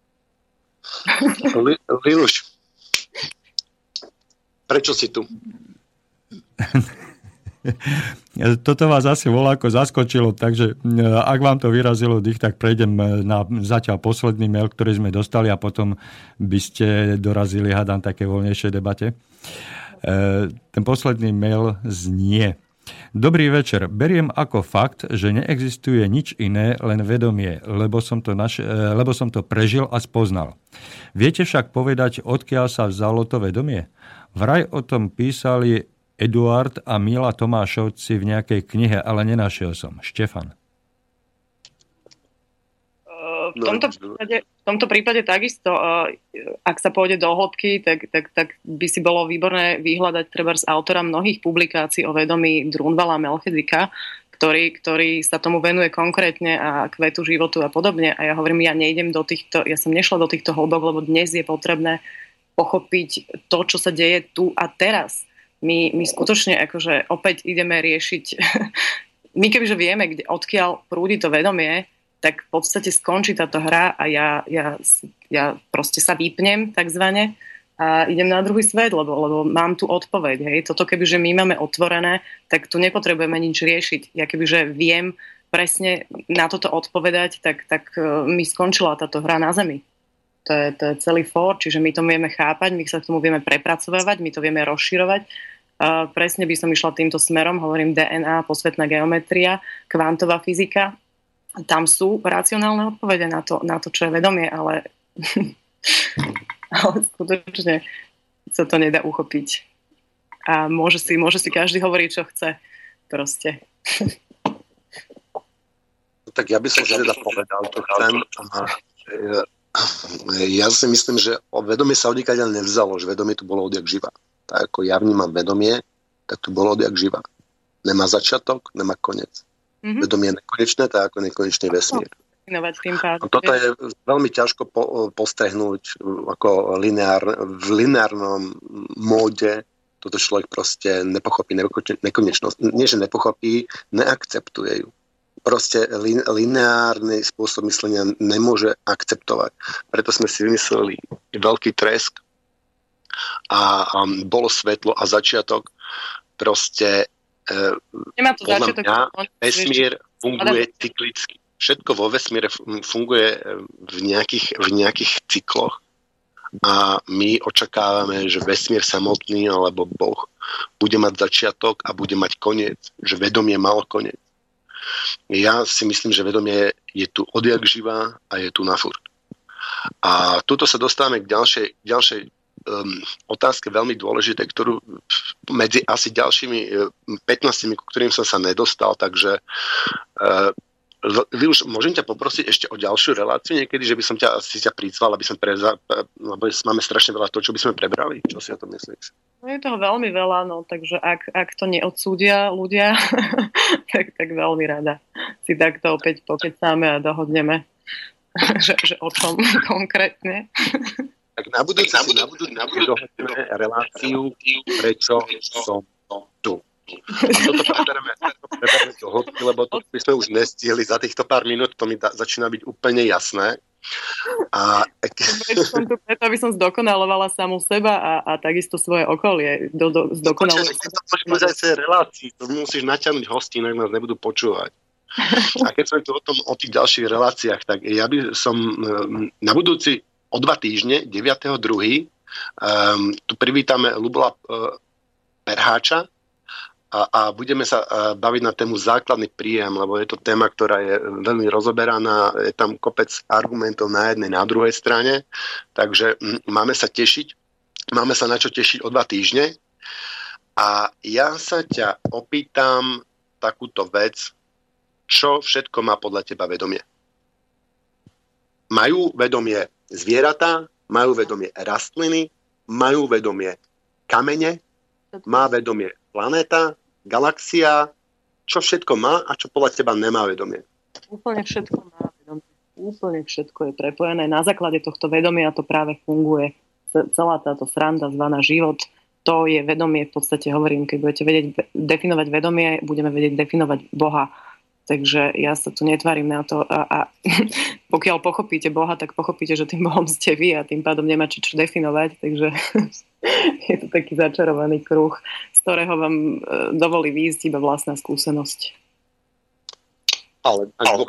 Liluš, prečo si tu? Toto vás asi voľako zaskočilo, takže ak vám to vyrazilo dých, tak prejdem na zatiaľ posledný mail, ktorý sme dostali a potom by ste dorazili, hádam, také voľnejšej debate. Ten posledný mail znie: Dobrý večer. Beriem ako fakt, že neexistuje nič iné, len vedomie, lebo som to prežil a spoznal. Viete však povedať, odkiaľ sa vzalo to vedomie? Vraj o tom písali Eduard a Mila Tomášovci v nejakej knihe, ale nenašiel som. Štefan. V tomto prípade takisto, ak sa pôjde do hĺbky, tak by si bolo výborné vyhľadať trebárs autora mnohých publikácií o vedomí Drunvala Melchizedeka, ktorý sa tomu venuje konkrétne a kvetu životu a podobne. A ja hovorím, ja som nešla do týchto hĺbok, lebo dnes je potrebné pochopiť to, čo sa deje tu a teraz. My skutočne akože opäť ideme riešiť, my kebyže vieme, odkiaľ prúdi to vedomie, tak v podstate skončí táto hra a ja proste sa vypnem takzvané a idem na druhý svet, lebo mám tu odpoveď. Hej. Toto kebyže my máme otvorené, tak tu nepotrebujeme nič riešiť. Ja kebyže viem presne na toto odpovedať, tak mi skončila táto hra na Zemi. To je celý fór, čiže my to vieme chápať, my sa k tomu vieme prepracovávať, my to vieme rozširovať. Presne by som išla týmto smerom, hovorím DNA, posvetná geometria, kvantová fyzika. Tam sú racionálne odpovede na to, čo je vedomie, ale skutočne sa to nedá uchopiť. A môže si každý hovoriť, čo chce. Proste. Tak ja by som si teda povedal, čo chcem. Ja si myslím, že vedomie sa odkiaľ nevzalo, že vedomie tu bolo odjak živa. Tak ako ja vnímam vedomie, tak tu bolo odjak živa. Nemá začiatok, nemá koniec. Vedomie je nekonečné, tak ako nekonečný vesmír. Toto je veľmi ťažko postrehnúť ako v lineárnom móde. Toto človek proste nepochopí nekonečnosť. Nie, že nepochopí, neakceptuje ju. Proste lineárny spôsob myslenia nemôže akceptovať. Preto sme si vymysleli veľký tresk a bolo svetlo a začiatok. Proste nemá to začiatok. Vesmír funguje cyklicky. Všetko vo vesmíre funguje v nejakých cykloch a my očakávame, že vesmír samotný alebo Boh bude mať začiatok a bude mať koniec, že vedomie malo koniec. Ja si myslím, že vedomie je tu odjak živá a je tu na furt. A tuto sa dostávame k ďalšej otázke veľmi dôležité, ktorú medzi asi ďalšími 15, ku ktorým som sa nedostal, takže vy už môžem ťa poprosiť ešte o ďalšiu reláciu niekedy, že by som ťa prizval, lebo máme strašne veľa toho, čo by sme prebrali. Čo si o tom myslíš? No je toho veľmi veľa, no, takže ak to neodsúdia ľudia, tak veľmi rada si takto opäť pokecáme a dohodneme, že o čom konkrétne. Tak na budúci dohodneme reláciu, prečo som tu. A toto prebereme do hĺbky, lebo to by sme už nestihli za týchto pár minút, to mi začína byť úplne jasné. Som tu preto, aby som zdokonalovala samu seba a takisto svoje okolie. Zdokonalujem. Môžeme aj relácii, to musíš naťahnuť hostí, inak nás nebudú počúvať. A keď sme tu o tých ďalších reláciách, tak ja by som na budúci o 2 týždne, 9.2. Tu privítame Ľubola Perháča a budeme sa baviť na tému základný príjem, lebo je to téma, ktorá je veľmi rozoberaná, je tam kopec argumentov na jednej, na druhej strane, takže máme sa na čo tešiť o 2 týždne. A ja sa ťa opýtam takúto vec, čo všetko má podľa teba vedomie? Majú vedomie zvieratá, majú vedomie rastliny, majú vedomie kamene, má vedomie planéta, galaxia, čo všetko má a čo podľa teba nemá vedomie? Úplne všetko má vedomie. Úplne všetko je prepojené. Na základe tohto vedomia to práve funguje. Celá táto sranda zvaná život, to je vedomie, v podstate hovorím, keď budete vedieť definovať vedomie, budeme vedieť definovať Boha. Takže ja sa tu netvárim na to a pokiaľ pochopíte Boha, tak pochopíte, že tým Bohom ste vy a tým pádom nemáte čo definovať, takže je to taký začarovaný kruh, z ktorého vám dovolí výjsť iba vlastná skúsenosť. Ale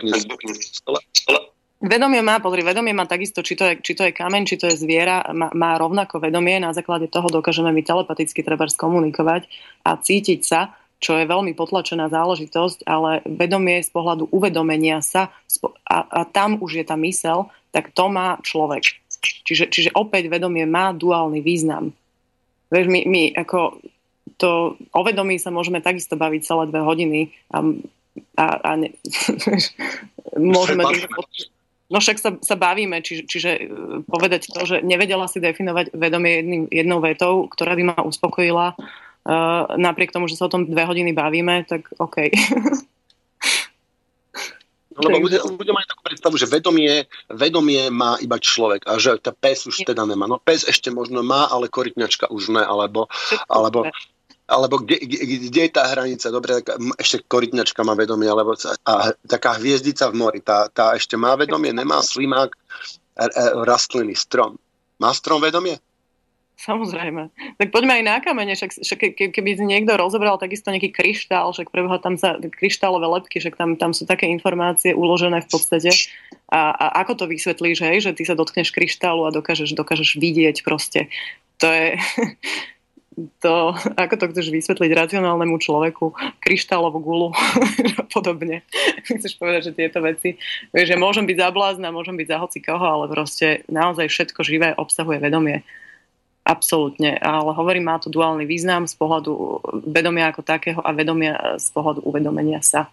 vedomie má takisto, či to je kameň, či to je zviera, má rovnako vedomie, na základe toho dokážeme my telepaticky trebárs komunikovať a cítiť sa, čo je veľmi potlačená záležitosť, ale vedomie z pohľadu uvedomenia sa a tam už je tá myseľ, tak to má človek. Čiže opäť vedomie má duálny význam. Vieš, my ako to o vedomí sa môžeme takisto baviť celé 2 hodiny a môžeme... No však sa bavíme, čiže povedať to, že nevedela si definovať vedomie jednou vetou, ktorá by ma uspokojila, napriek tomu, že sa o tom 2 hodiny bavíme, tak OK. No, lebo ľudia majú takú predstavu, že vedomie má iba človek a že tá pes už teda nemá. No pes ešte možno má, ale korytňačka už ne, alebo kde je tá hranica? Dobre, ešte korytňačka má vedomie, alebo taká hviezdica v mori, tá ešte má vedomie, nemá slimák, rastliny, strom. Má strom vedomie? Samozrejme. Tak poďme aj na kamene, však keby niekto rozobral takisto nejaký kryštál, však preboha tam sa kryštálové lebky, však tam sú také informácie uložené v podstate. A ako to vysvetlíš, hej, že ty sa dotkneš kryštálu a dokážeš vidieť proste. To je... To, ako to chceš vysvetliť racionálnemu človeku, kryštálovú gulu a podobne. Chceš povedať, že tieto veci, vieš, že môžem byť za blázna, môžem byť za hocikoho, ale proste naozaj všetko živé obsahuje vedomie. Absolútne. Ale hovorím, má to duálny význam z pohľadu vedomia ako takého a vedomia z pohľadu uvedomenia sa.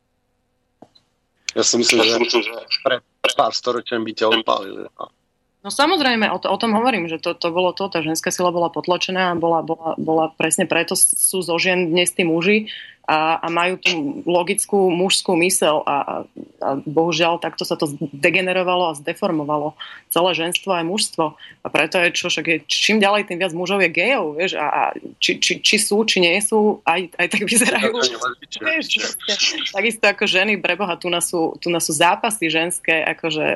Ja si myslím, že pred pár storočiami by ťa odpálili. No samozrejme, o tom hovorím, že to bolo to, tá ženská sila bola potlačená a bola presne preto sú zo žien dnes tí muži a majú tú logickú mužskú myseľ a bohužiaľ takto sa to degenerovalo a zdeformovalo celé ženstvo aj mužstvo a preto je čím ďalej tým viac mužov je gejov, vieš, a či sú, či nie sú, aj tak vyzerajú. Vieš, takisto ako ženy, preboha, tu nás sú zápasy ženské, akože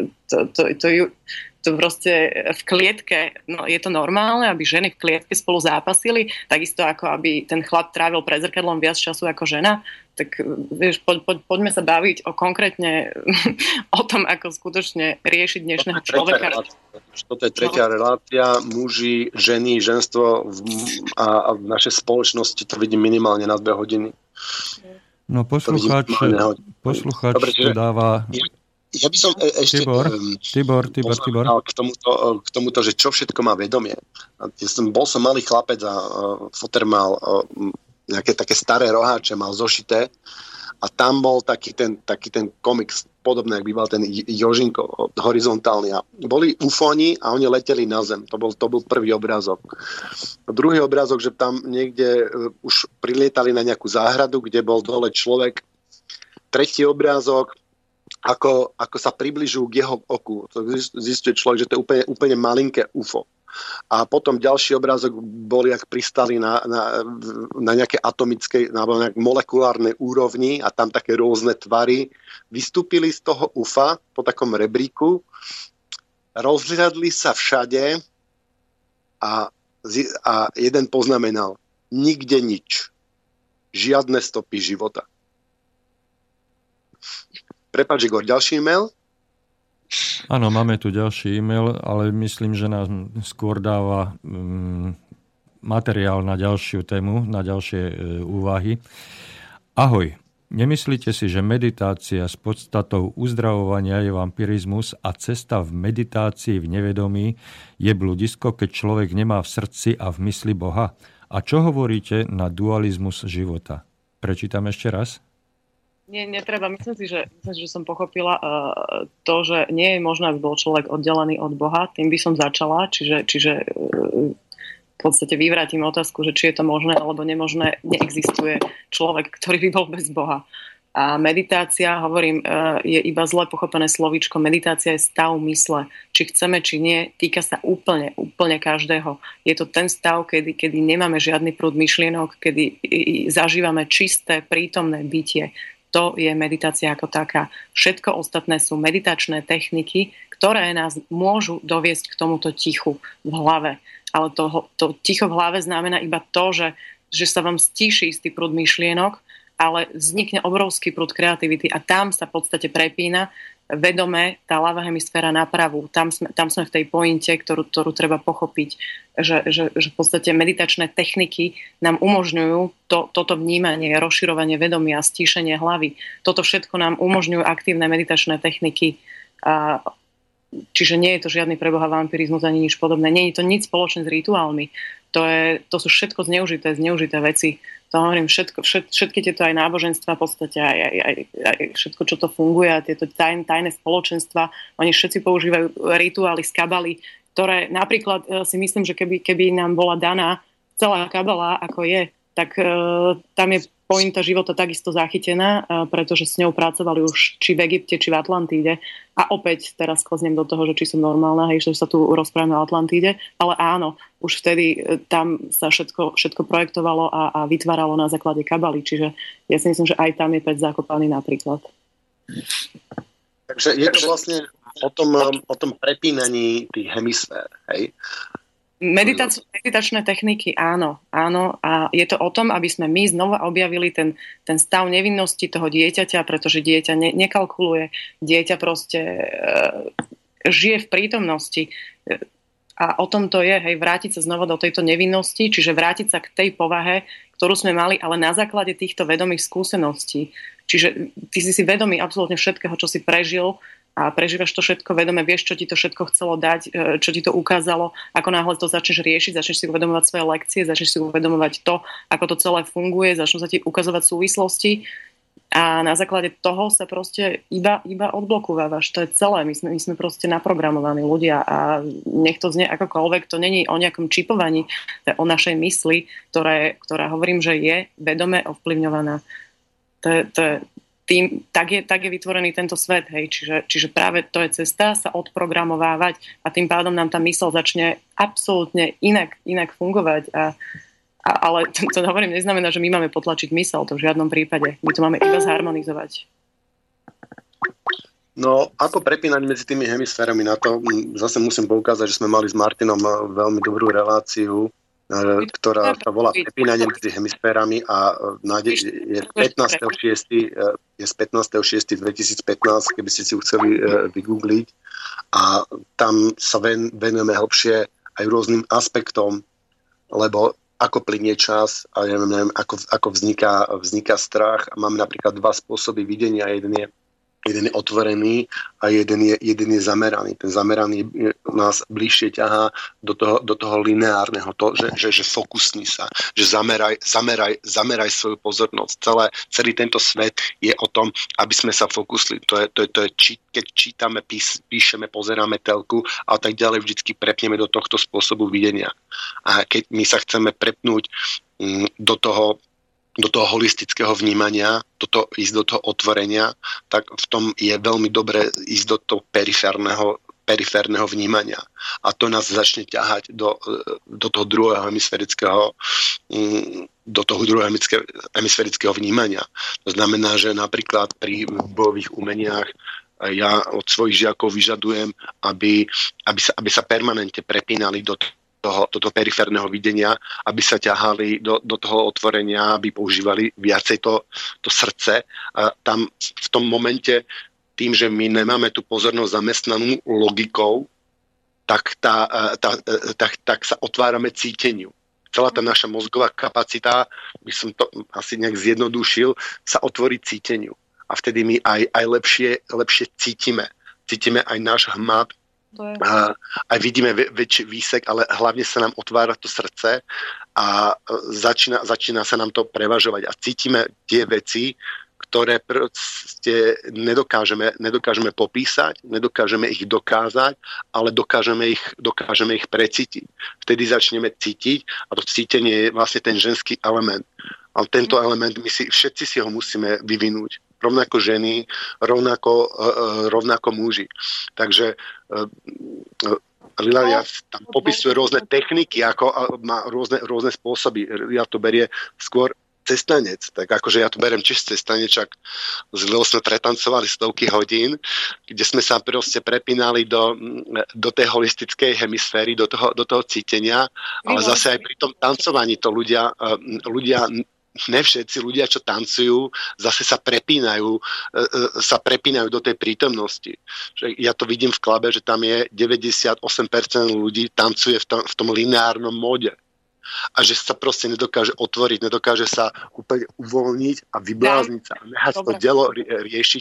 to proste v klietke, no je to normálne, aby ženy v klietke spolu zápasili, takisto ako aby ten chlap trávil pred zrkadlom viac času ako žena, tak vieš, poďme sa baviť konkrétne o tom, ako skutočne riešiť dnešného človeka. Toto je tretia relácia, muži, ženy, ženstvo a v našej spoločnosti to vidím minimálne na 2 hodiny. No poslucháč to dáva... Ja by som ešte... Tibor. K tomuto, že čo všetko má vedomie. Bol som malý chlapec a foter mal nejaké také staré roháče, mal zošité a tam bol taký ten komiks podobný, ak býval ten Jožinko horizontálny. A boli ufóni a oni leteli na zem. To bol prvý obrázok. Druhý obrázok, že tam niekde už prilietali na nejakú záhradu, kde bol dole človek. Tretí obrázok, ako sa približujú k jeho oku. To zistuje človek, že to je úplne malinké UFO. A potom ďalší obrázok boli, ak pristali na nejakej atomickej alebo nejak molekulárnej úrovni a tam také rôzne tvary vystúpili z toho UFA po takom rebríku, rozhľadli sa všade a jeden poznamenal: nikde nič. Žiadne stopy života. Prepáč, Igor, ďalší e-mail? Áno, máme tu ďalší e-mail, ale myslím, že nám skôr dáva materiál na ďalšiu tému, na ďalšie úvahy. Ahoj, nemyslíte si, že meditácia s podstatou uzdravovania je vampirizmus a cesta v meditácii v nevedomí je bludisko, keď človek nemá v srdci a v mysli Boha? A čo hovoríte na dualizmus života? Prečítam ešte raz. Nie, netreba. Myslím si, že som pochopila to, že nie je možné, aby bol človek oddelený od Boha. Tým by som začala. Čiže v podstate vyvrátim otázku, že či je to možné alebo nemožné. Neexistuje človek, ktorý by bol bez Boha. A meditácia, hovorím, je iba zle pochopené slovíčko. Meditácia je stav mysle. Či chceme, či nie, týka sa úplne každého. Je to ten stav, kedy nemáme žiadny prúd myšlienok, kedy zažívame čisté, prítomné bytie. To je meditácia ako taká. Všetko ostatné sú meditačné techniky, ktoré nás môžu doviesť k tomuto tichu v hlave. Ale to ticho v hlave znamená iba to, že sa vám stíši istý prúd myšlienok ale vznikne obrovský prúd kreativity a tam sa v podstate prepína vedome tá ľavá hemisféra na pravú. Tam sme v tej pointe, ktorú treba pochopiť, že v podstate meditačné techniky nám umožňujú toto vnímanie, rozširovanie vedomia, stíšenie hlavy. Toto všetko nám umožňujú aktívne meditačné techniky. Čiže nie je to žiadny pre Boha vampirizmus ani nič podobné. Nie je to nič spoločné s rituálmi. To sú všetko zneužité veci. To hovorím, všetky tieto aj náboženstva, v podstate aj všetko, čo to funguje, a tieto tajné spoločenstva, oni všetci používajú rituály z kabaly, ktoré napríklad si myslím, že keby nám bola daná celá kabala, ako je, tak tam je pointa života takisto zachytená, pretože s ňou pracovali už či v Egypte, či v Atlantíde. A opäť teraz klznem do toho, že či som normálna, že sa tu rozprávame o Atlantíde, ale áno, už vtedy tam sa všetko projektovalo a vytváralo na základe kabaly, čiže ja si myslím, že aj tam je Pec zakopaný napríklad. Takže je to vlastne o tom prepínaní tých hemisfér, hej? Meditačné techniky, áno. A je to o tom, aby sme my znova objavili ten stav nevinnosti toho dieťaťa, pretože dieťa nekalkuluje, dieťa proste žije v prítomnosti. A o tom to je, hej, vrátiť sa znova do tejto nevinnosti, čiže vrátiť sa k tej povahe, ktorú sme mali, ale na základe týchto vedomých skúseností. Čiže ty si vedomý absolútne všetkého, čo si prežil, a prežívaš to všetko vedome, vieš, čo ti to všetko chcelo dať, čo ti to ukázalo, ako náhle to začneš riešiť, začneš si uvedomovať svoje lekcie, začneš si uvedomovať to, ako to celé funguje, začnú sa ti ukazovať súvislosti a na základe toho sa proste iba odblokovávaš. To je celé. My sme proste naprogramovaní ľudia a nech to znie akokoľvek, to není o nejakom čipovaní, to je o našej mysli, ktorá hovorím, že je vedome ovplyvňovaná. Tak je vytvorený tento svet, hej. Čiže práve to je cesta sa odprogramovávať a tým pádom nám tá myseľ začne absolútne inak fungovať. Ale to hovorím, neznamená, že my máme potlačiť myseľ, to v žiadnom prípade. My to máme iba zharmonizovať. No, ako prepínať medzi tými hemisférami, na to zase musím poukázať, že sme mali s Martinom veľmi dobrú reláciu, ktorá sa volá Prepínanie medzi hemisférami a je z 15.6.2015, keby ste si ju chceli vygoogliť. A tam sa venujeme hlbšie aj rôznym aspektom, lebo ako plynie čas a neviem, ako vzniká strach. Máme napríklad dva spôsoby videnia. Jeden je otvorený a jeden je zameraný. Ten zameraný nás bližšie ťahá do toho lineárneho, že fokusni sa, že zameraj svoju pozornosť. Celý tento svet je o tom, aby sme sa fokusli. To je keď čítame, píšeme, pozeráme telku a tak ďalej, vždycky prepneme do tohto spôsobu videnia. A keď my sa chceme prepnúť do toho holistického vnímania, ísť do toho otvorenia, tak v tom je veľmi dobré ísť do toho periférneho vnímania. A to nás začne ťahať do toho druhého hemisférického vnímania. To znamená, že napríklad pri bojových umeniach ja od svojich žiakov vyžadujem, aby sa permanentne prepínali do toho periférneho videnia, aby sa ťahali do toho otvorenia, aby používali viacej to srdce. A tam v tom momente, tým, že my nemáme tú pozornosť zamestnanú logikou, tak sa otvárame cíteniu. Celá tá naša mozgová kapacita, by som to asi nejak zjednodušil, sa otvorí cíteniu. A vtedy my aj lepšie cítime. Cítime aj náš hmat, aj vidíme väčší výsek, ale hlavne sa nám otvára to srdce a začína sa nám to prevažovať a cítime tie veci, ktoré proste nedokážeme popísať, nedokážeme ich dokázať, ale dokážeme ich precítiť. Vtedy začneme cítiť a to cítenie je vlastne ten ženský element. Ale tento element všetci si ho musíme vyvinúť. Rovnako ženy, rovnako muži. Takže Lilia tam popisuje rôzne techniky, ako má rôzne spôsoby. Ja to berie skôr cestanec. Tak akože ja to beriem tiež cestanečak. S Lilou sme pretancovali stovky hodín, kde sme sa proste prepínali do tej holistickej hemisféry, do toho cítenia, ale zase aj pri tom tancovaní to ľudia ne všetci ľudia, čo tancujú, zase sa prepínajú do tej prítomnosti. Že ja to vidím v klabe, že tam je 98% ľudí tancuje v tom lineárnom móde. A že sa proste nedokáže otvoriť, nedokáže sa úplne uvoľniť a vyblázniť sa a nechať to dielo riešiť,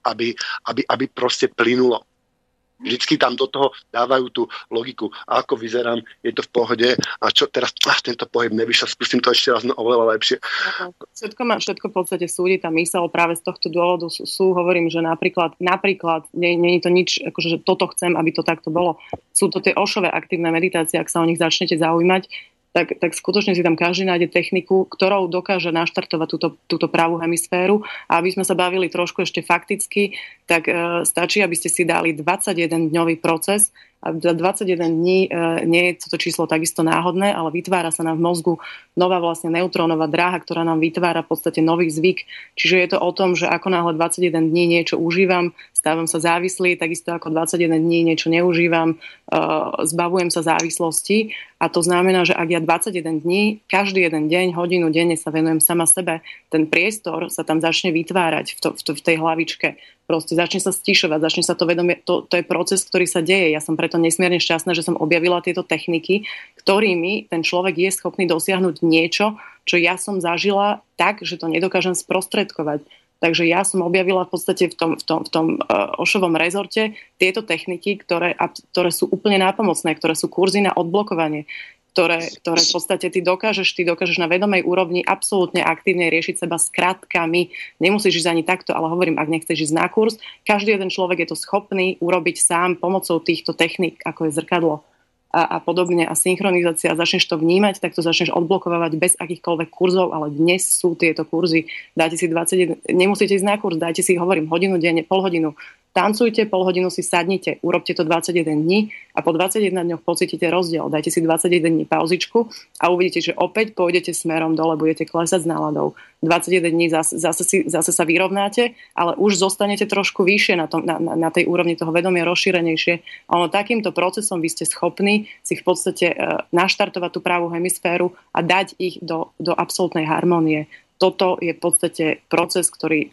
aby proste plynulo. Vždycky tam do toho dávajú tú logiku. A ako vyzerám, je to v pohode. A čo teraz, tento pohyb nevyšiel, skúsim to ešte raz oveľa lepšie. Všetko v podstate súdi tá myseľ práve z tohto dôvodu hovorím, že napríklad nie je to nič, akože že toto chcem, aby to takto bolo. Sú to tie Oshové aktívne meditácie, ak sa o nich začnete zaujímať, tak skutočne si tam každý nájde techniku, ktorou dokáže naštartovať túto pravú hemisféru. A aby sme sa bavili trošku ešte fakticky, tak stačí, aby ste si dali 21-dňový proces. A za 21 dní nie je toto číslo takisto náhodné, ale vytvára sa nám v mozgu nová vlastne neutrónová dráha, ktorá nám vytvára v podstate nový zvyk. Čiže je to o tom, že ako náhle 21 dní niečo užívam, stávam sa závislý, takisto ako 21 dní niečo neužívam, zbavujem sa závislosti. A to znamená, že ak ja 21 dní, každý jeden deň, hodinu denne sa venujem sama sebe, ten priestor sa tam začne vytvárať v tej hlavičke. Proste začne sa stišovať, začne sa to vedomie, to je proces, ktorý sa deje. Ja som preto nesmierne šťastná, že som objavila tieto techniky, ktorými ten človek je schopný dosiahnuť niečo, čo ja som zažila tak, že to nedokážem sprostredkovať. Takže ja som objavila v podstate v tom Oshovom rezorte tieto techniky, ktoré sú úplne nápomocné, ktoré sú kurzy na odblokovanie, ktoré v podstate ty dokážeš na vedomej úrovni absolútne aktívne riešiť seba skratkami. Nemusíš ísť ani takto, ale hovorím, ak nechceš ísť na kurz, každý jeden človek je to schopný urobiť sám pomocou týchto techník, ako je zrkadlo a podobne a synchronizácia, začneš to vnímať, tak to začneš odblokovať bez akýchkoľvek kurzov, ale dnes sú tieto kurzy. Dáte si 21, nemusíte ísť na kurz, dajte si, hovorím, hodinu denne, pol hodinu. Tancujte, pol hodinu si sadnite, urobte to 21 dní a po 21 dňoch pocítite rozdiel. Dajte si 21 dní pauzičku a uvidíte, že opäť pôjdete smerom dole, budete klesať s náladou. 21 dní zase sa vyrovnáte, ale už zostanete trošku vyššie na tej úrovni toho vedomia, rozšírenejšie. A takýmto procesom vy ste schopní si v podstate naštartovať tú pravú hemisféru a dať ich do absolútnej harmónie. Toto je v podstate proces, ktorý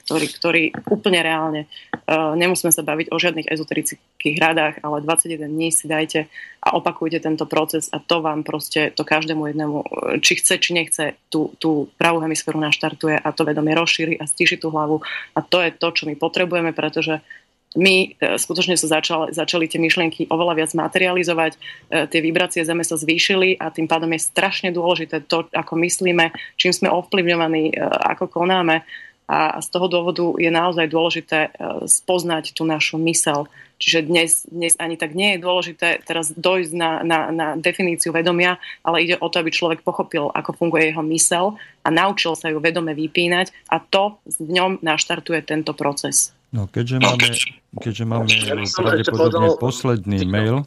úplne reálne, nemusíme sa baviť o žiadnych ezoterických radách, ale 21 dní si dajte a opakujte tento proces a to vám proste, to každému jednému, či chce, či nechce, tú pravú hemisféru naštartuje a to vedomie rozšíri a stíši tú hlavu. A to je to, čo my potrebujeme, pretože my skutočne sa začali tie myšlienky oveľa viac materializovať, tie vibrácie Zeme sa zvýšili a tým pádom je strašne dôležité to, ako myslíme, čím sme ovplyvňovaní, ako konáme a z toho dôvodu je naozaj dôležité spoznať tú našu myseľ. Čiže dnes ani tak nie je dôležité teraz dojsť na definíciu vedomia, ale ide o to, aby človek pochopil, ako funguje jeho myseľ a naučil sa ju vedome vypínať a to v ňom naštartuje tento proces. No, keďže máme pravdepodobne posledný mail.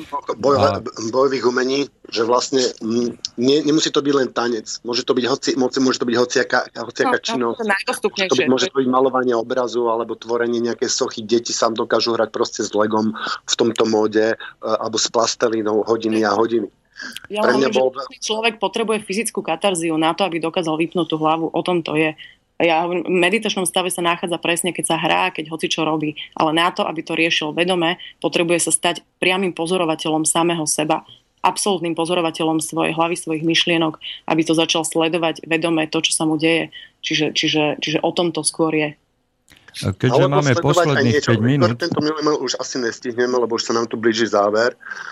Bojových umení, že vlastne nemusí to byť len tanec. Môže to byť hociaká činnosť. Môže to byť malovanie obrazu alebo tvorenie nejakej sochy. Deti sa dokážu hrať proste s legom v tomto móde alebo s plastelinou hodiny a hodiny. Ja hovorím, že človek potrebuje fyzickú katarziu na to, aby dokázal vypnúť tú hlavu. O tom to je. Ja v meditačnom stave sa nachádza presne, keď sa hrá, keď hocičo robí. Ale na to, aby to riešil vedome, potrebuje sa stať priamym pozorovateľom samého seba. Absolútnym pozorovateľom svojej hlavy, svojich myšlienok, aby to začal sledovať vedome to, čo sa mu deje. Čiže o tom to skôr je. Keďže máme posledných 5 minút. Tento mail už asi nestihneme, lebo už sa nám tu blíži záver.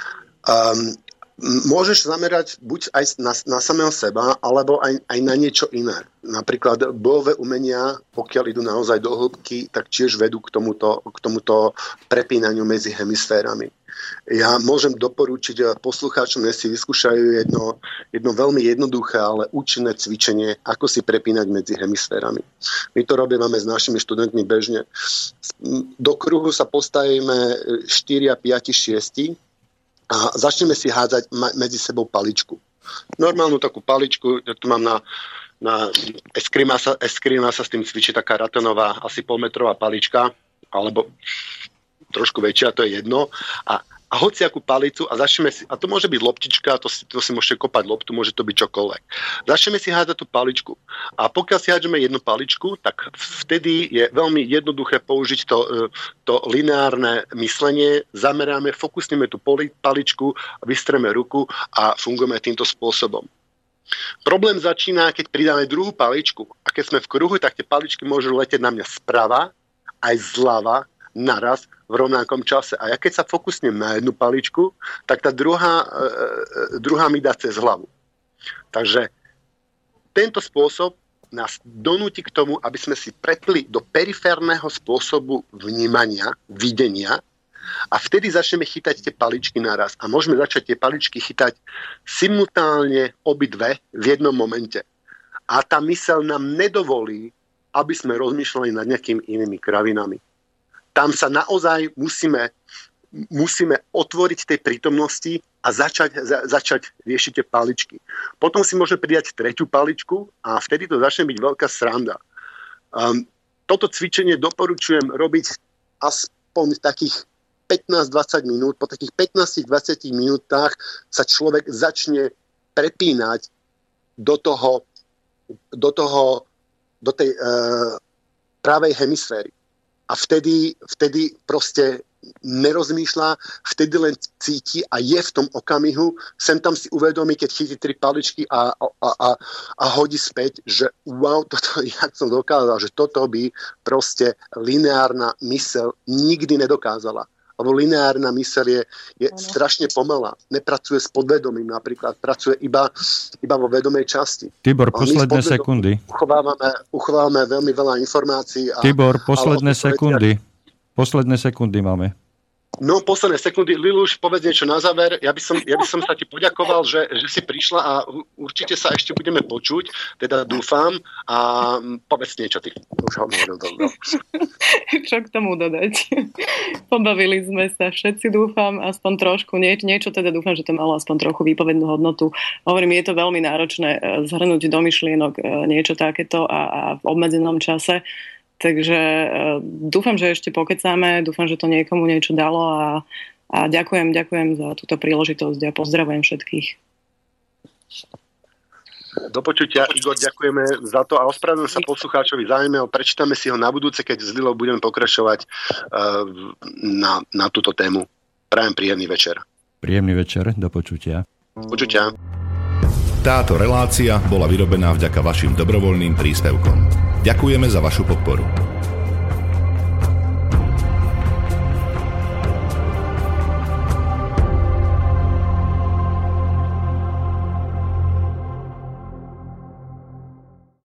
Môžeš zamerať buď aj na samého seba, alebo aj na niečo iné. Napríklad bojové umenia, pokiaľ idú naozaj do hĺbky, tak tiež vedú k tomuto prepínaniu medzi hemisférami. Ja môžem doporučiť poslucháčom, nech si vyskúšajú jedno veľmi jednoduché, ale účinné cvičenie, ako si prepínať medzi hemisférami. My to robíme s našimi študentmi bežne. Do kruhu sa postavíme 4, 5, 6 a začneme si hádzať medzi sebou paličku. Normálnu takú paličku, ja tu mám na Eskrima sa s tým cvičí taká ratonová, asi polmetrová palička, alebo trošku väčšia, to je jedno. A a hociakú palicu a začneme si, a to môže byť loptička, to si môžete kopať loptu, môže to byť čokoľvek. Začneme si hádzať tú paličku. A pokiaľ si hádžeme jednu paličku, tak vtedy je veľmi jednoduché použiť to lineárne myslenie, zameráme, fokusneme tú paličku, vystreme ruku a fungujeme týmto spôsobom. Problém začína, keď pridáme druhú paličku. A keď sme v kruhu, tak tie paličky môžu letieť na mňa sprava aj zľava naraz v rovnakom čase. A ja keď sa fokusnem na jednu paličku, tak tá druhá mi dá cez hlavu. Takže tento spôsob nás donúti k tomu, aby sme si pretli do periférneho spôsobu vnímania, videnia a vtedy začneme chytať tie paličky naraz. A môžeme začať tie paličky chytať simultálne obidve v jednom momente. A tá myseľ nám nedovolí, aby sme rozmýšľali nad nejakými inými kravinami. Tam sa naozaj musíme otvoriť tej prítomnosti a začať riešiť tie paličky. Potom si môžeme pridať tretiu paličku a vtedy to začne byť veľká sranda. Toto cvičenie doporučujem robiť aspoň takých 15-20 minút. Po takých 15-20 minútach sa človek začne prepínať do tej pravej hemisféry. A vtedy proste nerozmýšľa, vtedy len cíti a je v tom okamihu, sem tam si uvedomí, keď chytí 3 paličky a hodí späť, že wow, toto, jak som dokázal, že toto by proste lineárna myseľ nikdy nedokázala. Lebo lineárna myseľ je strašne pomalá. Nepracuje s podvedomím napríklad. Pracuje iba vo vedomej časti. Tibor, posledné sekundy. Uchovávame veľmi veľa informácií. Tibor, posledné sekundy. Posledné sekundy máme. No, posledné sekundy. Liluš, povedz niečo na záver. Ja by som sa ti poďakoval, že si prišla a určite sa ešte budeme počuť. Teda dúfam. A povedz niečo ty. Už ho hovoril dobro. Čo k tomu dodať? Pobavili sme sa všetci, dúfam, aspoň trošku. Niečo teda dúfam, že to malo aspoň trochu výpovednú hodnotu. Hovorím, je to veľmi náročné zhrnúť do myšlienok niečo takéto a v obmedzenom čase. Takže dúfam, že ešte pokecáme, dúfam, že to niekomu niečo dalo a ďakujem za túto príležitosť a pozdravujem všetkých. Do počutia, Igor, ďakujeme za to a ospravedlňujem sa poslucháčovi za e-mail. Prečítame si ho na budúce, keď s Lilou budeme pokračovať na túto tému. Prajem príjemný večer. Príjemný večer, do počutia. Počutia. Táto relácia bola vyrobená vďaka vašim dobrovoľným príspevkom. Ďakujeme za vašu podporu.